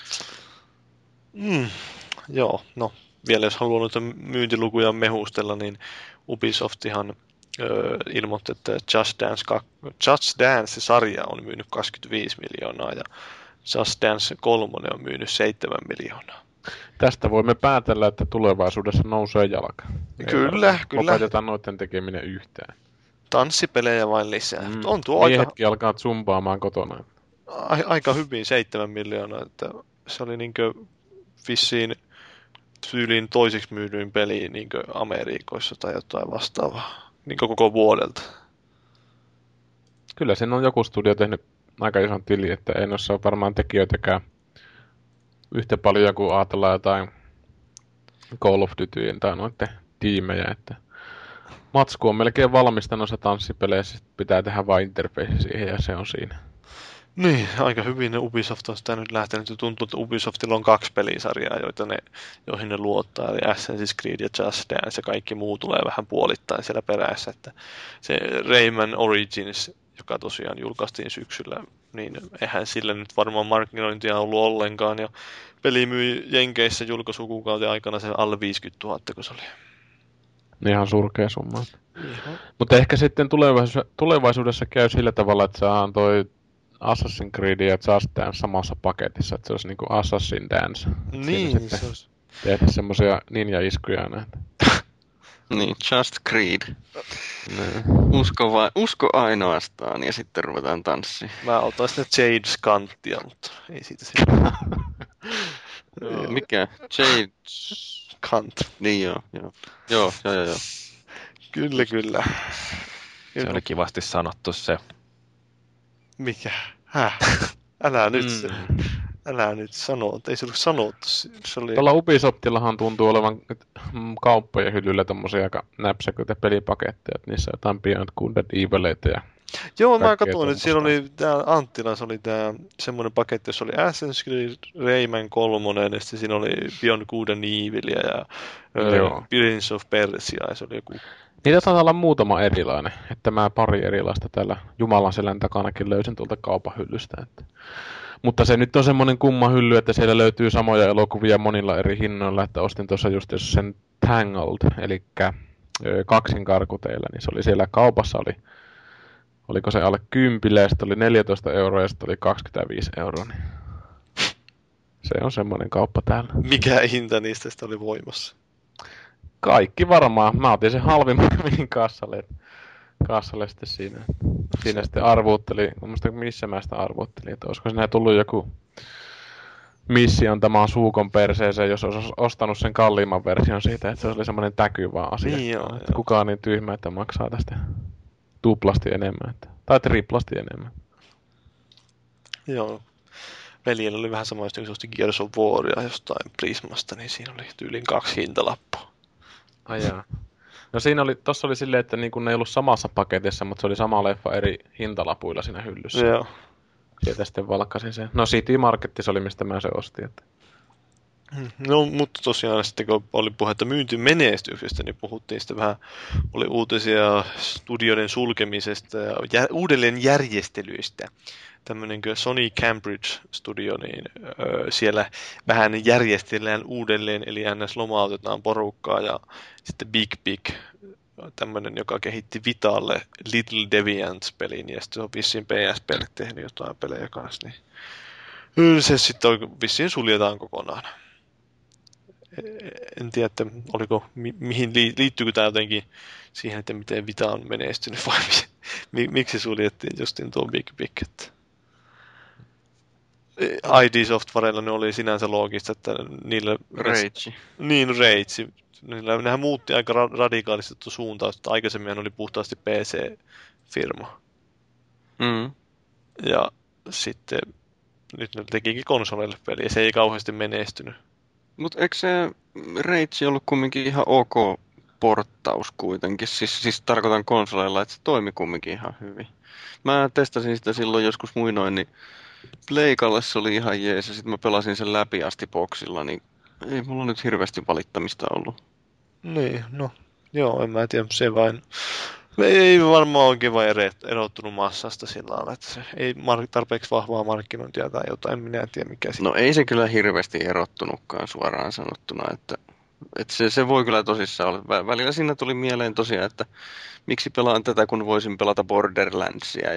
Joo, no vielä jos haluaa noita myyntilukuja mehustella, niin Ubisoftihan ilmoitti, että Just Dance-sarja on myynyt 25 miljoonaa ja Just Dance 3 on myynyt 7 miljoonaa. Tästä voimme päätellä, että tulevaisuudessa nousee jalka. Kyllä. Lopetetaan noiden tekeminen yhtään. Tanssipelejä vain lisää. On tuo Miehetkin alkaa zumpaamaan kotona. Aika hyvin 7 miljoonaa, että se oli niinkö vissiin tyyliin toiseksi myydyin peli niinkö Amerikoissa tai jotain vastaavaa. Niinkö koko vuodelta. Kyllä sen on joku studio tehnyt aika ison tili, että ei noissa ole varmaan tekijöitäkään yhtä paljon kuin ajatellaan jotain Call of Dutyin tai noiden tiimejä, että matsku on melkein valmista noissa tanssipeleissä, pitää tehdä vain interface siihen ja se on siinä. Niin, aika hyvin ne Ubisoft on sitä nyt lähtenyt. Tuntuu, että Ubisoftilla on 2 pelisarjaa, joihin ne luottaa. Eli Assassin's Creed ja Just Dance ja kaikki muu tulee vähän puolittain siellä perässä. Että se Rayman Origins, joka tosiaan julkaistiin syksyllä, niin eihän sillä nyt varmaan markkinointia ollut ollenkaan. Ja peli myi Jenkeissä julkaisukuukauden aikana se alle 50 000, kun se oli. Ihan surkea summa. Mutta ehkä sitten tulevaisuudessa käy sillä tavalla, että saadaan toi Assassin's Creed ja Just Dance samassa paketissa, että se olisi niinku Assassin Dance. Niin, se olisi. Tehdä semmosia ninja-iskuja näitä. Niin, Just Creed. Usko ainoastaan ja sitten ruvetaan tanssiin. Mä otan sitä Jade Scanttia, mutta ei siitä se. Mikä? Jade Kant. Niin joo. Kyllä. Se oli kivasti sanottu se. Mikä? Häh? Älä nyt sano, ei se ollut sanottu. Se oli... Tuolla Ubisoftillahan tuntuu olevan kauppojen hyllyllä tommosia aika näpsäköitä pelipaketteja, että niissä on jotain Beyond Good and Evileitä ja... Joo, mä katsoin, että siellä oli tää Anttilassa oli tää semmoinen paketti, jossa oli Assassin's Creed, Rayman 3, ja sitten siinä oli Beyond Good and Evilia ja Prince of Persia, ja se oli joku... Niitä taitaa olla muutama erilainen, että mä pari erilaista täällä Jumalan selän takanakin löysin tuolta kaupan hyllystä. Että. Mutta se nyt on semmoinen kumma hylly, että siellä löytyy samoja elokuvia monilla eri hinnoilla, että ostin tuossa just sen Tangled, eli kaksinkarkuteilla, niin se oli siellä kaupassa, oliko se alle 10, ja sitten oli 14 € ja sitten oli 25 €, niin se on semmoinen kauppa täällä. Mikä hinta niistä oli voimassa? Kaikki varmaan. Mä otin sen halvimman mihin kassalle sitten siinä. Siinä sitten arvuutteli, missä mä sitä arvuuttelin, että olisiko siinä tullut joku missi antamaan suukon perseeseen, jos olisi ostanut sen kalliimman version siitä, että se oli semmoinen täkyvä asia. Niin joo. Kukaan on niin tyhmä, että maksaa tästä tuplasti enemmän, tai triplasti enemmän. Joo. Veljellä oli vähän sama, jos osti Gears of Waria jostain Prismasta, niin siinä oli tyyliin 2 hintalappua. Ajaa. No siinä oli, tossa oli silleen, että niin kun ne ei ollut samassa paketissa, mutta se oli sama leffa eri hintalapuilla siinä hyllyssä. Joo. Sieltä sitten valkkasin sen. No City Marketissa oli, mistä mä se ostin. Että. No, mutta tosiaan sitten kun oli puhetta myyntimenestyksestä, niin puhuttiin sitten vähän, oli uutisia studioiden sulkemisesta ja uudelleen järjestelyistä. Tämmöinen kuin Sony Cambridge Studio, niin siellä vähän järjestellään uudelleen, eli NS lomautetaan porukkaa ja sitten Big, tämmöinen, joka kehitti Vitalle Little Deviants-pelin ja sitten se on vissiin PSPlle tehnyt jotain pelejä kanssa, niin se sitten vissiin suljetaan kokonaan. En tiedä, että oliko, liittyykö tämä jotenkin siihen, että miten Vita on menestynyt vai miksi suljettiin justiin tuo Big. ID Softwarella ne oli sinänsä loogista, että niillä... Rage. Niin, Rage. Nehän muutti aika radikaalisti suuntaan, että aikaisemmin oli puhtaasti PC-firma. Mm. Ja sitten nyt ne tekikin konsoleille peliä, se ei kauheasti menestynyt. Mutta eikö se Rage ollut kumminkin ihan ok porttaus kuitenkin? Siis tarkoitan konsoleilla, että se toimi kumminkin ihan hyvin. Mä testasin sitä silloin joskus muinoin, niin Pleikalle se oli ihan jees, ja sitten mä pelasin sen läpi asti boksilla, niin ei mulla nyt hirveästi valittamista ollut. Niin, no joo, en mä tiedä, se vain... Ei varmaan oikein vain erottunut massasta sillä lailla, että se ei tarpeeksi vahvaa markkinointia tai jotain, en minä tiedä mikä siinä. No ei se kyllä hirveästi erottunutkaan suoraan sanottuna, että se voi kyllä tosissaan olla. Välillä siinä tuli mieleen tosiaan, että miksi pelaan tätä, kun voisin pelata Borderlandsia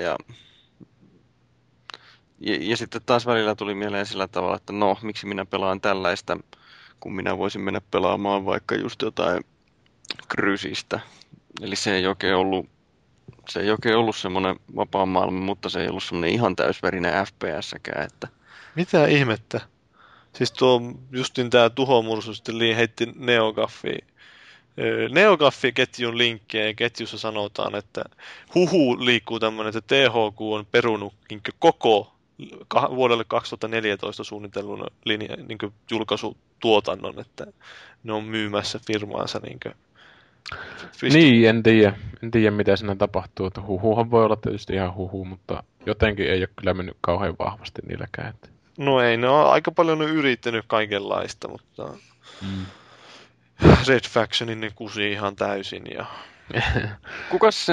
ja sitten taas välillä tuli mieleen sillä tavalla, että no, miksi minä pelaan tällaista, kun minä voisin mennä pelaamaan vaikka just jotain Crysistä. Eli se ei oikein ollut semmoinen vapaa maailma, mutta se ei ollut semmoinen ihan täysverinen FPS-säkään. Että... Mitä ihmettä? Siis tuo justin tää tuhomursu sitten heitti NeoGaffiin NeoGAF-ketjun linkkejä. Ketjussa sanotaan, että liikkuu tämmöinen, että THQ on perunut koko vuodelle 2014 suunnitellun julkaisutuotannon, että ne on myymässä firmaansa Niin, en tiedä mitä siinä tapahtuu. Että huhuhan voi olla tietysti ihan huhu, mutta jotenkin ei ole kyllä mennyt kauhean vahvasti niilläkään. Että... No ei, ne on aika paljon yrittänyt kaikenlaista, mutta Red Factionin ne kusi ihan täysin. Ja... Kukas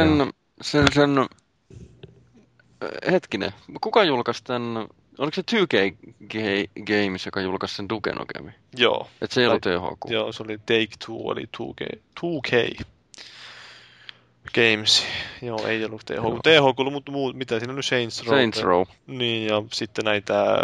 hetkinen, kuka julkaisi tämän, oliko se 2K Games, joka julkaisi sen Duke Nukemi? Joo. Että se ei ollut THQ. Joo, se oli Take-Two, eli 2K Games. Joo, ei ollut THQ. THQ, mutta muut, mitä siinä oli? Saints Row. Niin, ja sitten näitä...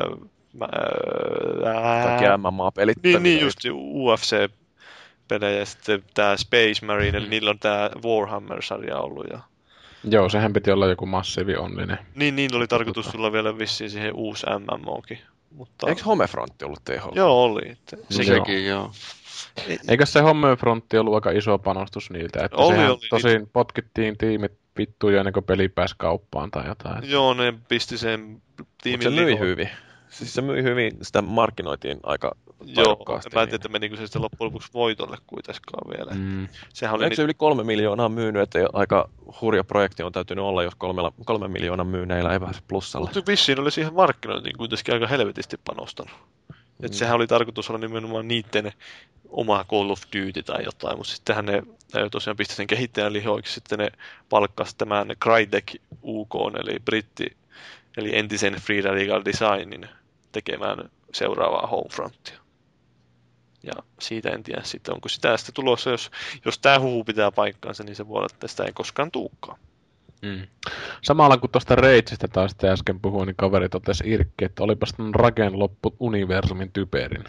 Kaikki MMA-pelit. Niin just UFC-pelejä, ja sitten tää Space Marine, eli niillä on tää Warhammer-sarja ollut. Ja... Joo, sehän piti olla joku massiivi onninen. Niin oli tarkoitus tulla vielä vissiin siihen uusi MMOkin. Mutta... Eikö Homefront ollut THQ? Joo, oli. Sekin, joo. Eikö se Homefrontti ollut aika iso panostus niiltä? Että oli. Tosin potkittiin tiimit vittuun ja ennen kuin peli pääsi kauppaan tai jotain. Joo, ne pisti sen tiimin se myi hyvin. Siis se myi hyvin, sitä markkinoitiin aika painokkaasti. Joo, mä en tiedä, että menikö se sitten loppujen lopuksi voitolle kuitenkaan vielä. Sehän oli eikö se yli 3 miljoonaa myynyt, että aika hurja projekti on täytynyt olla, jos 3 miljoonaa myyneillä ei pääse plussalle. Mutta vissiin oli siihen markkinointiin kuitenkin aika helvetisti panostanut. Että sehän oli tarkoitus olla nimenomaan niiden oma Call of Duty tai jotain, mutta sittenhän ne tosiaan pisti sen kehittäjän lihoiksi, sitten ne palkkasi tämän Crytek UK, eli britti, eli entisen Free Radical Designin tekemään seuraavaa Homefrontia. Ja siitä en tiedä sitten, onko sitä sitten tulossa, jos tämä huhu pitää paikkaansa, niin se voi olla, että sitä ei koskaan tulekaan. Samalla kun tuosta Rageista taas äsken puhuin, niin kaveri totesi Irkki, että olipas tämän Raken loppu universumin typerin.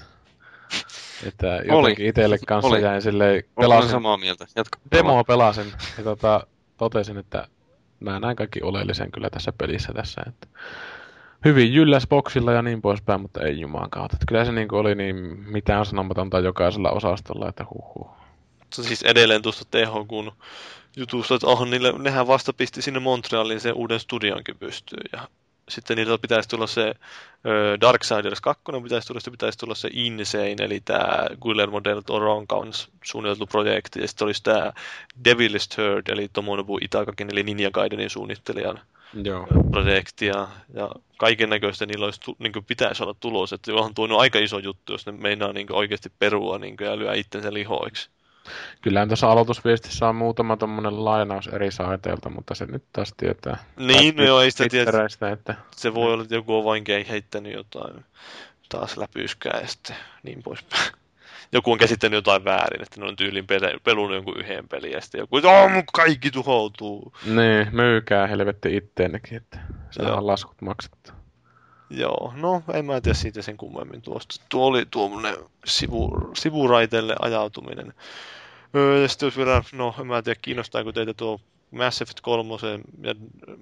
Että jotenkin itselle kanssa jäin silleen, pelasin samaa mieltä. Demoa pelasin ja totesin, että mä näin kaikki oleellisen kyllä tässä pelissä tässä. Että hyvin jylläs boksilla ja niin poispäin, mutta ei jumaan kautta. Että kyllä se niin oli niin mitään sanomatonta jokaisella osastolla, että huhhuh. Siis edelleen tuosta THQ:n jutusta, että nehän vasta pisti sinne Montrealiin sen uuden studionkin pystyyn. Ja sitten niillä pitäisi tulla se Darksiders 2, pitäisi tulla se Insane, eli tämä Guillermo del Toron kanssa suunniteltu projekti. Ja sitten olisi tämä Devil's Third, eli Tomonobu Itagakin, eli Ninja Gaidenin suunnittelijan projekti. Ja kaiken näköistä niillä olisi, niin pitäisi olla tulos. Että onhan tuo aika iso juttu, jos ne meinaa niin oikeasti perua ja lyö itsensä lihoiksi. Kyllähän tuossa aloitusviestissä on muutama tommonen lainaus eri saiteilta, mutta se nyt taas tietää. Niin, no joo, ei sitä tiedä. Että... Se voi olla, että joku on vain heittänyt jotain taas läpyskää ja sitten niin poispäin. Joku on käsittänyt jotain väärin, että ne on tyyliin pelunut jonkun yhden pelin ja sitten joku, että kaikki tuhoutuu. Niin, myykää helvetti itteennekin, että saadaan laskut maksettu. Joo, no en mä tiedä siitä sen kummemmin tuosta. Tuo oli tuommoinen sivuraiteelle ajautuminen. Ja sitten jos vielä, no en mä tiedä kiinnostaako teitä tuo Mass Effect 3 ja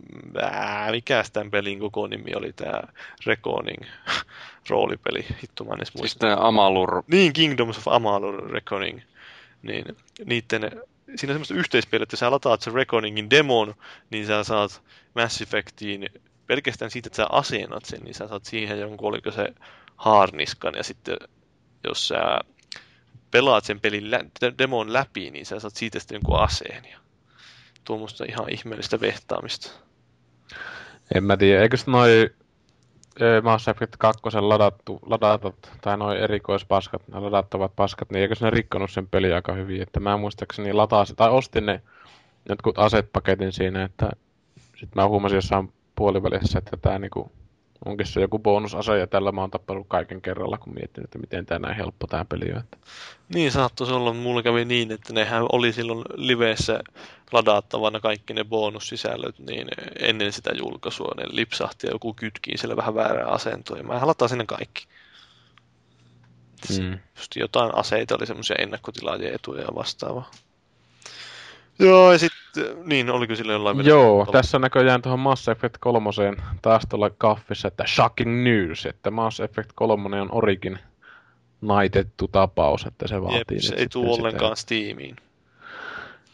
mikäs tämän pelin koko nimi oli tää Reckoning roolipeli, hitto mä en edes muista. Siis tää Amalur. Niin, Kingdoms of Amalur Reckoning. Niin niitten, siinä on semmoista yhteispeliä, että sä lataat sen Reckoningin demon, niin sä saat Mass Effectiin pelkästään siitä, että sä asennat sen, niin sä saat siihen jonkun, oliko se haarniskan, ja sitten jos sä pelaat sen pelin demon läpi, niin sä saat siitä sitten jonkun aseen. Ja tuommoista ihan ihmeellistä vehtaamista. En mä tiedä, eikö noi Mass Effect 2 ladatut, tai noi erikoispaskat, nämä ladattavat paskat, niin eikö ne rikkonut sen peli aika hyvin, että mä muistaakseni latasin, tai ostin ne jotkut asetpaketin siinä, että sit mä huomasin jossain puolivälissä, että tää niinku onkin se joku bonusase, ja tällä mä oon tappanut kaiken kerralla, kun miettinyt, että miten tää näin helppo tää peli on. Niin saattaisi olla, mulla kävi niin, että nehän oli silloin liveessä ladattavana kaikki ne bonussisällöt, niin ennen sitä julkaisua ne lipsahti ja joku kytkii siellä vähän väärää asentoa, ja mä latasin ne kaikki. Just jotain aseita oli semmoisia ennakkotilaajien etuja ja vastaavaa. Joo, ja sitten, niin, oliko sillä jollain vielä? Joo, tässä näköjään tuohon Mass Effect 3 taas tuolla kaffissa, että shocking news, että Mass Effect 3 on Origin naitettu tapaus, että se vaatii. Jep, se ei tule ollenkaan Steamiin.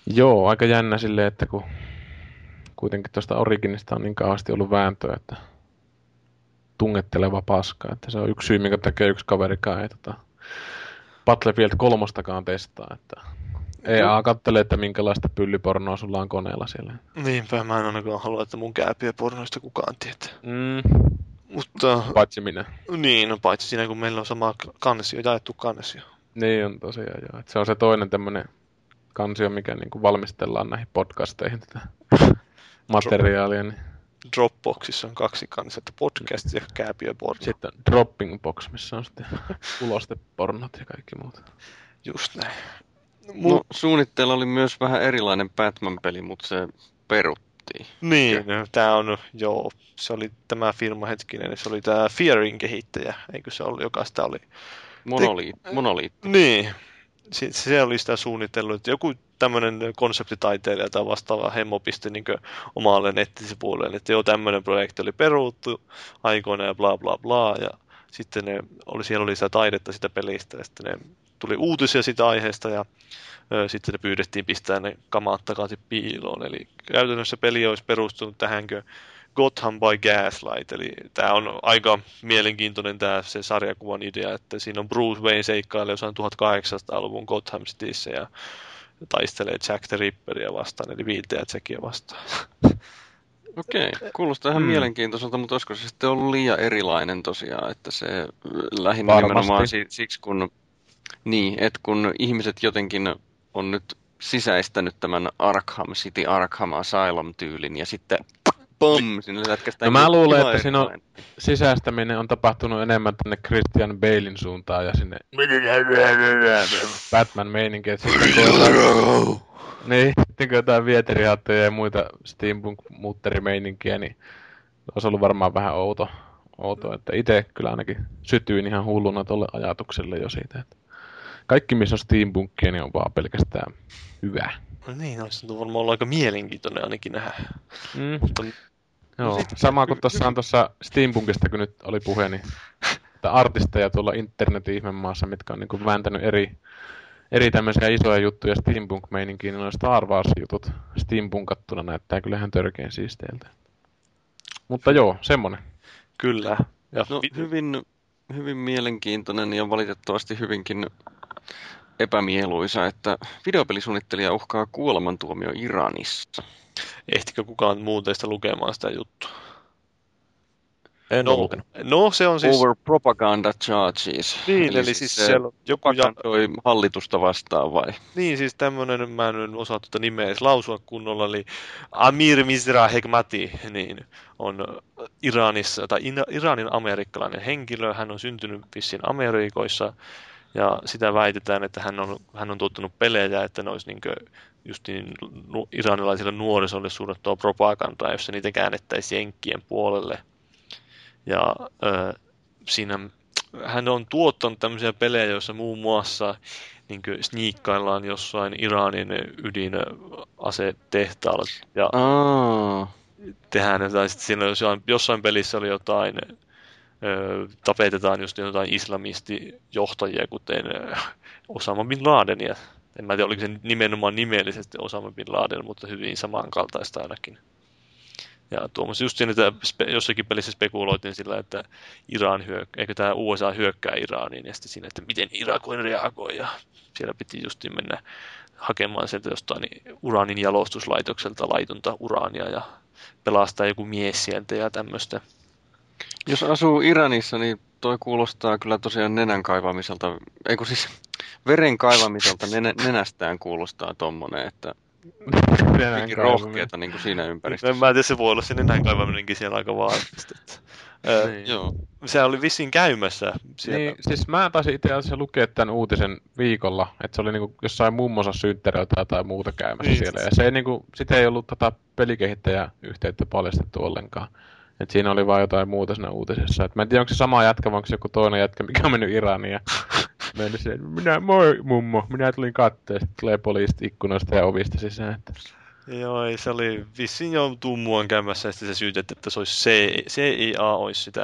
Joo, aika jännä silleen, että kun kuitenkin tuosta Originista on niin kauheasti ollut vääntöä, että tungetteleva paska, että se on yksi syy, minkä takia yksi kaverikaan ei Battlefield 3:stakaan testaa, että EA kattelee, että minkälaista pyllypornoa sulla on koneella siellä. Niinpä, mä en ainakaan halua, että mun kääpiä pornoista kukaan tietää. Mm. Mutta, Paitsi minä. niin, no paitsi siinä, kun meillä on sama kansio, jaettu kansio. Niin on tosiaan joo. Että se on se toinen tämmönen kansio, mikä niinku valmistellaan näihin podcasteihin tätä materiaalia. Niin. Dropboxissa on 2 kansiota, podcast ja kääpiä porno. Sitten Dropping Box, missä on sitten ulostepornot ja kaikki muut. Just näin. No, suunnitteilla oli myös vähän erilainen Batman-peli, mutta se peruttiin. Niin, tää on, joo, se oli tämä firma hetkinen, se oli tää Fearin kehittäjä, eikö se ollut, joka sitä oli? Monoliitti. Niin, se oli sitä suunnitellut, että joku tämmöinen konseptitaiteilija tai vastaava hemmo pisti niin omalle nettisivuilleen, että joo, tämmöinen projekti oli peruuttu aikoina ja bla bla bla, ja sitten siellä oli sitä taidetta sitä pelistä, ja sitten ne tuli uutisia sitä aiheesta, ja sitten ne pyydettiin pistää ne kamat takaisin piiloon, eli käytännössä peli olisi perustunut tähänkö Gotham by Gaslight, eli tämä on aika mielenkiintoinen se sarjakuvan idea, että siinä on Bruce Wayne seikkailee jossain 1800-luvun Gotham Cityssä ja taistelee Jack the Ripperia vastaan, eli viilteä Jackia vastaan. Okei, kuulostaa ihan mielenkiintoiselta, mutta olisiko se sitten ollut liian erilainen tosiaan, että se lähinnä nimenomaan siksi, kun ihmiset jotenkin on nyt sisäistänyt tämän Arkham City, Arkham Asylum-tyylin ja sitten sinne lätkästään. No mä luulen, että siinä on sisäistäminen on tapahtunut enemmän tänne Christian Balein suuntaan ja sinne Batman-meininki, että sitten kun jotain vieterihattuja ja muita steampunk-muutterimeininkiä, niin olisi ollut varmaan vähän outo, että itse kyllä ainakin sytyin ihan hulluna tolle ajatukselle jo siitä, että kaikki missä on steampunkia, niin on vaan pelkästään hyvä. No niin, olisi varmaan ollut aika mielenkiintoinen ainakin nähdä. Mutta joo, sama kuin tuossa Steampunkista, kun nyt oli puhe, niin artisteja tuolla internetin ihmemaassa, mitkä on niin kuin vääntänyt eri tämmöisiä isoja juttuja Steampunk-meininkiin, niin noin Star Wars-jutut Steampunkattuna näyttää kyllä ihan törkeän siisteiltä. Mutta joo, semmonen. Kyllä. Ja no, hyvin mielenkiintoinen ja valitettavasti hyvinkin epämieluisa, että videopelisuunnittelija uhkaa kuolemantuomio Iranissa. Ehtikö kukaan muu teistä lukemaan sitä juttua? En ole lukenut. No, se on siis Over propaganda charges. Niin, eli siis siellä joku hallitusta vastaan vai? Niin, siis tämmönen, mä en osaa tuota nimeä edes lausua kunnolla, eli Amir Misra Hekmati, niin on Iranissa, tai Iranin amerikkalainen henkilö, hän on syntynyt vissiin Amerikoissa, ja sitä väitetään, että hän on tuottanut pelejä, että ne olisi justiin iranilaisille nuorisolle suunnattua propagandaa, jossa niitä käännettäisiin jenkkien puolelle. Ja siinä hän on tuottanut tämmöisiä pelejä, joissa muun muassa sniikkaillaan jossain Iranin ydinasetehtaalla. Ja tehdään jotain, sitten siinä jossain pelissä oli jotain, tapetetaan just jotain islamistijohtajia, kuten Osama Bin Ladenia. En mä tiedä, oliko se nimenomaan nimellisesti Osama Bin Laden, mutta hyvin samankaltaista ainakin. Ja tuommoista just siinä, että jossakin pelissä spekuloitiin sillä, että eikö tämä USA hyökkää Iraniin, ja sitten siinä, että miten Irak reagoi, ja siellä piti just mennä hakemaan sieltä jostain uraanin jalostuslaitokselta laitonta uraania, ja pelastaa joku mies sieltä ja tämmöistä. Jos asuu Iranissa, niin toi kuulostaa kyllä tosiaan nenän kaivamiselta, veren kaivamiselta nenästään kuulostaa tommonen, että hyvinkin rohkeeta niin kuin siinä ympäristössä. Mä en tiedä, se voi olla se nenän kaivaminenkin siellä aika vaarallista. Joo. Se oli vissiin käymässä siellä. Niin, siis mä taisin itse asiassa lukea tämän uutisen viikolla, että se oli niinku jossain mummonsa synttäröltä tai muuta käymässä siellä. Ja se ei sitä ei ollut pelikehittäjäyhteyttä paljastettu ollenkaan. Et siinä oli vaan jotain muuta siinä uutisessa. Et mä en tiedä, onko se sama jätkä, vai onko se joku toinen jätkä, mikä on mennyt Iraniin. Ja mennyt siihen, moi mummo, minä tulin katsoa. Sitten tulee poliisit ikkunoista ja ovista sisään. Että Joo, se oli vissiin jo tummuan käymässä, ja sitten se syytettiin, että se olisi CIA olisi sitä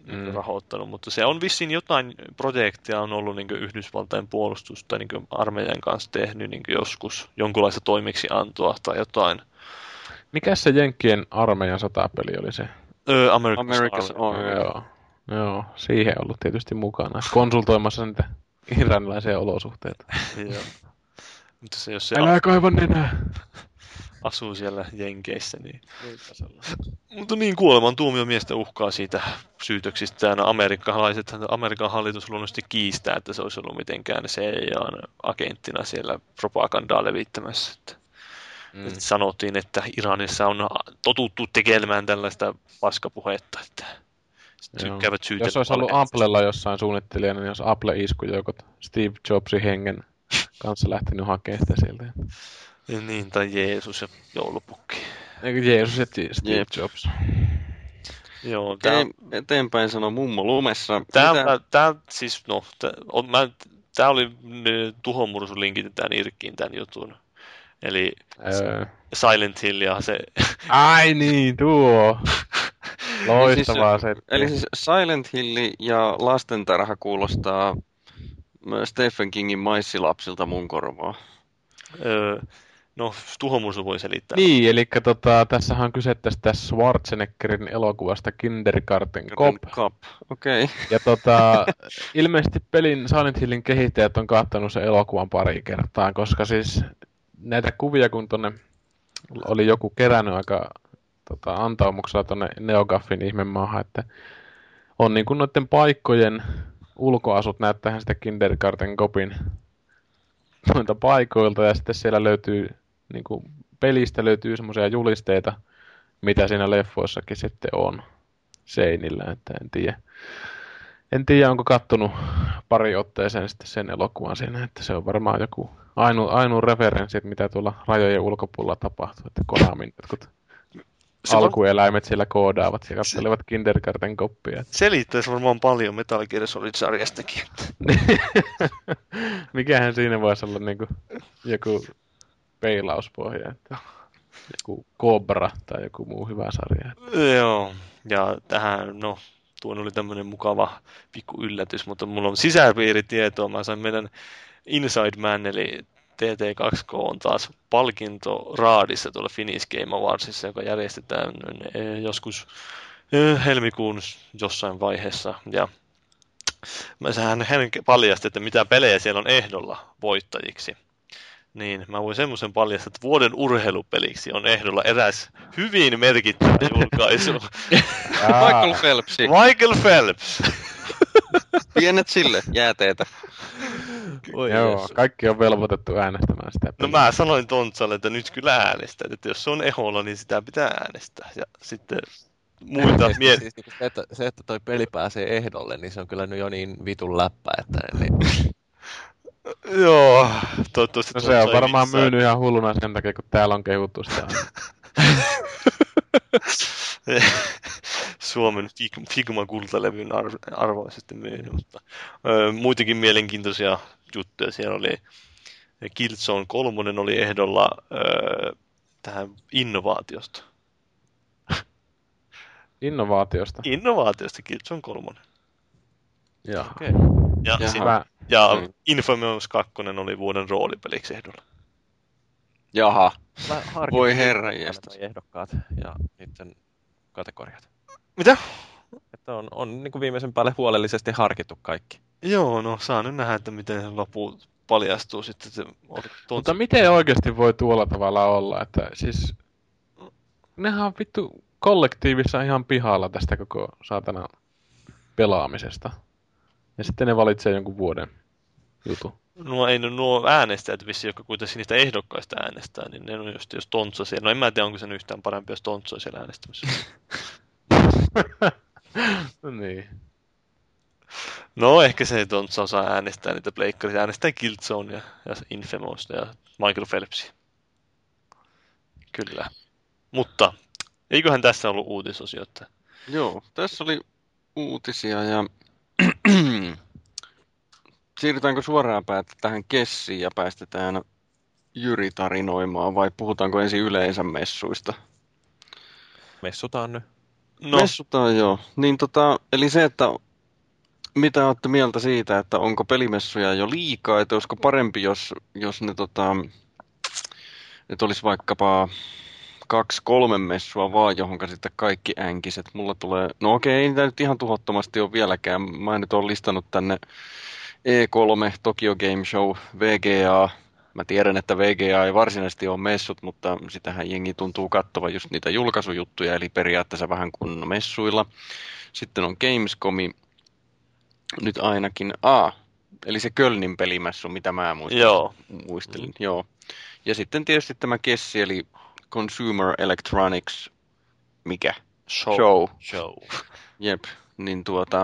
rahoittanut, mutta se on vissiin jotain projektia on ollut niin Yhdysvaltain puolustus tai niin armeijan kanssa tehnyt niin joskus jonkunlaista toimeksiantoa tai jotain. Mikä se Jenkkien armeijan sotapeli oli se? America's Army. Joo, siihen ollut tietysti mukana. Konsultoimassa niitä iranilaisia olosuhteita. Joo. Mutta se, jos se Älä kaiva nenää! asuu siellä Jenkeissä, niin... Mutta niin, kuoleman tuomio miestä uhkaa siitä syytöksistä. Amerikan hallitus luonnollisesti kiistää, että se olisi ollut mitenkään CIA:n agenttina siellä propagandaa levittämässä. Että sanottiin, että Iranissa on totuttu tekemään tällaista paskapuhetta, että tykkäävät syytellä. Jos olisi ollut Applella jossain suunnittelijana, niin jos Apple-iskujoukot Steve Jobsin hengen kanssa lähtenyt hakemaan sitä sieltä. Niin, tai Jeesus ja joulupukki. Eikö Jeesus ja Steve Jobs? Joo, eteenpäin sanoo mummo lumessa. Tää oli tuhomursu linkitetään Irkkiin tämän jutun. Eli Silent Hill ja se... Ai niin, tuo! Loistavaa se. Eli siis Silent Hill ja lastentarha kuulostaa Stephen Kingin Maissilapsilta mun korvaa. No, tuhomursu voi selittää. Niin, eli tässähän on kyse tästä Schwarzeneggerin elokuvasta Kindergarten Cop. Okei. Ja ilmeisesti pelin Silent Hillin kehittäjät on katsonut sen elokuvan pari kertaa, koska siis näitä kuvia, kun tonne oli joku kerännyt aika antaumuksella tonne NeoGaffin ihmemaahan, että on niin kuin noiden paikkojen ulkoasut näyttää sitä Kindergarten Copin noilta paikoilta, ja sitten siellä löytyy, niin kuin pelistä löytyy semmoisia julisteita, mitä siinä leffoissakin sitten on seinillä, että en tiedä, onko kattonut pari otteeseen sitten sen elokuvan siinä, että se on varmaan joku ainoa referenssi, että mitä tuolla rajojen ulkopuolella tapahtuu, että Konamin jotkut alkueläimet siellä koodaavat ja katselevat Kindergarten Copia. Selittäisi varmaan paljon Metal Gear Solid-sarjastakin. Mikähän siinä voisi olla niinku joku peilauspohja, että joku Cobra tai joku muu hyvä sarja. Joo, ja tähän, tuon oli tämmöinen mukava pikku yllätys, mutta mulla on sisäpiiritietoa. Mä sain meidän Inside Man, eli TT2K on taas palkinto raadissa tuolla Finnish Game Awardsissa, joka järjestetään joskus helmikuun jossain vaiheessa. Ja hän paljasti, että mitä pelejä siellä on ehdolla voittajiksi. Niin, mä voin semmoisen paljastaa, että vuoden urheilupeliksi on ehdolla eräs hyvin merkittävä julkaisu. Michael Phelps. Michael Phelps. Pienet sille, jääteetä. Joo, kaikki on velvoitettu äänestämään sitä. No mä sanoin Tontsalle, että nyt kyllä äänestät, että jos se on eholla, niin sitä pitää äänestää. Ja sitten muita siis se, että toi peli pääsee ehdolle, niin se on kyllä nyt jo niin vitun läppä, että... Niin... Joo, toivottavasti... No se on varmaan myynyt ihan hulluna sen takia, kun täällä on kehuttu sitä. Suomen Figma-kultalevyn arvoisesti myynyt, mutta muitakin mielenkiintoisia juttuja siellä oli. Killzone 3 oli ehdolla tähän innovaatiosta. Innovaatiosta? Innovaatiosta Killzone 3. Joo. Okay. Ja Infamous 2 oli vuoden roolipeliksi ehdolla. Jaha. Voi herranjestas. Ehdokkaat ja niiden kategoriat. Mitä? Että on niin kuin viimeisen päälle huolellisesti harkittu kaikki. Joo, no saa nyt nähdä, että miten loppu paljastuu sitten. Mutta miten oikeasti voi tuolla tavalla olla, että siis nehän on vittu kollektiivissa ihan pihalla tästä koko saatana pelaamisesta. Ja sitten ne valitsee jonkun vuoden jutun. Nuo äänestäjät vissiin, jotka kuitenkin niistä ehdokkaista äänestää, niin ne on just jos Tontsa siellä. No en mä tiedä, onko sen yhtään parempi, jos Tontsa on siellä äänestämässä. No niin. No ehkä se Tontsa osaa äänestää niitä pleikkaria. Äänestää Killzone ja Infamousta ja Michael Phelpsia. Kyllä. Mutta eiköhän tässä ollut uutisosio? Joo, tässä oli uutisia ja siirrytäänkö suoraan tähän Kessiin ja päästetään Jyri tarinoimaan vai puhutaanko ensin yleensä messuista? Messutaan nyt. No, Messutaan joo. Niin eli se, että mitä olette mieltä siitä, että onko pelimessuja jo liikaa, että olisiko parempi, jos ne että olisi vaikkapa 2-3 messua vaan, johonka sitten kaikki änkiset. Mulla tulee, no okei, ei niitä nyt ihan tuhottomasti ole vieläkään. Mä nyt olen listannut tänne E3, Tokyo Game Show, VGA. Mä tiedän, että VGA ei varsinaisesti ole messut, mutta sitähän jengi tuntuu kattava just niitä julkaisujuttuja, eli periaatteessa vähän kuin messuilla. Sitten on Gamescomi, nyt ainakin eli se Kölnin pelimessu, mitä mä joo. muistelin. Joo. Ja sitten tietysti tämä Kessi, eli Consumer Electronics, mikä? Show. Jep, niin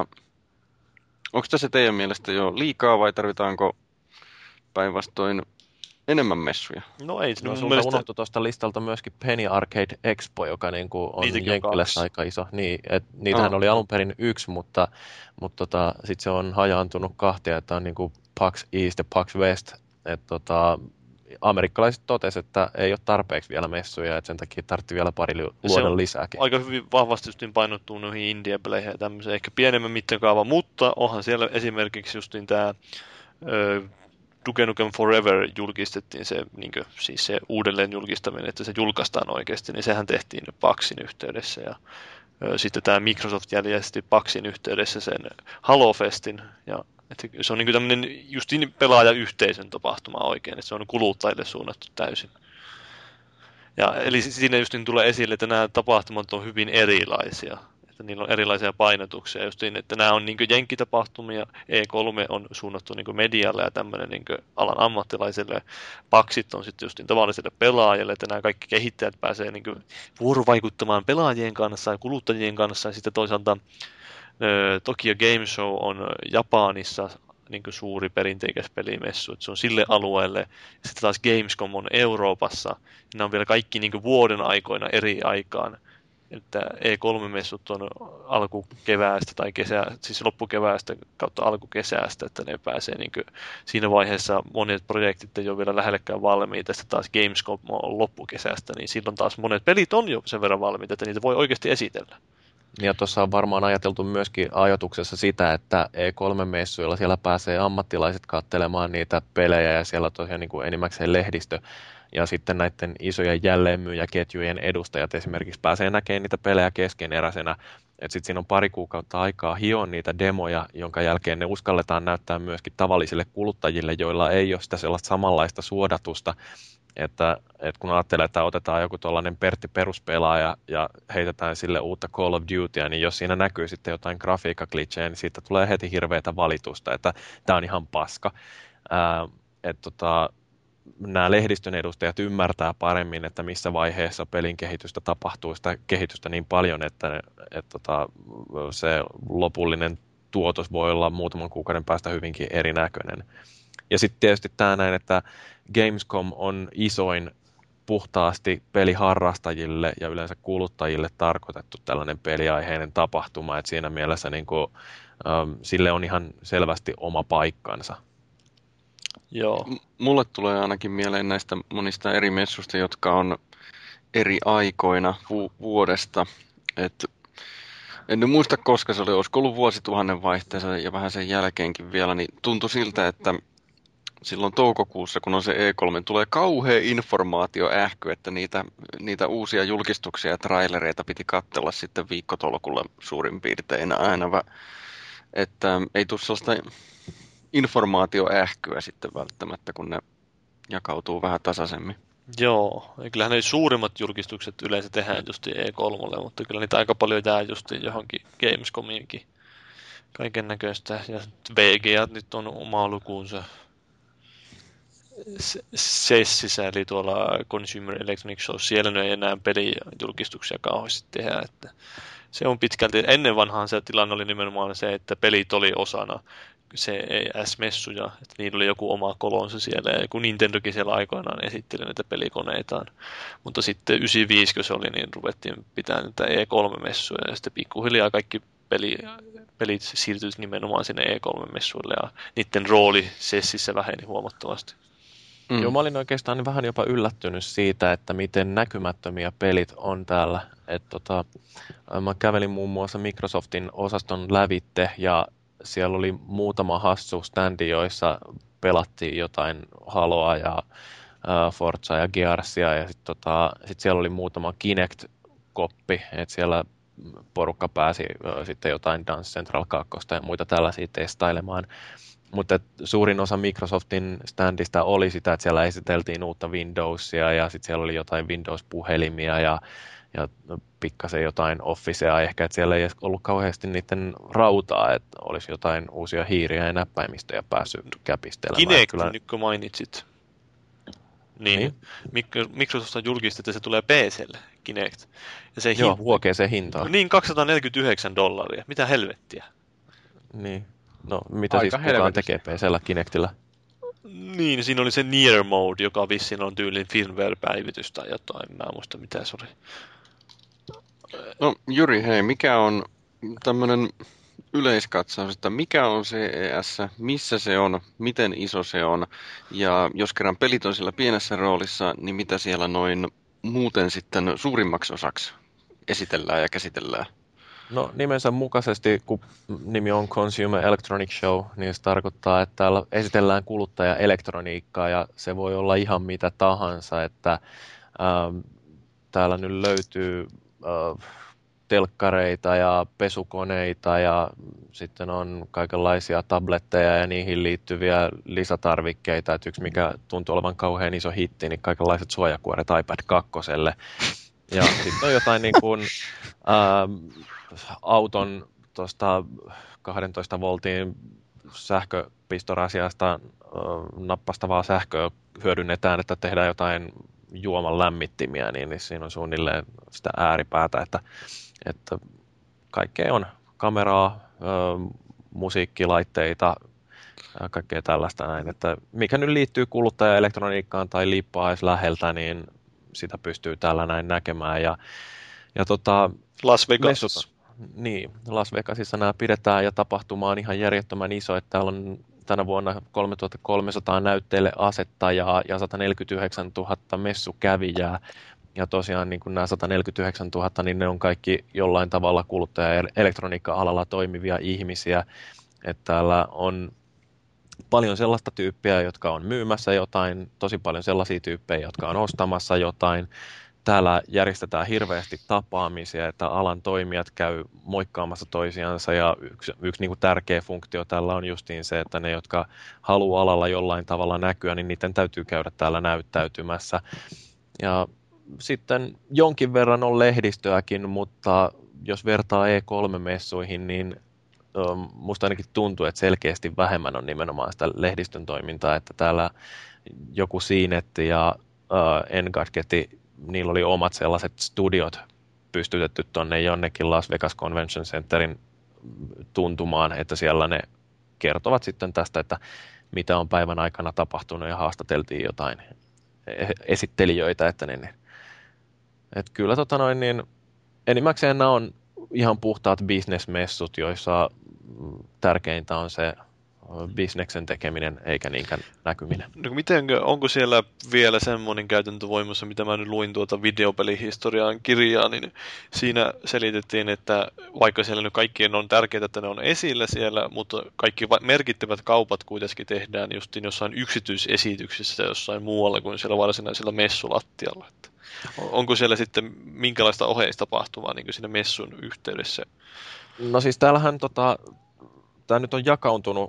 onko tässä teidän mielestä jo liikaa vai tarvitaanko päinvastoin enemmän messuja? No ei, No mun sulta mielestä... unohtui tuosta listalta myöskin Penny Arcade Expo, joka niinku on Niitäkin on Jenkkilässä 2. aika iso. Niin, niitähän oli alun perin 1, mutta sitten se on hajaantunut kahtia, että on niinku PAX East ja PAX West. Amerikkalaiset totesivat, että ei ole tarpeeksi vielä messuja, että sen takia tarvitsi vielä pari luoda lisääkin. Aika hyvin vahvasti just painottuu noihin indie-peleihin ja tämmöiseen, ehkä pienemmän mittakaava, mutta onhan siellä esimerkiksi just tämä Duke Nukem Forever julkistettiin se, siis se uudelleen julkistaminen, että se julkaistaan oikeasti, niin sehän tehtiin PAXin yhteydessä ja sitten tämä Microsoft järjesti PAXin yhteydessä sen Halo-festin ja että se on tämmöinen justiin pelaajayhteisön tapahtuma oikein, että se on kuluttajille suunnattu täysin. Ja, eli siinä justiin tulee esille, että nämä tapahtumat on hyvin erilaisia. Että niillä on erilaisia painotuksia. Justiin, että nämä on jenkkitapahtumia, E3 on suunnattu medialle ja tämmöinen alan ammattilaisille. PAXit on sitten justiin tavallisille pelaajille, että nämä kaikki kehittäjät pääsee vuorovaikuttamaan pelaajien kanssa ja kuluttajien kanssa. Ja sitten toisaalta Tokyo Game Show on Japanissa suuri perinteikäs pelimessu, että se on sille alueelle. Ja sitten taas Gamescom on Euroopassa. Nämä on vielä kaikki vuoden aikoina eri aikaan. Että E3-messut on alkukeväästä tai siis loppukeväästä kautta alkukesäästä, että ne pääsee siinä vaiheessa monet projektit ei ole vielä lähellekään valmiita, sitten taas Gamescom on loppukesästä, niin silloin taas monet pelit on jo sen verran valmiita, että niitä voi oikeasti esitellä. Ja tuossa on varmaan ajateltu myöskin ajatuksessa sitä, että E3-messuilla siellä pääsee ammattilaiset katselemaan niitä pelejä ja siellä tosiaan enimmäkseen lehdistö. Ja sitten näiden isojen jälleenmyyjäketjujen edustajat esimerkiksi pääsee näkemään niitä pelejä keskeneräisenä. Että sitten siinä on pari kuukautta aikaa hioa niitä demoja, jonka jälkeen ne uskalletaan näyttää myöskin tavallisille kuluttajille, joilla ei ole sitä sellaista samanlaista suodatusta. Että kun ajattelee, että otetaan joku tuollainen Pertti peruspelaaja ja heitetään sille uutta Call of Dutyä, niin jos siinä näkyy sitten jotain grafiikkaglitchejä, niin siitä tulee heti hirveätä valitusta, että tämä on ihan paska. Nämä lehdistön edustajat ymmärtää paremmin, että missä vaiheessa pelin kehitystä tapahtuu sitä kehitystä niin paljon, että se lopullinen tuotos voi olla muutaman kuukauden päästä hyvinkin erinäköinen. Ja sitten tietysti tämä näin, että Gamescom on isoin puhtaasti peliharrastajille ja yleensä kuluttajille tarkoitettu tällainen peliaiheinen tapahtuma, että siinä mielessä sille on ihan selvästi oma paikkansa. Joo. Mulle tulee ainakin mieleen näistä monista eri messuista, jotka on eri aikoina vuodesta. En nyt muista, koska se oli, olisiko ollut vuosituhannen vaihteessa ja vähän sen jälkeenkin vielä, niin tuntui siltä, että silloin toukokuussa, kun on se E3, tulee kauhea informaatioähky, että niitä uusia julkistuksia ja trailereita piti katsella sitten viikkotolkulla suurin piirtein aina, että ei tule sellaista informaatioähkyä sitten välttämättä, kun ne jakautuu vähän tasaisemmin. Joo, ja kyllähän ne suurimmat julkistukset yleensä tehdään just E3, mutta kyllä niitä aika paljon jää just johonkin Gamescomiinkin. Kaiken näköistä, ja VGA nyt on oma lukuunsa. Sessissä, eli tuolla Consumer Electronics Show, siellä ei enää pelijulkistuksia kauheasti tehdä, että se on pitkälti, ennen vanhaan se tilanne oli nimenomaan se, että pelit oli osana CES-messuja, että niillä oli joku oma kolonsa siellä, ja kun Nintendokin siellä aikoinaan esitteli näitä pelikoneitaan, mutta sitten 95, kun se oli, niin ruvettiin pitämään näitä E3-messuja, ja sitten pikkuhiljaa kaikki pelit siirtyivät nimenomaan sinne E3-messuille, ja niiden rooli Sessissä väheni huomattavasti. Joo, mä olin oikeastaan vähän jopa yllättynyt siitä, että miten näkymättömiä pelit on täällä. Mä kävelin muun muassa Microsoftin osaston lävitte ja siellä oli muutama hassu standi, joissa pelattiin jotain Haloa ja Forza ja Gearsia ja sit siellä oli muutama Kinect-koppi, että siellä porukka pääsi sitten jotain Dance Central 2 ja muita tällaisia testailemaan. Mutta suurin osa Microsoftin standista oli sitä, että siellä esiteltiin uutta Windowsia ja sitten siellä oli jotain Windows-puhelimia ja pikkasen jotain Officea ehkä, että siellä ei ollut kauheasti niiden rautaa, että olisi jotain uusia hiiriä ja näppäimistöjä päässyt käpistelemään. Kinect, nyt kun mainitsit. Niin. Microsoft on julkista, että se tulee PC:lle, Kinect. Ja se huokee se hintaa. Niin, $249. Mitä helvettiä? Niin. No, mitä aika siis kukaan tekee PC:llä Kinectillä? Niin, siinä oli se Near Mode, joka vissiin on tyylin firmware-päivitys tai jotain. Mä en muista mitä se oli. No Jyri, hei, mikä on tämmöinen yleiskatsaus, että mikä on CES, missä se on, miten iso se on, ja jos kerran pelit on siellä pienessä roolissa, niin mitä siellä noin muuten sitten suurimmaksi osaksi esitellään ja käsitellään? No nimensä mukaisesti, kun nimi on Consumer Electronic Show, niin se tarkoittaa, että täällä esitellään kuluttajaelektroniikkaa ja se voi olla ihan mitä tahansa, että täällä nyt löytyy telkkareita ja pesukoneita ja sitten on kaikenlaisia tabletteja ja niihin liittyviä lisätarvikkeita, että yksi mikä tuntuu olevan kauhean iso hitti, niin kaikenlaiset suojakuoret iPad 2. Ja sitten on jotain niin kuin auton tuosta 12 voltin sähköpistorasiasta nappastavaa sähköä hyödynnetään, että tehdään jotain juoman lämmittimiä, niin siinä on suunnilleen sitä ääripäätä, että kaikkea on kameraa, musiikkilaitteita, kaikkea tällaista näin, että mikä nyt liittyy kuluttajaelektroniikkaan tai liippaa edes läheltä, niin sitä pystyy täällä näin näkemään ja Las Vegas. Niin, Las Vegasissa nämä pidetään ja tapahtuma on ihan järjettömän iso, että täällä on tänä vuonna 3300 näytteille asettajaa ja 149 000 messukävijää. Ja tosiaan niin kuin nämä 149 000, niin ne on kaikki jollain tavalla kuluttaja- ja elektroniikka-alalla toimivia ihmisiä. Että täällä on paljon sellaista tyyppiä, jotka on myymässä jotain, tosi paljon sellaisia tyyppejä, jotka on ostamassa jotain. Täällä järjestetään hirveästi tapaamisia, että alan toimijat käy moikkaamassa toisiansa ja yksi niin kuin tärkeä funktio tällä on justiin se, että ne, jotka haluaa alalla jollain tavalla näkyä, niin niiden täytyy käydä täällä näyttäytymässä. Ja sitten jonkin verran on lehdistöäkin, mutta jos vertaa E3-messuihin, niin musta ainakin tuntuu, että selkeästi vähemmän on nimenomaan sitä lehdistön toimintaa, että täällä joku CNET ja Engadget, niillä oli omat sellaiset studiot pystytetty tuonne jonnekin Las Vegas Convention Centerin tuntumaan, että siellä ne kertovat sitten tästä, että mitä on päivän aikana tapahtunut ja haastateltiin jotain esittelijöitä, että että kyllä niin enimmäkseen nämä on ihan puhtaat business-messut, joissa tärkeintä on se bisneksen tekeminen eikä niinkään näkyminen. No, onko siellä vielä semmoinen käytäntö voimassa, mitä mä nyt luin tuota videopelihistorian kirjaa, niin siinä selitettiin, että vaikka siellä nyt kaikkien on tärkeää, että ne on esillä siellä, mutta kaikki merkittävät kaupat kuitenkin tehdään justiin jossain yksityisesityksissä jossain muualla kuin siellä varsinaisella messulattialla. Onko siellä sitten minkälaista oheistapahtumaa niin kuin siinä messun yhteydessä? No siis täällähän tämä nyt on jakautunut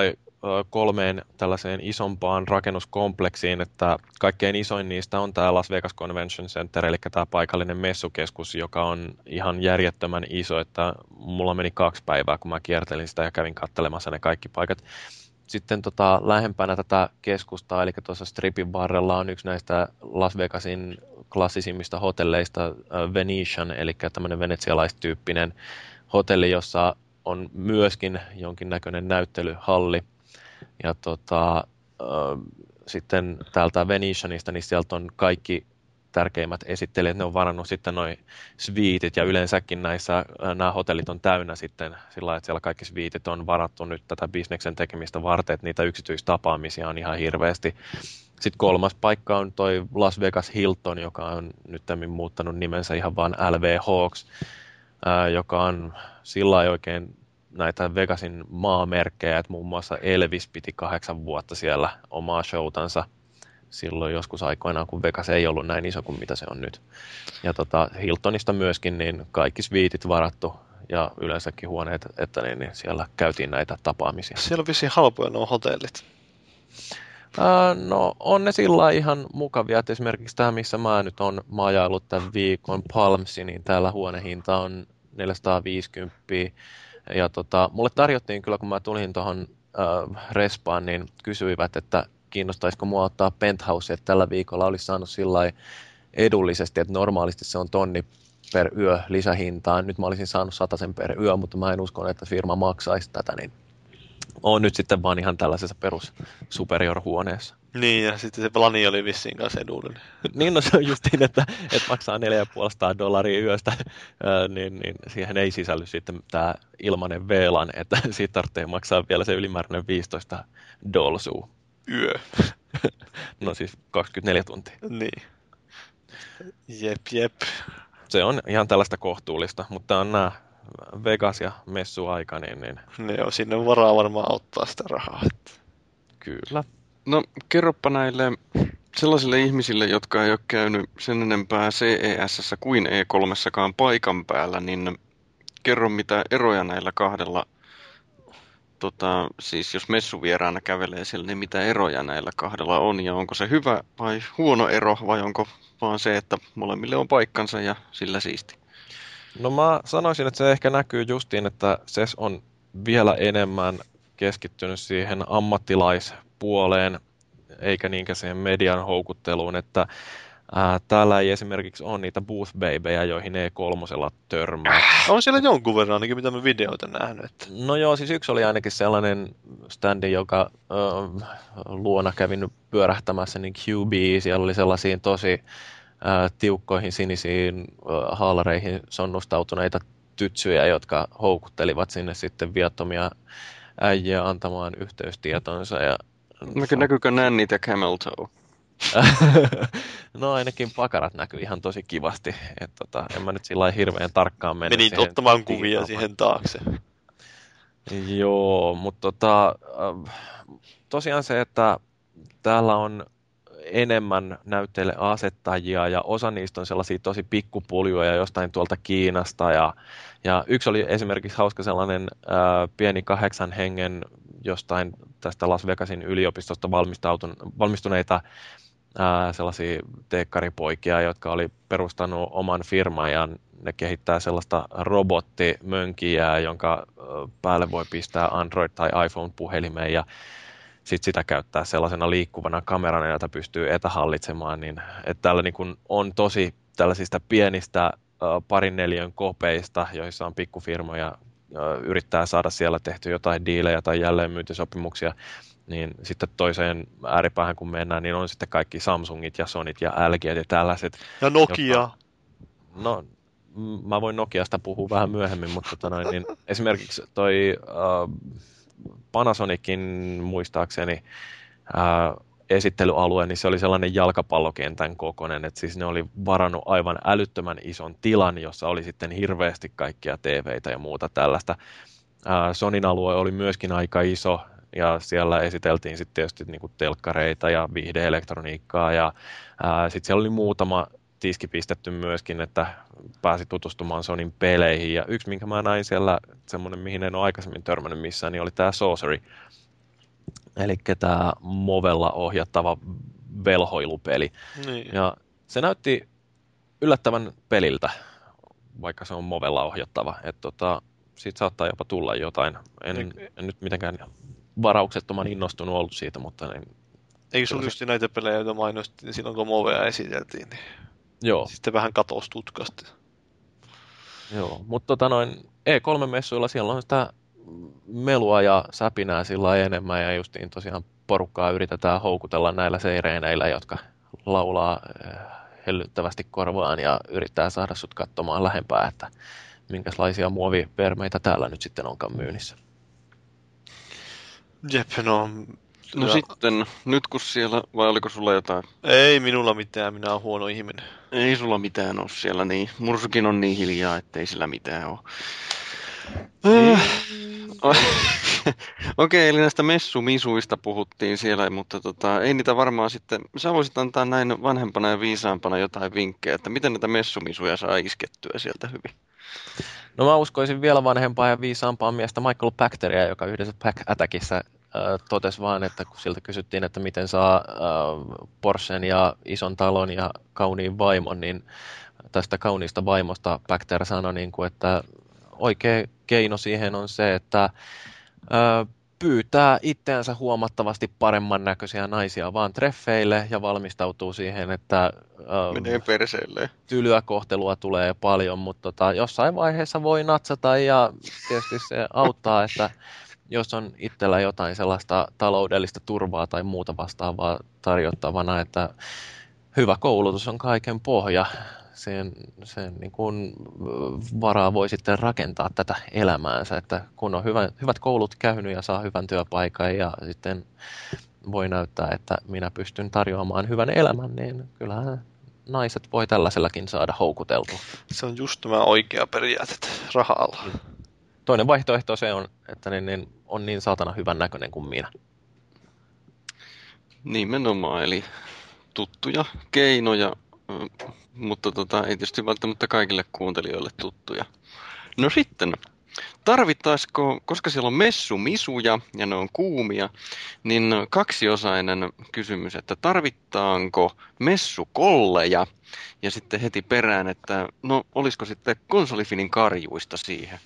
kolmeen tällaiseen isompaan rakennuskompleksiin, että kaikkein isoin niistä on tämä Las Vegas Convention Center, eli tämä paikallinen messukeskus, joka on ihan järjettömän iso, että mulla meni 2 päivää, kun mä kiertelin sitä ja kävin katselemassa ne kaikki paikat. Sitten lähempänä tätä keskustaa, eli tuossa Stripin varrella on yksi näistä Las Vegasin klassisimmista hotelleista, Venetian, eli tämmöinen venetsialaistyyppinen hotelli, jossa on myöskin jonkinnäköinen näyttelyhalli. Ja sitten täältä Venetianista, niin sieltä on kaikki tärkeimmät esittelijät, ne on varannut sitten noi sviitit ja yleensäkin nämä hotellit on täynnä sitten sillä lailla, että siellä kaikki sviitit on varattu nyt tätä bisneksen tekemistä varten, että niitä yksityistapaamisia on ihan hirveästi. Sitten kolmas paikka on toi Las Vegas Hilton, joka on nyt muuttanut nimensä ihan vaan LV Hawks, joka on sillä lailla oikein näitä Vegasin maamerkkejä, että muun muassa Elvis piti 8 vuotta siellä omaa showtansa silloin joskus aikoinaan, kun Vegas ei ollut näin iso kuin mitä se on nyt. Ja Hiltonista myöskin niin kaikki sviitit varattu ja yleensäkin huoneet, että niin siellä käytiin näitä tapaamisia. Siellä on vissiin halpoja nuo hotellit. No on ne sillä ihan mukavia, että esimerkiksi tämä, missä mä nyt on majaillut tämän viikon Palmsi, niin täällä huonehinta on 450. Ja mulle tarjottiin kyllä, kun mä tulin tuohon respaan, niin kysyivät, että kiinnostaisiko mua ottaa penthouse, että tällä viikolla olisi saanut sillä edullisesti, että normaalisti se on 1 000 per yö lisähintaan. Nyt mä olisin saanut 100 per yö, mutta mä en usko, että firma maksaisi tätä, niin on nyt sitten vaan ihan tällaisessa perus superior-huoneessa. Niin, ja sitten se plani oli vissiin kanssa edullinen. Niin, no se on justiin, että maksaa $450 yöstä, niin siihen ei sisälly sitten tämä ilmainen VLAN, että siitä tarvitsee maksaa vielä se ylimääräinen $15. Yö. No siis 24 tuntia. Niin. Jep. Se on ihan tällaista kohtuullista, mutta on nämä Vegas ja messuaika, niin Ne on sinne varaa varmaan auttaa sitä rahaa. kyllä. No kerropa näille sellaisille ihmisille, jotka ei ole käynyt sen enempää CES:ssä kuin E3:ssakaan paikan päällä, niin kerro mitä eroja näillä kahdella, siis jos messuvieraana kävelee siellä, niin mitä eroja näillä kahdella on ja onko se hyvä vai huono ero vai onko vaan se, että molemmille on paikkansa ja sillä siisti? No mä sanoisin, että se ehkä näkyy justiin, että SES on vielä enemmän keskittynyt siihen ammattilaispuoleen, eikä niinkään siihen median houkutteluun, että täällä ei esimerkiksi ole niitä booth babyjä, joihin E3 törmää. On siellä jonkun verran ainakin, mitä mä videoita nähnyt. Että... No joo, siis yksi oli ainakin sellainen standi, joka luona kävin pyörähtämässä, niin QB, siellä oli sellaisiin tosi tiukkoihin sinisiin haalareihin sonnustautuneita tytsyjä, jotka houkuttelivat sinne sitten viattomia äijiä antamaan yhteystietonsa. Ja Näkyykö nännit ja camel toe? No ainakin pakarat näkyy ihan tosi kivasti. En mä nyt sillä hirveän tarkkaan mennä. Menit ottamaan kuvia siihen taakse. Joo, mutta tosiaan se, että täällä on enemmän näytteille asettajia ja osa niistä on sellaisia tosi pikkupuljuja jostain tuolta Kiinasta ja yksi oli esimerkiksi hauska sellainen pieni 8 hengen jostain tästä Las Vegasin yliopistosta valmistuneita sellaisia teekkaripoikia, jotka oli perustanut oman firman ja ne kehittää sellaista robottimönkijää, jonka päälle voi pistää Android- tai iPhone-puhelimeen ja sitten sitä käyttää sellaisena liikkuvana kamerana, jota pystyy etähallitsemaan, niin että täällä niin kun on tosi tällaisista pienistä 2-4 kopeista, joissa on pikkufirmoja, yrittää saada siellä tehty jotain diilejä tai jälleenmyyntisopimuksia, niin sitten toiseen ääripäähän kun mennään, niin on sitten kaikki Samsungit ja Sonit ja LGt ja tällaiset. Ja Nokia. No, mä voin Nokiasta puhua vähän myöhemmin, mutta niin esimerkiksi toi Panasonicin muistaakseni esittelyalue, niin se oli sellainen jalkapallokentän kokoinen, että siis ne oli varannut aivan älyttömän ison tilan, jossa oli sitten hirveästi kaikkia TV:itä ja muuta tällaista. Sonin alue oli myöskin aika iso, ja siellä esiteltiin sitten tietysti niinku telkkareita ja viihdeelektroniikkaa, ja sitten siellä oli muutama tiski pistetty myöskin, että pääsi tutustumaan Sonin peleihin, ja yksi, minkä mä näin siellä, semmoinen, mihin en ole aikaisemmin törmännyt missään, niin oli tämä Sorcery, eli tämä Movella ohjattava velhoilupeli. Niin. Ja se näytti yllättävän peliltä, vaikka se on Movella ohjattava, että siitä saattaa jopa tulla jotain. En nyt mitenkään varauksettoman innostunut ollut siitä, mutta niin, Eikö sulla just näitä pelejä, joita mainostin silloin, kun Movea esiteltiin? Niin joo. sitten vähän katosi tutkasti. Joo, mutta E3-messuilla siellä on sitä melua ja säpinää sillä enemmän ja justiin tosiaan porukkaa yritetään houkutella näillä seireineillä, jotka laulaa hellyttävästi korvaan ja yrittää saada sut katsomaan lähempää, että minkälaisia muovivermeitä täällä nyt sitten onkaan myynnissä. Jep, no... No sitten, nyt kun siellä, vai oliko sulla jotain? Ei minulla mitään, minä olen huono ihminen. Ei sulla mitään ole siellä, niin. Mursukin on niin hiljaa, ettei sillä mitään ole. Okei, eli näistä messumisuista puhuttiin siellä, mutta ei niitä varmaan sitten, sä voisit antaa näin vanhempana ja viisaampana jotain vinkkejä, että miten näitä messumisuja saa iskettyä sieltä hyvin. No mä uskoisin vielä vanhempaa ja viisaampaa miestä Michael Pachteria, joka yhdessä Pack Attackissa totesi vaan, että kun siltä kysyttiin, että miten saa Porschen ja ison talon ja kauniin vaimon, niin tästä kauniista vaimosta Pachter sanoi, niin kuin, että oikea keino siihen on se, että pyytää itseänsä huomattavasti paremman näköisiä naisia vaan treffeille ja valmistautuu siihen, että menee perseelle. Tylyä kohtelua tulee paljon, mutta jossain vaiheessa voi natsata ja tietysti se auttaa, että jos on itsellä jotain sellaista taloudellista turvaa tai muuta vastaavaa tarjottavana, että hyvä koulutus on kaiken pohja. Sen niin kuin varaa voi sitten rakentaa tätä elämäänsä, että kun on hyvät koulut käynyt ja saa hyvän työpaikan ja sitten voi näyttää, että minä pystyn tarjoamaan hyvän elämän, niin kyllähän naiset voi tällaisellakin saada houkuteltua. Se on just tämä oikea periaate rahalla. Toinen vaihtoehto se on, että on niin saatana hyvän näköinen kuin minä. Nimenomaan, eli tuttuja keinoja, mutta ei tietysti välttämättä kaikille kuuntelijoille tuttuja. No sitten, tarvittaisiko, koska siellä on messumisuja ja ne on kuumia, niin kaksiosainen kysymys, että tarvittaanko messukolleja ja sitten heti perään, että no olisiko sitten konsolifinin karjuista siihen?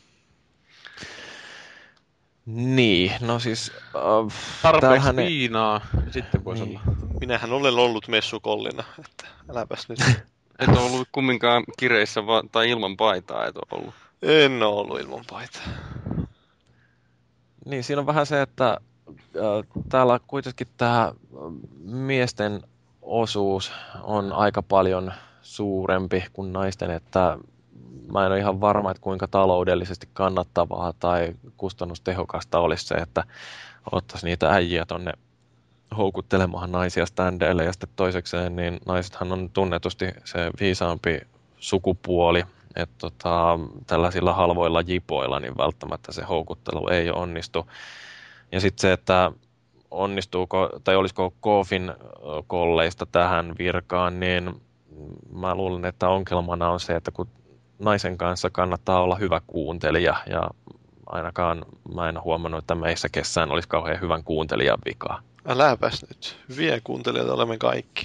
Niin, no siis... tarpeeksi viinaa, sitten voisi niin olla. Minähän olen ollut messukollina, että äläpäs nyt. Et ole ollut kumminkaan kireissä tai ilman paitaa et ole ollut. En ole ollut ilman paitaa. Niin, siinä on vähän se, että täällä kuitenkin tämä miesten osuus on aika paljon suurempi kuin naisten, että mä en ole ihan varma, että kuinka taloudellisesti kannattavaa tai kustannustehokasta olisi se, että ottaisi niitä äijiä tonne houkuttelemaan naisia standeille. Ja sitten toisekseen, niin naisethan on tunnetusti se viisaampi sukupuoli, että tällaisilla halvoilla jipoilla niin välttämättä se houkuttelu ei onnistu. Ja sitten se, että onnistuuko tai olisiko Koofin kolleista tähän virkaan, niin mä luulen, että ongelmana on se, että kun naisen kanssa kannattaa olla hyvä kuuntelija ja ainakaan mä en huomannut, että meissä kessään olisi kauhean hyvän kuuntelijan vikaa. Äläpäs nyt. Hyviä kuuntelijoita olemme kaikki.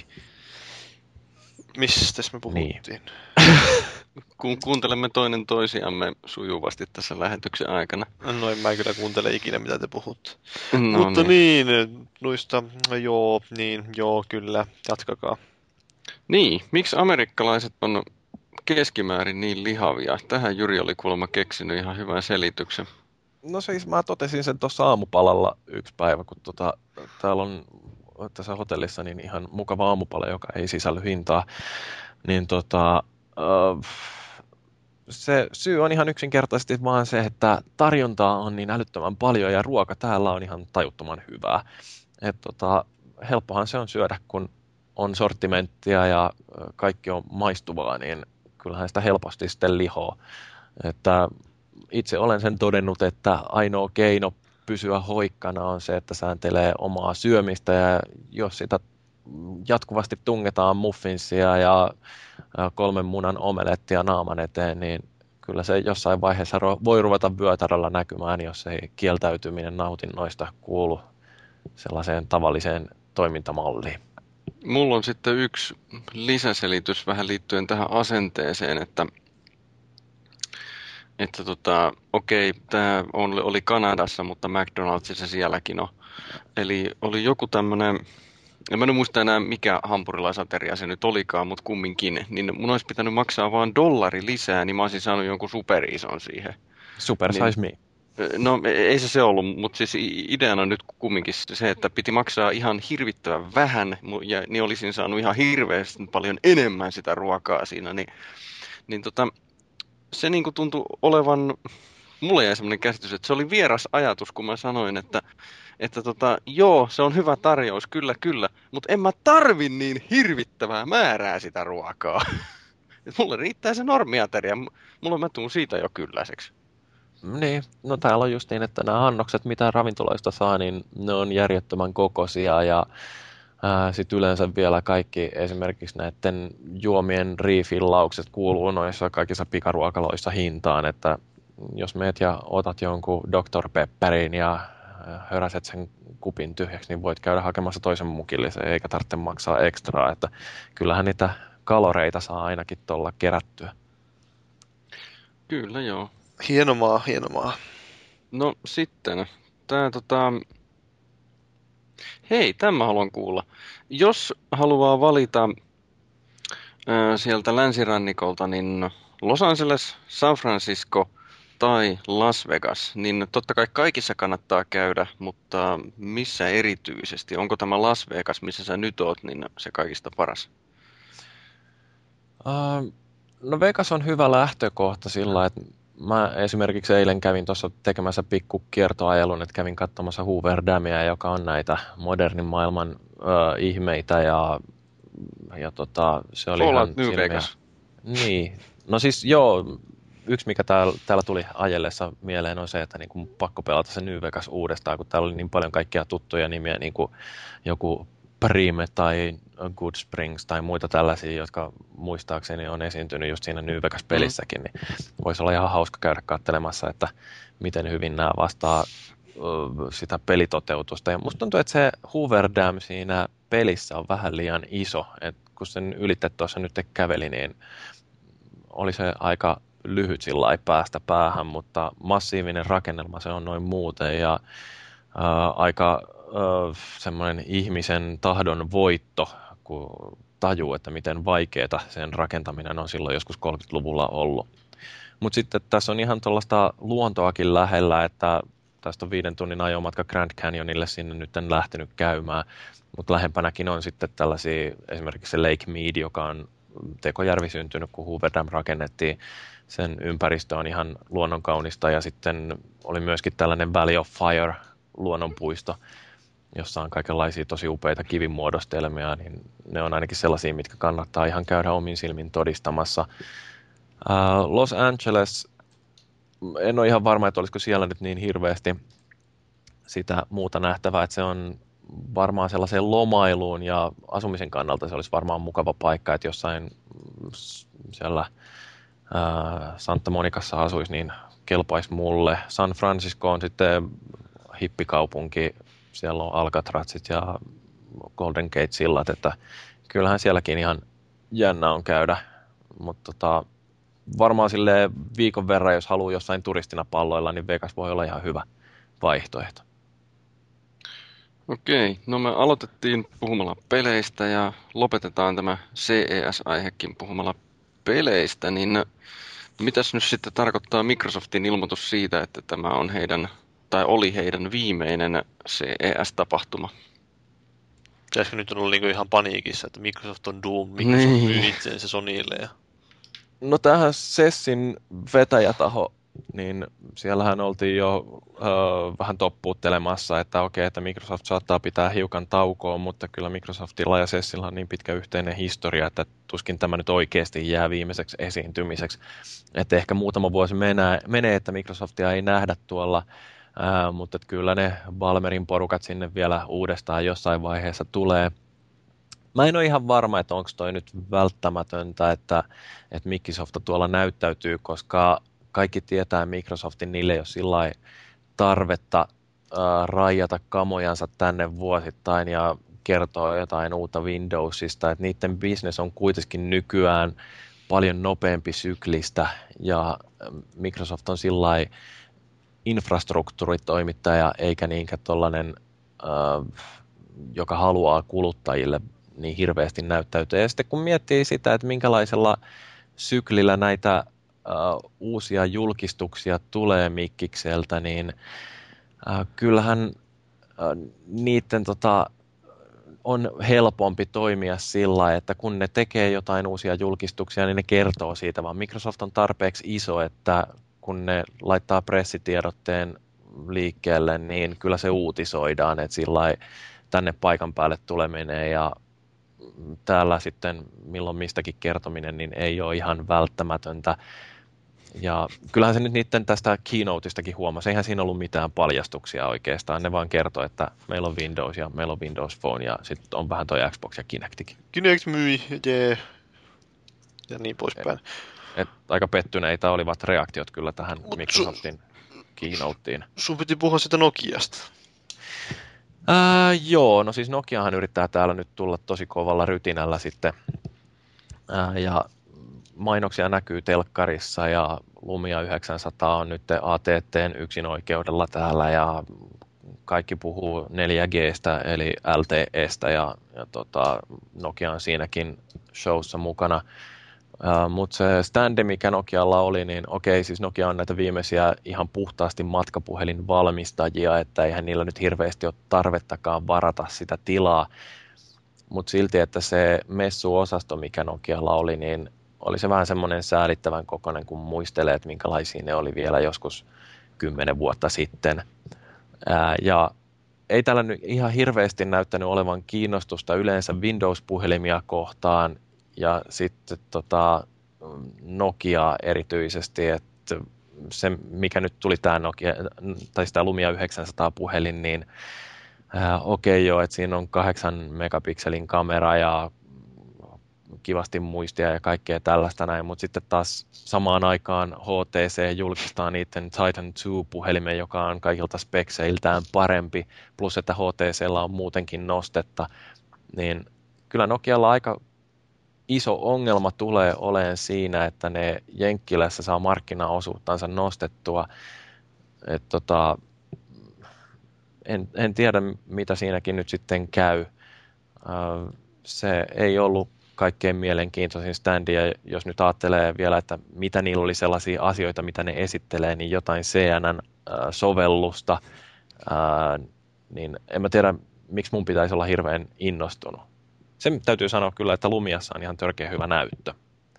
Mistäs me puhuttiin? Niin. Kun kuuntelemme toinen toisiamme sujuvasti tässä lähetyksen aikana. No en mä kyllä kuuntele ikinä, mitä te puhutte. No, mutta niin, noista, joo, kyllä, jatkakaa. Niin, miksi amerikkalaiset on keskimäärin niin lihavia? Tähän Jyri oli kuulemma keksinyt ihan hyvän selityksen. No siis mä totesin sen tuossa aamupalalla yksi päivä, kun täällä on tässä hotellissa niin ihan mukava aamupala, joka ei sisälly hintaa. Niin se syy on ihan yksinkertaisesti vaan se, että tarjontaa on niin älyttömän paljon ja ruoka täällä on ihan tajuttoman hyvää. Helppohan se on syödä, kun on sortimenttia ja kaikki on maistuvaa, niin kyllähän sitä helposti sitten lihoo. Että itse olen sen todennut, että ainoa keino pysyä hoikkana on se, että sääntelee omaa syömistä ja jos sitä jatkuvasti tungetaan muffinsia ja 3 munan omelettia naaman eteen, niin kyllä se jossain vaiheessa voi ruveta vyötäröllä näkymään, jos ei kieltäytyminen nautinnoista kuulu sellaiseen tavalliseen toimintamalliin. Mulla on sitten yksi lisäselitys vähän liittyen tähän asenteeseen, että okei, tämä oli Kanadassa, mutta McDonaldsissa sielläkin on. Eli oli joku tämmöinen, en mä nyt muista enää mikä hampurilaisateria se nyt olikaan, mutta kumminkin, niin mun olisi pitänyt maksaa vaan $1 lisää, niin mä olisin saanut jonkun superison siihen. Super size me. No ei se ollut, mutta siis ideana nyt kumminkin se, että piti maksaa ihan hirvittävän vähän, ja niin olisin saanut ihan hirveästi paljon enemmän sitä ruokaa siinä, niin se niin kuin tuntui olevan, mulle jäi sellainen käsitys, että se oli vieras ajatus, kun mä sanoin, että joo, se on hyvä tarjous, kyllä, mutta en mä tarvi niin hirvittävää määrää sitä ruokaa. Mulle riittää se normiateria, mulla mä tuun siitä jo kylläiseksi. Niin, no täällä on just niin, että nämä annokset, mitä ravintoloista saa, niin ne on järjettömän kokoisia ja sitten yleensä vielä kaikki esimerkiksi näiden juomien refillaukset kuuluu noissa kaikissa pikaruokaloissa hintaan, että jos meet ja otat jonkun Dr. Pepperin ja höräset sen kupin tyhjäksi, niin voit käydä hakemassa toisen mukillisen eikä tarvitse maksaa ekstraa, että kyllähän niitä kaloreita saa ainakin tuolla kerättyä. Kyllä, joo. Hienomaa, hienomaa. No sitten, hei, tämä haluan kuulla. Jos haluaa valita sieltä länsirannikolta, niin Los Angeles, San Francisco tai Las Vegas, niin totta kai kaikissa kannattaa käydä, mutta missä erityisesti? Onko tämä Las Vegas, missä sä nyt oot, niin se kaikista paras? No Vegas on hyvä lähtökohta sillä, että mä esimerkiksi eilen kävin tuossa tekemässä pikku kiertoajelun, että kävin katsomassa Hoover Damia, joka on näitä modernin maailman ihmeitä ja se oli Fallout ihan New Vegas. Niin, no siis joo, yksi mikä täällä tuli ajellessa mieleen on se, että niin kuin pakko pelata se New Vegas uudestaan, kun täällä oli niin paljon kaikkia tuttuja nimiä, niin kuin joku Prime tai Good Springs tai muita tällaisia, jotka muistaakseni on esiintynyt just siinä New Vegas-pelissäkin, niin voisi olla ihan hauska käydä katselemassa, että miten hyvin nämä vastaa sitä pelitoteutusta. Ja musta tuntuu, että se Hoover Dam siinä pelissä on vähän liian iso, että kun sen ylitse tuossa nyt käveli, niin oli se aika lyhyt sillä lailla päästä päähän, mutta massiivinen rakennelma se on noin muuten ja aika semmoinen ihmisen tahdon voitto, kun tajuu, että miten vaikeaa sen rakentaminen on silloin joskus 30-luvulla ollut. Mutta sitten tässä on ihan tuollaista luontoakin lähellä, että tästä on 5 tunnin ajomatka Grand Canyonille sinne nyt en lähtenyt käymään, mutta lähempänäkin on sitten tällaisia, esimerkiksi se Lake Mead, joka on tekojärvi syntynyt, kun Hoover Dam rakennettiin. Sen ympäristö on ihan luonnonkaunista ja sitten oli myöskin tällainen Valley of Fire luonnonpuisto, jossa on kaikenlaisia tosi upeita kivimuodostelmia, niin ne on ainakin sellaisia, mitkä kannattaa ihan käydä omin silmin todistamassa. Los Angeles, en ole ihan varma, että olisiko siellä nyt niin hirveästi sitä muuta nähtävää, että se on varmaan sellaiseen lomailuun ja asumisen kannalta se olisi varmaan mukava paikka, että jossain siellä Santa Monicassa asuisi, niin kelpaisi mulle. San Francisco on sitten hippikaupunki, siellä on Alcatrazit ja Golden Gate-sillat, että kyllähän sielläkin ihan jännä on käydä, mutta varmaan silleen viikon verran, jos haluaa jossain turistina palloilla, niin Vegas voi olla ihan hyvä vaihtoehto. Okei, no me aloitettiin puhumalla peleistä ja lopetetaan tämä CES-aihekin puhumalla peleistä, niin mitäs nyt sitten tarkoittaa Microsoftin ilmoitus siitä, että tämä on oli heidän viimeinen CES-tapahtuma? Pitäisikö nyt olla niinku ihan paniikissa, että Microsoft on Doom, Microsoft myy itsensä Sonylle ja... No tämähän SESin vetäjätaho, niin siellähän oltiin jo vähän toppuuttelemassa, että okei, että Microsoft saattaa pitää hiukan taukoa, mutta kyllä Microsoftilla ja SESillä on niin pitkä yhteinen historia, että tuskin tämä nyt oikeasti jää viimeiseksi esiintymiseksi. Että ehkä muutama vuosi menee, että Microsoftia ei nähdä tuolla, mutta kyllä ne Balmerin porukat sinne vielä uudestaan jossain vaiheessa tulee. Mä en ole ihan varma, että onko toi nyt välttämätöntä, että Microsoft tuolla näyttäytyy, koska kaikki tietää Microsoftin, niille ei ole sillä tarvetta raijata kamojansa tänne vuosittain ja kertoa jotain uutta Windowsista, että niiden business on kuitenkin nykyään paljon nopeampi syklistä ja Microsoft on sillä infrastruktuuritoimittaja eikä niinkään tollainen, joka haluaa kuluttajille niin hirveästi näyttäytyä. Ja sitten kun miettii sitä, että minkälaisella syklillä näitä uusia julkistuksia tulee Mikkikseltä, niin kyllähän niiden on helpompi toimia sillä, että kun ne tekee jotain uusia julkistuksia, niin ne kertoo siitä, vaan Microsoft on tarpeeksi iso, että kun ne laittaa pressitiedotteen liikkeelle, niin kyllä se uutisoidaan, että sillä tänne paikan päälle tuleminen ja täällä sitten milloin mistäkin kertominen, niin ei ole ihan välttämätöntä. Ja kyllähän se nyt niiden tästä keynotistakin huomasi, eihän siinä ollut mitään paljastuksia oikeastaan, ne vaan kertoi, että meillä on Windows ja meillä on Windows Phone ja sitten on vähän toi Xbox ja Kinectikin. Kinect myi, jee. Ja niin poispäin. Aika pettyneitä olivat reaktiot kyllä tähän Microsoftin keynoteen. Sun piti puhua sitä Nokiasta. Joo, no siis Nokiahan yrittää täällä nyt tulla tosi kovalla rytinällä sitten. Ja mainoksia näkyy telkkarissa ja Lumia 900 on nyt ATT:n yksinoikeudella täällä ja kaikki puhuu 4G:stä eli LTEstä ja Nokia on siinäkin showssa mukana. Mutta se standi, mikä Nokialla oli, niin okei, siis Nokia on näitä viimeisiä ihan puhtaasti matkapuhelinvalmistajia, että eihän niillä nyt hirveästi ole tarvettakaan varata sitä tilaa. Mutta silti, että se messuosasto, mikä Nokialla oli, niin oli se vähän semmoinen säälittävän kokoinen, kun muistelee, että minkälaisia ne oli vielä joskus 10 vuotta sitten. Ja ei täällä nyt ihan hirveästi näyttänyt olevan kiinnostusta yleensä Windows-puhelimia kohtaan, ja sitten Nokia erityisesti, että se mikä nyt tuli tämä Nokia, tai tämä Lumia 900 puhelin, niin okei joo, että siinä on 8 megapikselin kamera ja kivasti muistia ja kaikkea tällaista näin, mutta sitten taas samaan aikaan HTC julkistaa niiden Titan 2-puhelimen, joka on kaikilta spekseiltään parempi, plus että HTClla on muutenkin nostetta, niin kyllä Nokialla aika iso ongelma tulee olemaan siinä, että ne Jenkkilässä saa markkinaosuuttansa nostettua. En tiedä, mitä siinäkin nyt sitten käy. Se ei ollut kaikkein mielenkiintoisin standi, ja jos nyt ajattelee vielä, että mitä niillä oli sellaisia asioita, mitä ne esittelee, niin jotain CNN-sovellusta, niin en mä tiedä, miksi mun pitäisi olla hirveän innostunut. Sen täytyy sanoa kyllä, että Lumiassa on ihan törkeä hyvä näyttö.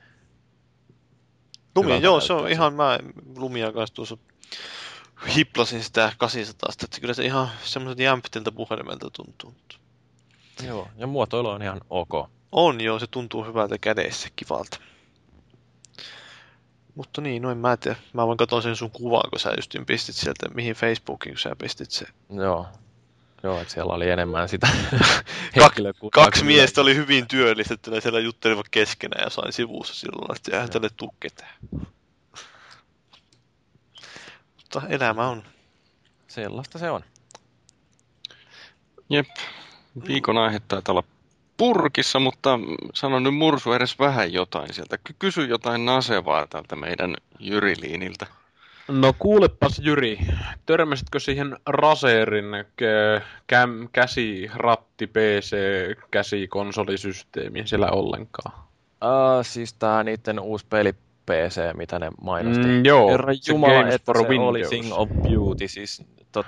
Lumia, joo, se on ihan, mä Lumia kanssa tuossa hiplasin sitä 800, että kyllä se ihan semmoiset jämptiltä puhelimelta tuntuu. Joo, ja muotoilu on ihan ok. On joo, se tuntuu hyvältä kädessä, kivalta. Mutta niin, noin mä tiedä. Mä vaan katson sen sun kuvaan, kun sä justiin pistit sieltä, mihin Facebookiin, kun sä pistit se. Joo, että siellä oli enemmän sitä henkilökuntaa. Kaksi miestä oli hyvin työllistettynä, siellä juttelivat keskenään ja sain sivussa silloin, että eihän tälle tuu ketään. Mutta elämä on. Sellaista se on. Jep, viikon aihe taitaa olla purkissa, mutta sano nyt Mursu edes vähän jotain sieltä. Kysy jotain nasevaa tältä meidän Jyri-liiniltä. No kuulepas Jyri, törmäsitkö siihen Razerin käsiratti PC käsikonsolisysteemiin siellä ollenkaan? Siis tää niitten uusi peli PC, mitä ne mainosti. Joo, Herra Jumala, että se oli Thing of Beauty, siis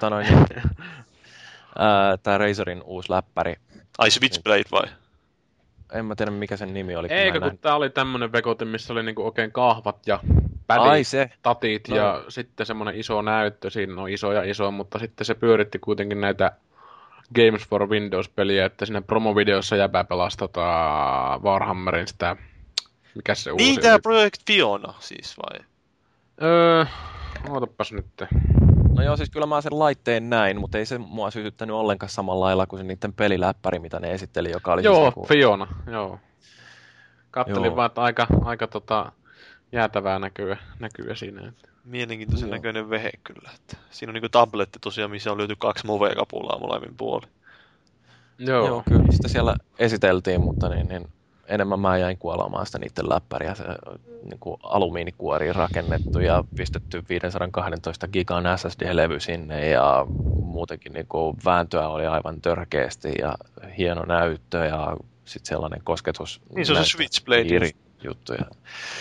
tää Razerin uusi läppäri. Ai Switchblade vai? En mä tiedä mikä sen nimi oli. Eikö, kun tää oli tämmönen vekote, missä oli niinku oikein kahvat ja tatit ja sitten semmonen iso näyttö. Siinä on iso, mutta sitten se pyöritti kuitenkin näitä Games for Windows-peliä, että siinä promovideossa jäbä pelasi Warhammerin sitä, mikä se uusi? Niin tää Project Fiona siis vai? Ootapas nyt. No joo, siis kyllä mä sen laitteen näin, mutta ei se mua sytyttänyt ollenkaan samalla lailla kuin se niiden peliläppäri, mitä ne esitteli, joka oli... Joo, siis Fiona, joo. Kattelin vaan, että aika jäätävää näkyä siinä. Mielenkiintoisen näköinen vehe kyllä. Että siinä on niinku tabletti tosiaan, missä on löyty 2 Move-kapulaa molemmin puolin. Joo, kyllä sitä siellä esiteltiin, mutta niin enemmän mä jäin kuolaamaan sitä niiden läppäriä. Se niin alumiinikuoriin rakennettu ja pistetty 512 gigan SSD-levy sinne ja muutenkin niin vääntöä oli aivan törkeästi ja hieno näyttö ja sitten sellainen kosketus. Niin se on se Switchblade juttuja.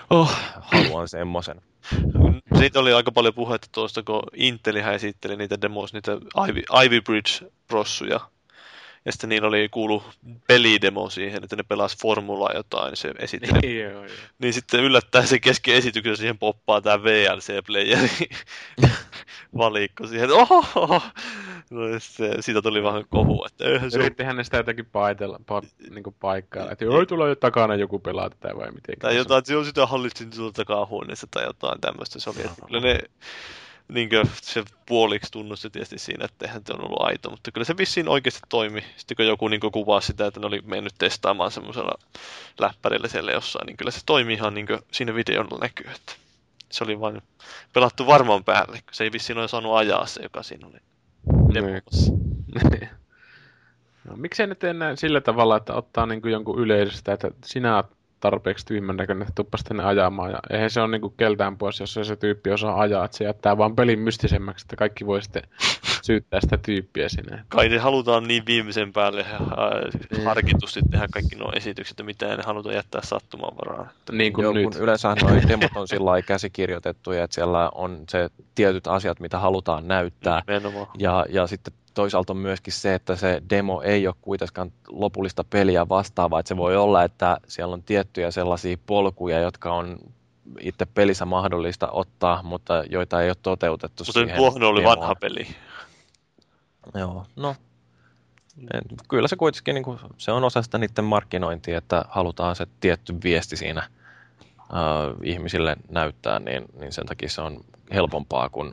Haluan semmosen. Siitä oli aika paljon puhetta tuosta, kun Intelihän esitteli niitä demos, niitä Ivy Bridge-prossuja. Ja sitten niillä oli kuulu pelidemo siihen, että ne pelas Formulaa jotain, se esitteli. Joo. Niin sitten yllättäen se kesken esityksen siihen poppaa tää VLC-playeri valikko siihen, että oho! No, siitä tuli vähän kohu, että eihän se ole. Yrittihän ne sitä jotenkin niinku paikkaa, että joo, tulee jo takana joku pelaa tätä vai miten. Tai jotain, että joo, sitä hallitsin tuolta takahuoneessa tai jotain tämmöistä. Se oli, että kyllä ne niinkö se puoliksi tunnusti tietysti siinä, että eihän se on ollut aito, mutta kyllä se vissiin oikeasti toimi. Sitten kun joku niin kuvasi sitä, että ne oli mennyt testaamaan semmoisella läppärillä siellä jossain, niin kyllä se toimi ihan niin kuin siinä videolla näkyy, että se oli vain pelattu varmaan päälle, kun se ei vissiin ole saanut ajaa se, joka siinä oli demossa. No, miksei ne tee näin sillä tavalla, että ottaa niinku jonkun yleisöstä, että sinä oot tarpeeksi tyhmän näköinen, että tuppas tänne ajamaan. Ja eihän se ole niinku keltään pois, jos se tyyppi osaa ajaa, että se jättää vaan pelin mystisemmäksi, että kaikki voi sitten syyttää sitä tyyppiä sinne. Kai ne halutaan niin viimeisen päälle harkitusti tehdä kaikki nuo esitykset, mitä ne halutaan jättää sattumaan varaan. Niin kuin nyt. Kun yleensä nuo demot on sillä lailla käsikirjoitettuja, että siellä on se tietyt asiat, mitä halutaan näyttää. Ja sitten toisaalta on myöskin se, että se demo ei ole kuitenkaan lopullista peliä vastaavaa, että se voi olla, että siellä on tiettyjä sellaisia polkuja, jotka on itse pelissä mahdollista ottaa, mutta joita ei ole toteutettu siihen. Mutta tuohon oli vanha peli. Joo, no. Kyllä se kuitenkin, niin kuin, se on osa sitä niiden markkinointia, että halutaan se tietty viesti siinä ihmisille näyttää, niin sen takia se on helpompaa, kun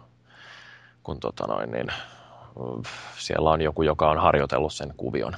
siellä on joku, joka on harjoitellut sen kuvion.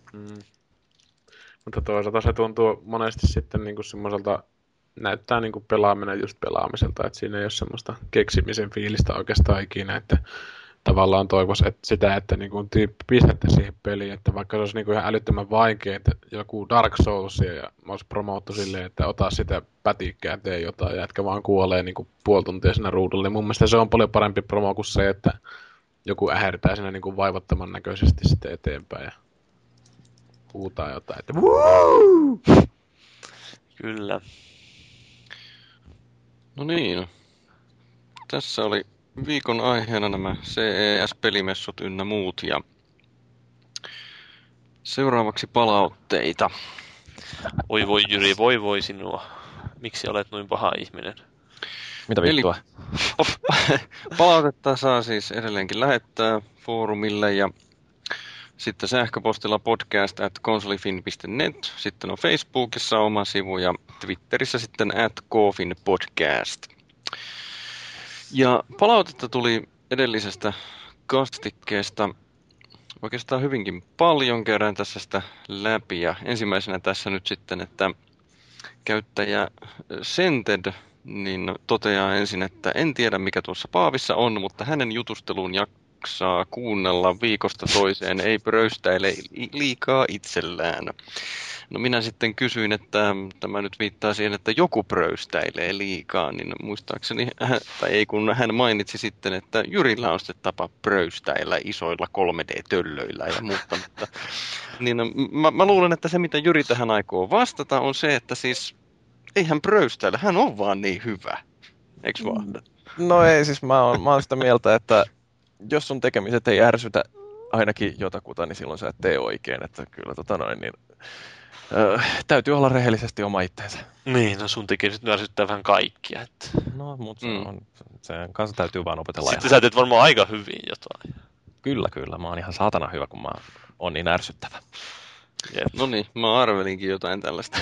Mutta toisaalta se tuntuu monesti sitten niinku semmoiselta, näyttää niinku pelaaminen just pelaamiselta, että siinä ei ole semmoista keksimisen fiilistä oikeastaan ikinä, että tavallaan toivoisi että niinku tyyppi pistätte siihen peliin, että vaikka se olisi niinku ihan älyttömän vaikea, että joku Dark Souls ja olisi promottu silleen, että ota sitä pätikkää, tee jotain ja jätkä vaan kuolee niinku puoli tuntia siinä ruudulla, niin mun mielestä se on paljon parempi promo kuin se, että joku ähertää siinä niinku vaivattoman näköisesti sitten eteenpäin ja huutaa jotain, että Woo! Kyllä. No niin. Tässä oli viikon aiheena nämä CES-pelimessut ynnä muut ja seuraavaksi palautteita. Voi Jyri, voi sinua. Miksi olet noin paha ihminen? Mitä vittua? Palautetta saa siis edelleenkin lähettää foorumille ja sitten sähköpostilla podcast@konsolifin.net. Sitten on Facebookissa oma sivu ja Twitterissä sitten @kofinpodcast. Ja palautetta tuli edellisestä kastikkeesta oikeastaan hyvinkin paljon, käydään tässä sitä läpi. Ja ensimmäisenä tässä nyt sitten, että käyttäjä Sented niin toteaa ensin, että en tiedä mikä tuossa paavissa on, mutta hänen jutusteluun jaksaa kuunnella viikosta toiseen, ei pröystäile liikaa itsellään. No minä sitten kysyin, että tämä nyt viittaa siihen, että joku pröystäilee liikaa, niin muistaakseni, tai ei kun hän mainitsi sitten, että Jyrillä on sitten tapa pröystäillä isoilla 3D-töllöillä ja muuta, mutta niin mä luulen, että se mitä Jyri tähän aikoo vastata on se, että siis ei hän pröystäile, hän on vaan niin hyvä, eikö vaan? No ei, siis mä oon sitä mieltä, että jos sun tekemiset ei ärsytä ainakin jotakuta, niin silloin sä et tee oikein, että kyllä täytyy olla rehellisesti oma itteensä. Niin, no sun tekemiset ärsyttää vähän kaikkia. Että. No, mutta sen kanssa täytyy vaan opetella. Sitten sä teet varmaan aika hyvin jotain. Kyllä. Mä oon ihan saatana hyvä, kun mä oon niin ärsyttävä. No niin, mä arvelinkin jotain tällaista.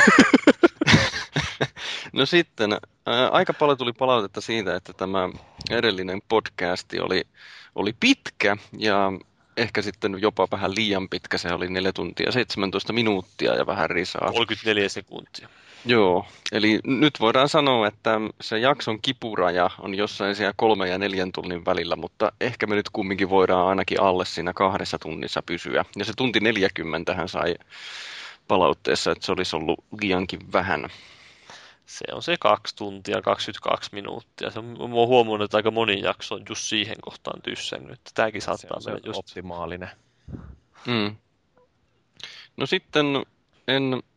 No sitten, aika paljon tuli palautetta siitä, että tämä edellinen podcasti oli pitkä ja ehkä sitten jopa vähän liian pitkä. Se oli 4 tuntia 17 minuuttia ja vähän risaa. 34 sekuntia. Joo, eli nyt voidaan sanoa, että se jakson kipuraja on jossain siellä 3 ja 4 tunnin välillä, mutta ehkä me nyt kumminkin voidaan ainakin alle siinä 2 tunnissa pysyä. Ja se tunti 40 hän sai palautteessa, että se olisi ollut liiankin vähän. Se on se 2 tuntia 22 minuuttia. Mä oon huomannut, että aika moni jakso on just siihen kohtaan tyssännyt. Tämäkin saattaa se mennä just optimaalinen. No sitten en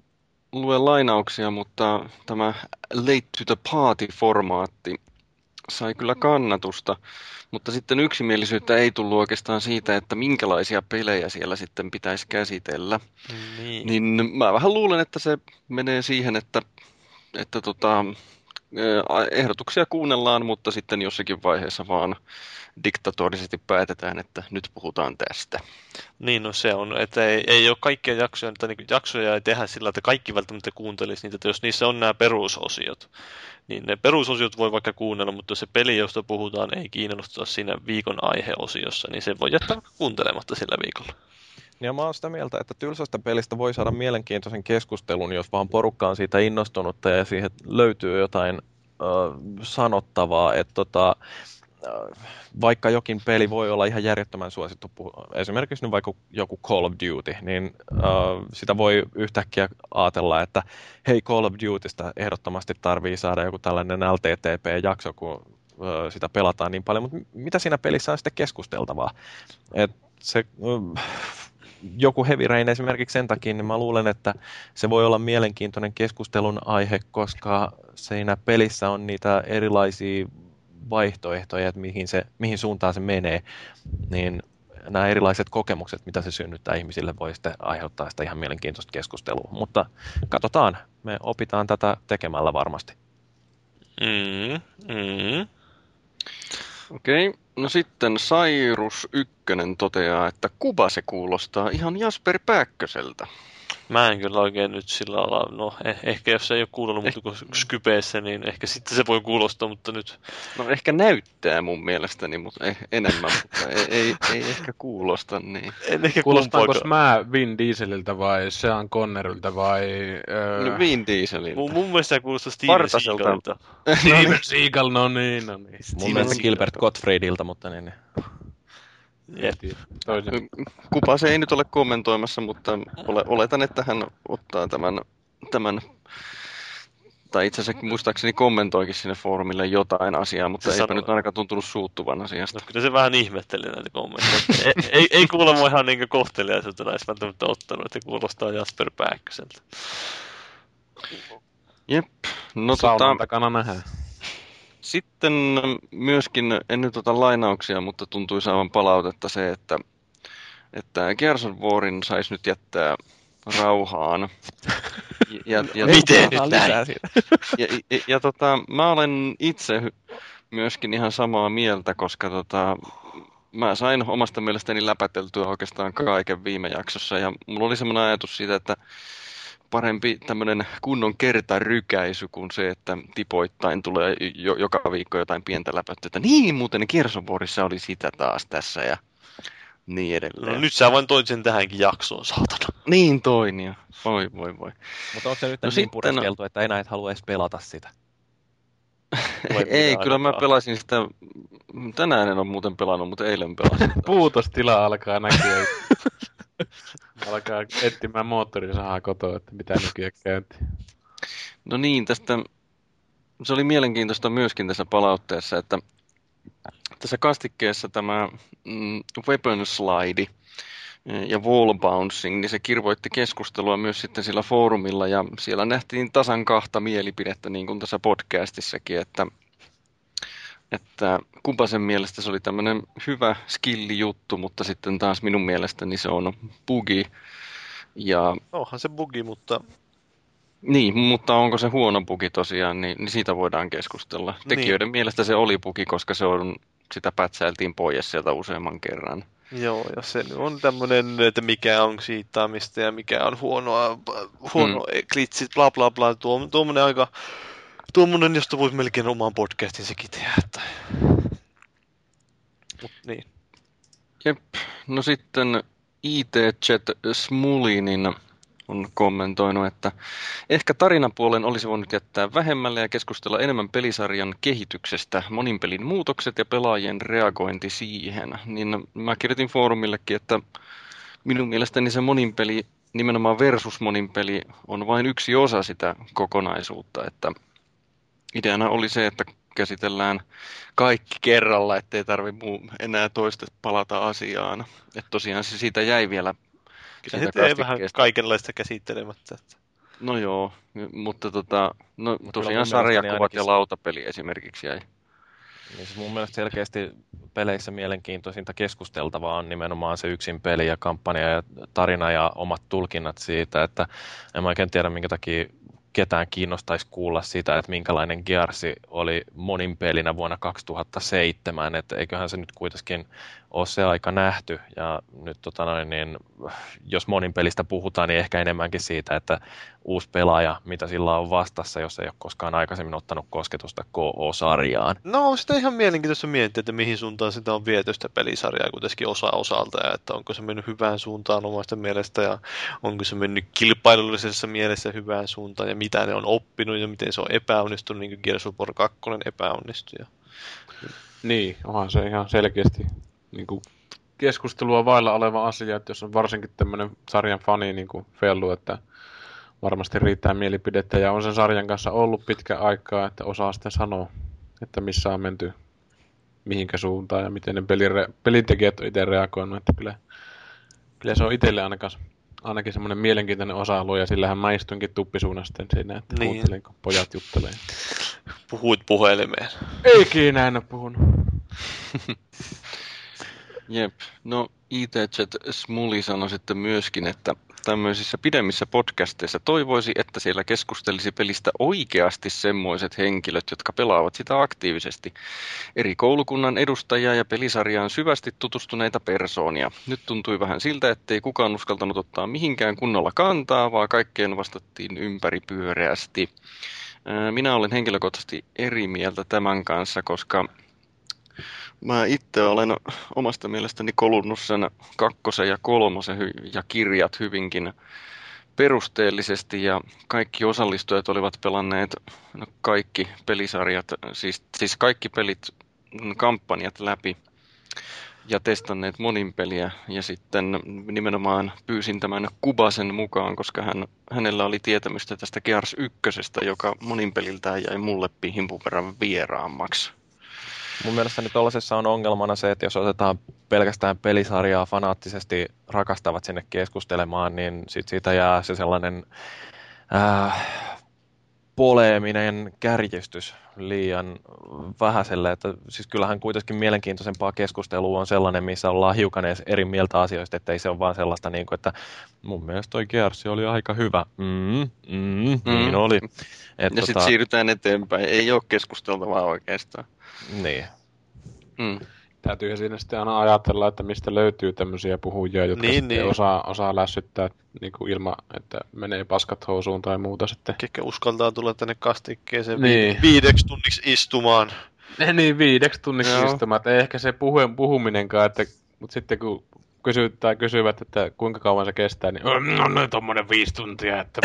lue lainauksia, mutta tämä Late to the Party-formaatti sai kyllä kannatusta, mutta sitten yksimielisyyttä ei tullut oikeastaan siitä, että minkälaisia pelejä siellä sitten pitäisi käsitellä. Niin. Niin mä vähän luulen, että se menee siihen, että ehdotuksia kuunnellaan, mutta sitten jossakin vaiheessa vaan diktatorisesti päätetään, että nyt puhutaan tästä. Niin, no se on, että ei ole kaikkia jaksoja, että niin jaksoja ei tehdä sillä, että kaikki välttämättä kuuntelisi niitä, että jos niissä on nämä perusosiot, niin ne perusosiot voi vaikka kuunnella, mutta jos se peli, josta puhutaan, ei kiinnosta siinä viikon aiheosiossa, niin se voi jättää kuuntelematta sillä viikolla. Ja mä oon sitä mieltä, että tylsästä pelistä voi saada mielenkiintoisen keskustelun, jos vaan porukka on siitä innostunutta ja siihen löytyy jotain sanottavaa, että vaikka jokin peli voi olla ihan järjettömän suosittu, esimerkiksi nyt vaikka joku Call of Duty, niin sitä voi yhtäkkiä ajatella, että hei, Call of Dutystä ehdottomasti tarvii saada joku tällainen LTTP-jakso, kun sitä pelataan niin paljon, mutta mitä siinä pelissä on sitten keskusteltavaa? Et se, joku Heavy Rain esimerkiksi sen takia, niin mä luulen, että se voi olla mielenkiintoinen keskustelun aihe, koska siinä pelissä on niitä erilaisia vaihtoehtoja, että mihin suuntaan se menee, niin nämä erilaiset kokemukset, mitä se synnyttää ihmisille, voi sitten aiheuttaa sitä ihan mielenkiintoista keskustelua. Mutta katsotaan, me opitaan tätä tekemällä varmasti. Okei, no sitten Sairus 1 toteaa, että kuva se kuulostaa ihan Jasper Pääkköseltä. Mä en kyllä oikein nyt sillä lailla, no ehkä jos ei ole kuulunut muuta kuin Skypeessä, niin ehkä sitten se voi kuulostaa, mutta nyt... No ehkä näyttää mun mielestäni, mutta enemmän, mutta ei ehkä kuulosta niin. En ehkä Kuulostaanko mä Vin Dieseliltä vai Sean Connerilta vai... No Vin Dieseliltä. Mun mielestä se kuulostaa Steven Seagalilta. Steven Seagal, no niin. Mun mielestä Gilbert Gottfriedilta, mutta niin. Kupa se ei nyt ole kommentoimassa, mutta oletan, että hän ottaa tämän tai itse asiassa muistaakseni kommentoikin sinne foorumille jotain asiaa, mutta eipä nyt ainakaan tuntunut suuttuvan asiasta. No, kyllä se vähän ihmetteli näitä kommentteja. ei kuulemma ihan niin kohteliaisuutta näissä välttämättä ottanut, että kuulostaa Jasper Pääkköseltä. Jep. No saunan takana nähdään. Sitten myöskin, en nyt ota lainauksia, mutta tuntui saavan palautetta se, että Gears of Warin saisi nyt jättää rauhaan. Miten nyt näin? Mä olen itse myöskin ihan samaa mieltä, koska mä sain omasta mielestäni läpäteltyä oikeastaan kaiken viime jaksossa, ja mulla oli semmoinen ajatus siitä, että parempi tämmöinen kunnon kertarykäisy kuin se, että tipoittain tulee joka viikko jotain pientä läpättyä. Niin, muuten Gears of Warissa oli sitä taas tässä ja niin edelleen. No nyt sä vain toit sen tähänkin jaksoon, saatana. Niin toin ja voi. Mutta onko se nyt niin pureskeltu, että enää et halua edes pelata sitä? Ei, kyllä mä pelasin sitä, tänään en ole muuten pelannut, mutta eilen pelasin. Puutostila alkaa näkyä. Alkaa etsimään moottorisahaa kotoa, että mitä nykyään käyntiin. No niin, se oli mielenkiintoista myöskin tässä palautteessa, että tässä kastikkeessa tämä weapon slide ja wall bouncing, niin se kirvoitti keskustelua myös sitten sillä foorumilla, ja siellä nähtiin tasan kahta mielipidettä, niin kuin tässä podcastissakin, että kumpasen mielestä se oli tämmöinen hyvä skillijuttu, mutta sitten taas minun mielestäni se on bugi. Ja... Onhan se bugi, mutta... Niin, mutta onko se huono bugi tosiaan, niin siitä voidaan keskustella. Tekijöiden mielestä se oli bugi, koska sitä pätsäiltiin pois sieltä useamman kerran. Joo, ja se on tämmöinen, että mikä on siittaamista ja mikä on huono glitchit, bla bla bla, tuommoinen aika... Tuommoinen, josta voisi melkein omaan podcastin sekin tehdä. Niin. Jep. No sitten IT-chat Smulinin on kommentoinut, että ehkä tarinapuolen olisi voinut jättää vähemmälle ja keskustella enemmän pelisarjan kehityksestä, monin pelin muutokset ja pelaajien reagointi siihen. Niin mä kirjoitin foorumillekin, että minun mielestäni se monin peli, nimenomaan versus monin peli, on vain yksi osa sitä kokonaisuutta, että ideana oli se, että käsitellään kaikki kerralla, ettei tarvitse enää toista palata asiaan. Että tosiaan se siitä jäi vielä siitä kastikkeesta. Vähän kaikenlaista käsittelemättä. No joo, mutta no Mut kyllä tosiaan mun mielestäni sarjakuvat ainakin ja lautapeli esimerkiksi jäi. niin siis mun mielestä selkeästi peleissä mielenkiintoisinta keskusteltavaa on nimenomaan se yksin peli ja kampanja ja tarina ja omat tulkinnat siitä, että en mä oikein tiedä minkä takia ketään kiinnostaisi kuulla sitä, että minkälainen Gearsi oli monin pelinä vuonna 2007, että eiköhän se nyt kuitenkin ole se aika nähty, ja nyt jos monin pelistä puhutaan, niin ehkä enemmänkin siitä, että uusi pelaaja, mitä sillä on vastassa, jos ei ole koskaan aikaisemmin ottanut kosketusta KO-sarjaan. No on sitä ihan mielenkiintoista miettiä, että mihin suuntaan sitä on viety sitä pelisarjaa kuitenkin osalta, ja että onko se mennyt hyvään suuntaan omasta mielestä, ja onko se mennyt kilpailullisessa mielessä hyvään suuntaan, ja mitä ne on oppinut, ja miten se on epäonnistunut, niin kuin Gears of War 2 epäonnistui. Niin, onhan se ihan selkeästi niin kuin keskustelua vailla oleva asia, että jos on varsinkin tämmöinen sarjan fani niin kuin Fellu, että varmasti riittää mielipidettä ja on sen sarjan kanssa ollut pitkä aikaa, että osaa sitten sanoa, että missä on menty mihinkä suuntaan ja miten ne pelintekijät on itse reagoinut, että kyllä se on itselle ainakin semmoinen mielenkiintoinen osa-alue ja sillähän mä istunkin tuppisuuna sitten siinä, että Niin. kuuntelin, kun pojat juttelee. Puhuit puhelimeen. Ei ikinä en ole puhunut. Jep, no IT-chat Smuli sanoi sitten myöskin, että tämmöisissä pidemmissä podcasteissa toivoisi, että siellä keskustelisi pelistä oikeasti semmoiset henkilöt, jotka pelaavat sitä aktiivisesti. Eri koulukunnan edustajia ja pelisarjaan syvästi tutustuneita persoonia. Nyt tuntui vähän siltä, ettei kukaan uskaltanut ottaa mihinkään kunnolla kantaa, vaan kaikkeen vastattiin ympäripyöreästi. Minä olen henkilökohtaisesti eri mieltä tämän kanssa, koska mä itse olen omasta mielestäni kolunnut sen 2. ja 3. ja kirjat hyvinkin perusteellisesti ja kaikki osallistujat olivat pelanneet kaikki pelisarjat, siis kaikki pelit, kampanjat läpi ja testanneet monin peliä ja sitten nimenomaan pyysin tämän Kubasen mukaan, koska hänellä oli tietämystä tästä Gears 1, joka monin peliltään jäi mulle himpun verran vieraammaksi. Mun mielestäni tuollaisessa on ongelmana se, että jos otetaan pelkästään pelisarjaa fanaattisesti rakastavat sinne keskustelemaan, niin sit siitä jää se sellainen poleeminen kärjistys liian vähäiselle. Että siis kyllähän kuitenkin mielenkiintoisempaa keskustelua on sellainen, missä ollaan hiukan edes eri mieltä asioista, että ei se ole vaan sellaista, niin kuin, että mun mielestä toi Gears oli aika hyvä. Niin oli. Ja sitten siirrytään eteenpäin. Ei ole keskusteltavaa oikeastaan. Niin. Täytyy siinä sitten aina ajatella, että mistä löytyy tämmöisiä puhujia, jotka sitten osaa lässyttää niin kuin ilman, että menee paskat housuun tai muuta sitten. Ketkä uskaltaa tulla tänne kastikkeeseen 5 tunniksi istumaan. Niin, 5 tunniksi istumaan. Ei ehkä se puhuminenkaan, mutta sitten kun kysyvät, että kuinka kauan se kestää, niin no tommonen 5 tuntia, että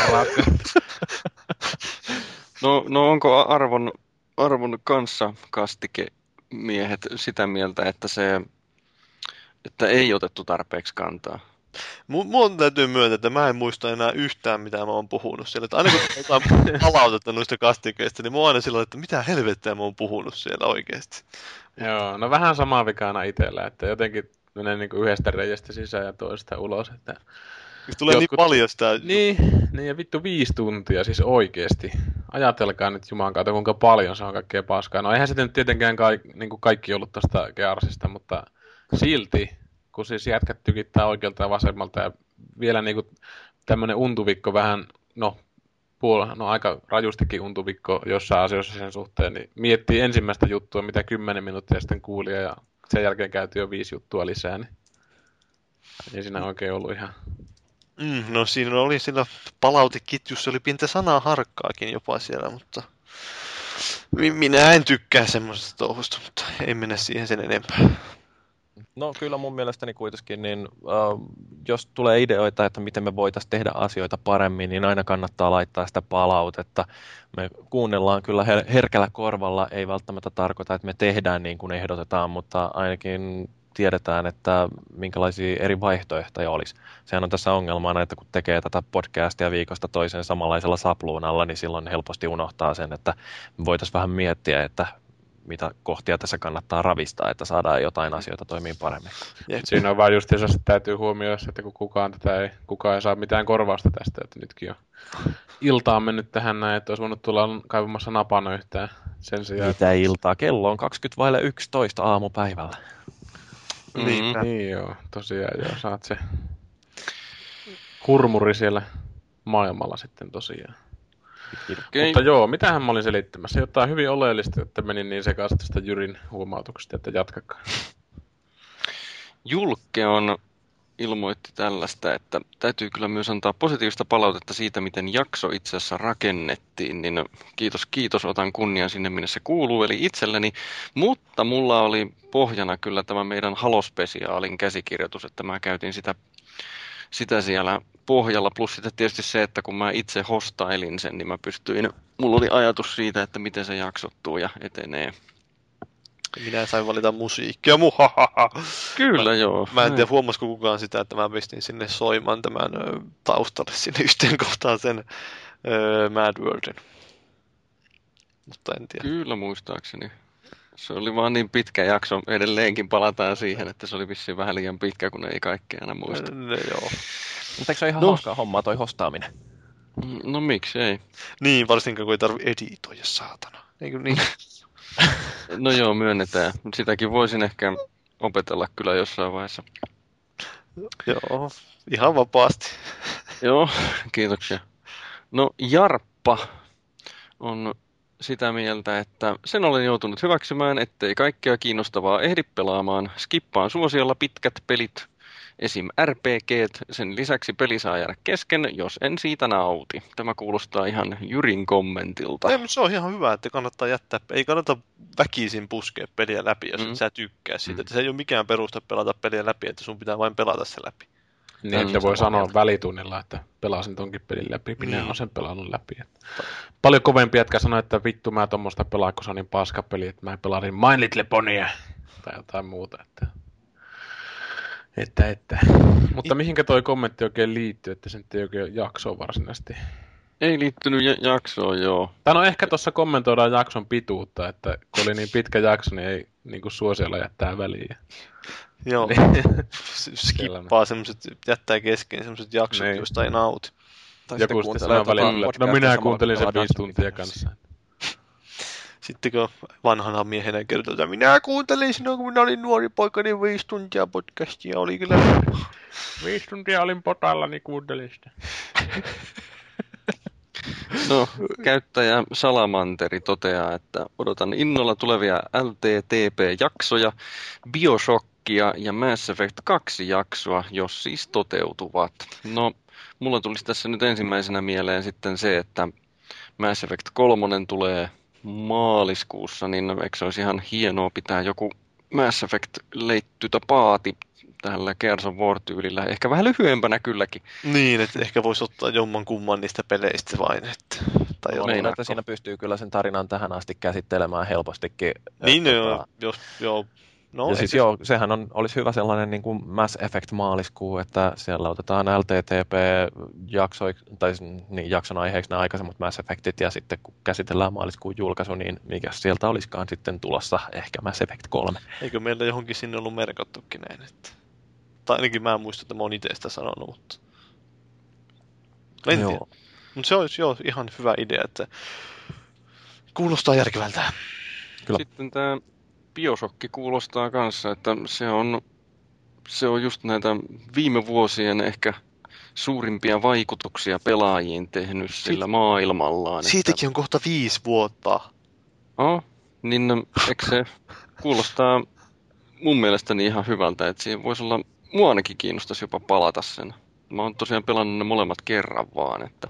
No onko arvon kanssa kastikemiehet sitä mieltä, että ei otettu tarpeeksi kantaa? Mun täytyy myöntää, että mä en muista enää yhtään, mitä mä oon puhunut siellä. Että aina kun otetaan palautetta noista kastikeista, niin mä oon aina silloin, että mitä helvettiä mä oon puhunut siellä oikeasti. Joo, no vähän samaa vikana itsellä, että jotenkin menee niin kuin yhdestä reiästä sisään ja toista ulos. Että tulee niin paljon sitä. Niin ja vittu 5 tuntia siis oikeesti. Ajatelkaa nyt juman kautta, kuinka paljon se on kaikkea paskaa. No eihän se nyt tietenkään niin kuin kaikki ollut tästä Gearsista, mutta silti, kun siis jätkät tykittää oikealta ja vasemmalta ja vielä niin kuin tämmönen untuvikko vähän, no aika rajustikin untuvikko jossain asioissa sen suhteen, niin miettii ensimmäistä juttua, mitä 10 minuuttia sitten kuuli ja sen jälkeen käytiin jo 5 juttua lisää, niin ei siinä oikein ollut ihan. No siinä palautekitjussa oli pientä sanaa harkkaakin jopa siellä, mutta minä en tykkää semmoisesta touhusta, mutta ei mennä siihen sen enempää. No kyllä mun mielestäni kuitenkin, niin jos tulee ideoita, että miten me voitaisiin tehdä asioita paremmin, niin aina kannattaa laittaa sitä palautetta. Me kuunnellaan kyllä herkällä korvalla, ei välttämättä tarkoita, että me tehdään niin kuin ehdotetaan, mutta ainakin tiedetään, että minkälaisia eri vaihtoehtoja olisi. Sehän on tässä ongelmana, että kun tekee tätä podcastia viikosta toiseen samanlaisella sapluunalla, niin silloin helposti unohtaa sen, että voitaisiin vähän miettiä, että mitä kohtia tässä kannattaa ravistaa, että saadaan jotain asioita toimii paremmin. Siinä on vaan just, jos täytyy huomioida, että kun kukaan ei saa mitään korvausta tästä, että nytkin on ilta on mennyt tähän näin, että olisi voinut tulla kaivamassa napana yhtään sen sijaan. Mitä iltaa? Kello on 20:11 aamupäivällä. Niin joo, tosiaan joo, saat se hurmuri siellä maailmalla sitten tosiaan. Okay. Mutta joo, mitähän mä olin selittämässä? Jotain hyvin oleellista, että menin niin sekaisin tästä Jyrin huomautuksesta, että jatkakaa. Julkke on ilmoitti tällaista, että täytyy kyllä myös antaa positiivista palautetta siitä, miten jakso itse asiassa rakennettiin, niin kiitos, otan kunnian sinne, minne se kuuluu, eli itselleni, mutta mulla oli pohjana kyllä tämä meidän Halo-spesiaalin käsikirjoitus, että mä käytin sitä siellä pohjalla, plus sitten tietysti se, että kun mä itse hostailin sen, niin mulla oli ajatus siitä, että miten se jaksottuu ja etenee. Minä sain valita musiikkia, muhahaha. Kyllä joo. Mä en tiedä, huomasiko kukaan sitä, että mä pistin sinne soimaan tämän taustalle sinne yhteen kohtaan sen Mad Worldin. Mutta en tiedä. Kyllä muistaakseni. Se oli vaan niin pitkä jakso, edelleenkin palataan siihen, että se oli vissiin vähän liian pitkä, kun ei kaikkea aina muista. Joo. Mutta eikö se ole ihan hauskaa hommaa toi hostaaminen? No miksi ei? Niin, varsinkin kun ei tarvitse editoida, saatana. Eikö niin? No joo, myönnetään. Sitäkin voisin ehkä opetella kyllä jossain vaiheessa. Joo, ihan vapaasti. Joo, kiitoksia. No Jarppa on sitä mieltä, että sen olen joutunut hyväksymään, ettei kaikkea kiinnostavaa ehdi pelaamaan. Skippaan suosiolla pitkät pelit, esim. RPGt, sen lisäksi peli saa jäädä kesken, jos en siitä nauti. Tämä kuulostaa ihan Jyrin kommentilta. Ei, mutta se on ihan hyvä, että kannattaa ei kannata väkisin puskea peliä läpi, jos et sä tykkää siitä. Että se ei ole mikään peruste pelata peliä läpi, että sun pitää vain pelata se läpi. Niin, että voi sanoa välitunnilla, että pelasin tonkin pelin läpi, minä olen sen pelannut läpi. Paljon kovempi jätkä sanoi, että vittu mä tommoista pelaan, kun se on niin paskapeli, että mä pelasin My Little Ponya tai jotain muuta. Mutta mihinkä toi kommentti oikein liittyy, että se nyt ei oikein jaksoa varsinaisesti? Ei liittynyt jaksoon, joo. Tai no ehkä tuossa kommentoidaan jakson pituutta, että kun oli niin pitkä jakso, niin ei niin kuin suosiolla jättää väliin. Joo, skippaa semmoset, jättää kesken semmoset jaksot, joista ei nauti. Joku sitten sanoo väliin, no minä kuuntelin sen 5 tuntia kanssa. Sitten kun vanhana miehenä kertoo, että minä kuuntelin sinua, kun minä olin nuori poika, niin 5 tuntia podcastia oli kyllä. 5 tuntia olin potalla, niin kuuntelin sitä. No, käyttäjä Salamanteri toteaa, että odotan innolla tulevia LTTP-jaksoja, Bioshockia ja Mass Effect 2 jaksoa, jos siis toteutuvat. No, mulla tulisi tässä nyt ensimmäisenä mieleen sitten se, että Mass Effect 3 tulee maaliskuussa, niin eikö se olisi ihan hienoa pitää joku Mass Effect-leittytä paati tällä Gears of War-tyylillä. Ehkä vähän lyhyempänä kylläkin. Niin, että ehkä voisi ottaa jomman kumman niistä peleistä vain. Että siinä pystyy kyllä sen tarinan tähän asti käsittelemään helpostikin. Niin, joo. No, ja siis sehän olisi hyvä sellainen niin kuin Mass Effect maaliskuu, että siellä otetaan jakson aiheeksi nämä aikaisemmat Mass Effectit, ja sitten kun käsitellään maaliskuun julkaisu, niin mikä sieltä olisikaan sitten tulossa ehkä Mass Effect 3. Eikö meillä johonkin sinne ollut merkattukin näin? Tai ainakin mä en muista, että mä oon itse sitä sanonut, mutta en tiedä. Mutta se olisi ihan hyvä idea, että kuulostaa järkevältä. Kyllä. Sitten tämä Bioshock kuulostaa kanssa, että se on just näitä viime vuosien ehkä suurimpia vaikutuksia pelaajiin tehnyt sillä maailmallaan. Siitäkin on kohta 5 vuotta. Niin eikö se kuulostaa mun mielestäni ihan hyvältä, että siihen voisi olla, mua ainakin kiinnostaisi jopa palata sen. Mä oon tosiaan pelannut ne molemmat kerran vaan, että.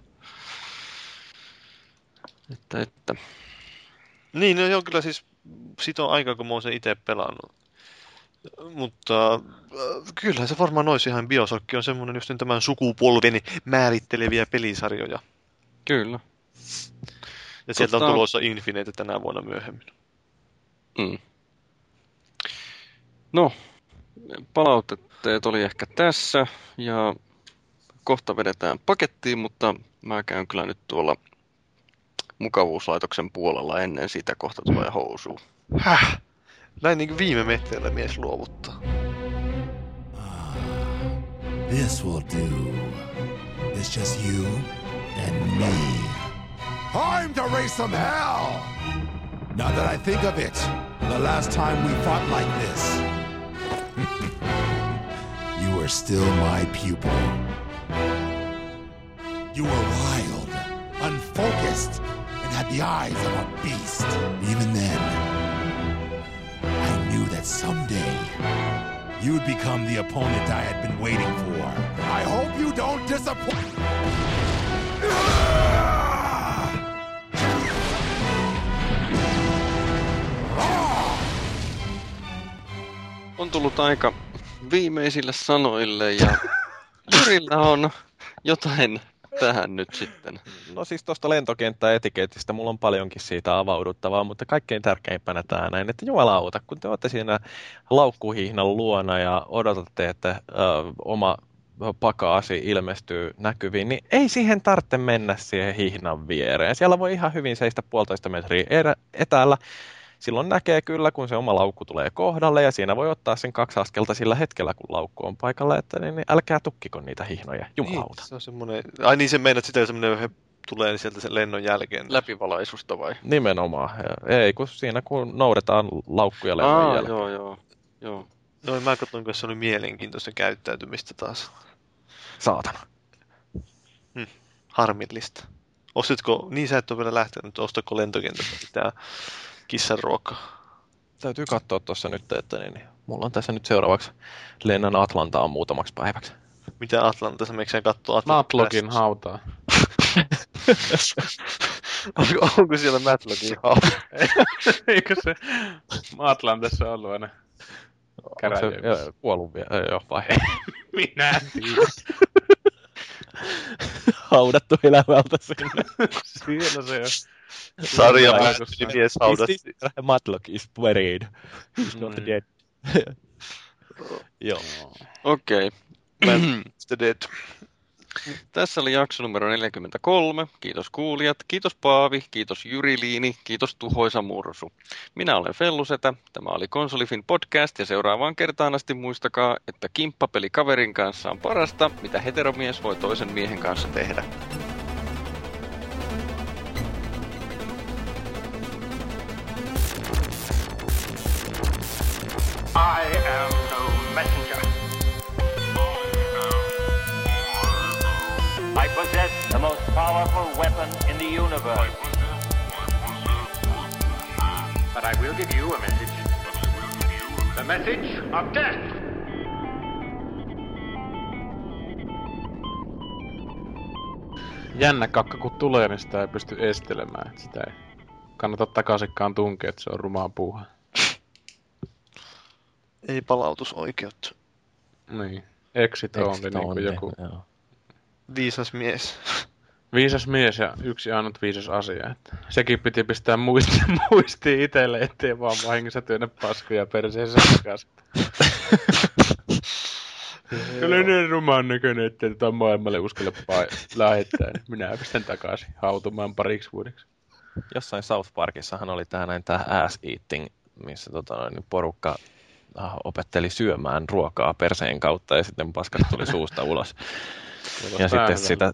Niin, no joo, kyllä siis siitä on aikaa, kun mä oon sen itse pelannut. Mutta kyllä se varmaan olisi ihan Bioshock on semmoinen just tämän sukupolven määritteleviä pelisarjoja. Kyllä. Ja sieltä on tulossa Infinite tänä vuonna myöhemmin. No, palautteet oli ehkä tässä ja kohta vedetään pakettiin, mutta mä käyn kyllä nyt tuolla mukavuuslaitoksen puolella ennen sitä kohta tulee housuun. Näin niin viime metreillä mies luovuttaa. This will do. It's just you and me. Time to raise some hell! Now that I think of it, the last time we fought like this, you were still my pupil. You were wild, unfocused, and had the eyes of a beast. Even then, I knew that someday you would become the opponent I had been waiting for. I hope you don't disappoint. On tullut aika viimeisille sanoille ja Jyrillä on jotain tähän nyt sitten. No siis tuosta lentokenttäetiketistä mulla on paljonkin siitä avauduttavaa, mutta kaikkein tärkeimpänä tämä näin, että jumalauta, kun te olette siinä laukkuhihnan luona ja odotatte, että oma pakaasi ilmestyy näkyviin, niin ei siihen tarvitse mennä siihen hihnan viereen. Siellä voi ihan hyvin seistä 1,5 metriä etäällä. Silloin näkee kyllä, kun se oma laukku tulee kohdalle ja siinä voi ottaa sen 2 askelta sillä hetkellä, kun laukku on paikalla, että niin älkää tukkiko niitä hihnoja, jumalauta. Niin, se on semmoinen, ai niin se meinaat sitä, semmoinen tulee sieltä sen lennon jälkeen. Läpivalaisusta vai? Nimenomaan. Ei, kun siinä kun noudetaan laukkuja lennon jälkeen. Joo. No mä katson, kun se oli mielenkiintoista käyttäytymistä taas. Saatana. Harmillista. Ostitko, niin sä et ole vielä lähtenyt, ostako lentokentästä mitään kissanruokaa? Täytyy katsoa tuossa nyt, että niin, mulla on tässä nyt seuraavaksi lennän Atlantaan muutamaksi päiväksi. Mitä Atlantassa? Meikö sä katsoa Atlantassa? Matlogin hautaa. Onko siellä Matlogin hautaa? Eikö se Atlantassa ollut aina käräjäyksessä? Kuollut vielä, joo vai? Minä en tiedä. Haudattu elämältä sinne. Siellä se on. Sarja mies haudattiin. Matlock is buried. He's not dead. Joo. Okei. The Dead. Tässä oli jakso numero 43. Kiitos kuulijat, kiitos Paavi, kiitos Jyri-Liini, kiitos Tuhoisa Mursu. Minä olen Fellusetä, tämä oli Konsolifin podcast ja seuraavaan kertaan asti muistakaa, että kimppapeli kaverin kanssa on parasta, mitä heteromies voi toisen miehen kanssa tehdä. I am no messenger. I possess the most powerful weapon in the universe. But I will give you a message. The message of death. Jännä kakka kun tulee, niin sitä ei pysty estelemään. Sitä ei kannata takaisinkaan tunkea, että se on rumaa puuhaa. Ei palautusoikeutta. Niin. Exit only, niin kuin joku Joo. Viisas mies. viisas mies ja yksi ainut viisas asia. Että sekin piti pistää muistiin itselle, ettei vaan vahingossa työnnä paskoja perseessä takaisin. Kyllä niin rumaan näköinen, ettei tätä maailmalle uskalla lähettää. Minä pistän takaisin hautumaan pariksi vuodeksi. Jossain South Parkissahan oli tää ass eating, missä porukka opetteli syömään ruokaa perseen kautta ja sitten paskat tuli suusta ulos. Ja sitten sitä,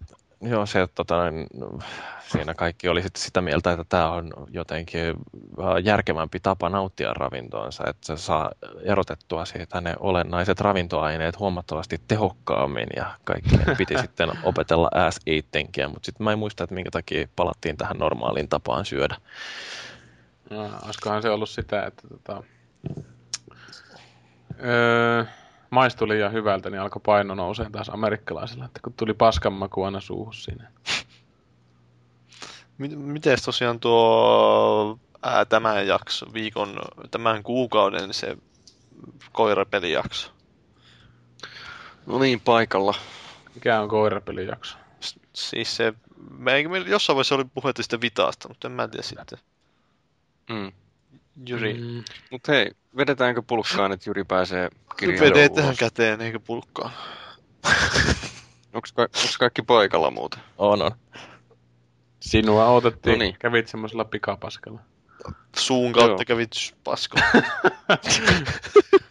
siinä kaikki oli sitten sitä mieltä, että tämä on jotenkin järkevämpi tapa nauttia ravintoonsa, että se saa erotettua siitä ne olennaiset ravintoaineet huomattavasti tehokkaammin ja kaikki piti sitten opetella ass eatingia, mutta sitten mä en muista, että minkä takia palattiin tähän normaaliin tapaan syödä. No, olisikohan se ollut sitä, että maistui liian hyvältä, niin alkoi paino nousee taas amerikkalaisilla, että kun tuli paskan maku aina suuhun siinä. Miten tosiaan tuo tämän jakso, tämän kuukauden se koirapelijakso? No niin, paikalla. Mikä on koirapelijakso? Siis se, meillä jossain vaiheessa oli puhetta sitä Vitaasta, mutta en mä tiedä sitten. Jyri. Mut hei, vedetäänkö pulkkaan, että Jyri pääsee kirjaan Vedetään ulos? käteen eikä pulkkaan. Onks kaikki paikalla muuten? On. Sinua odotettiin. Noniin. Kävit semmoisella pikapaskalla. suun kautta Joo. kävit pasko.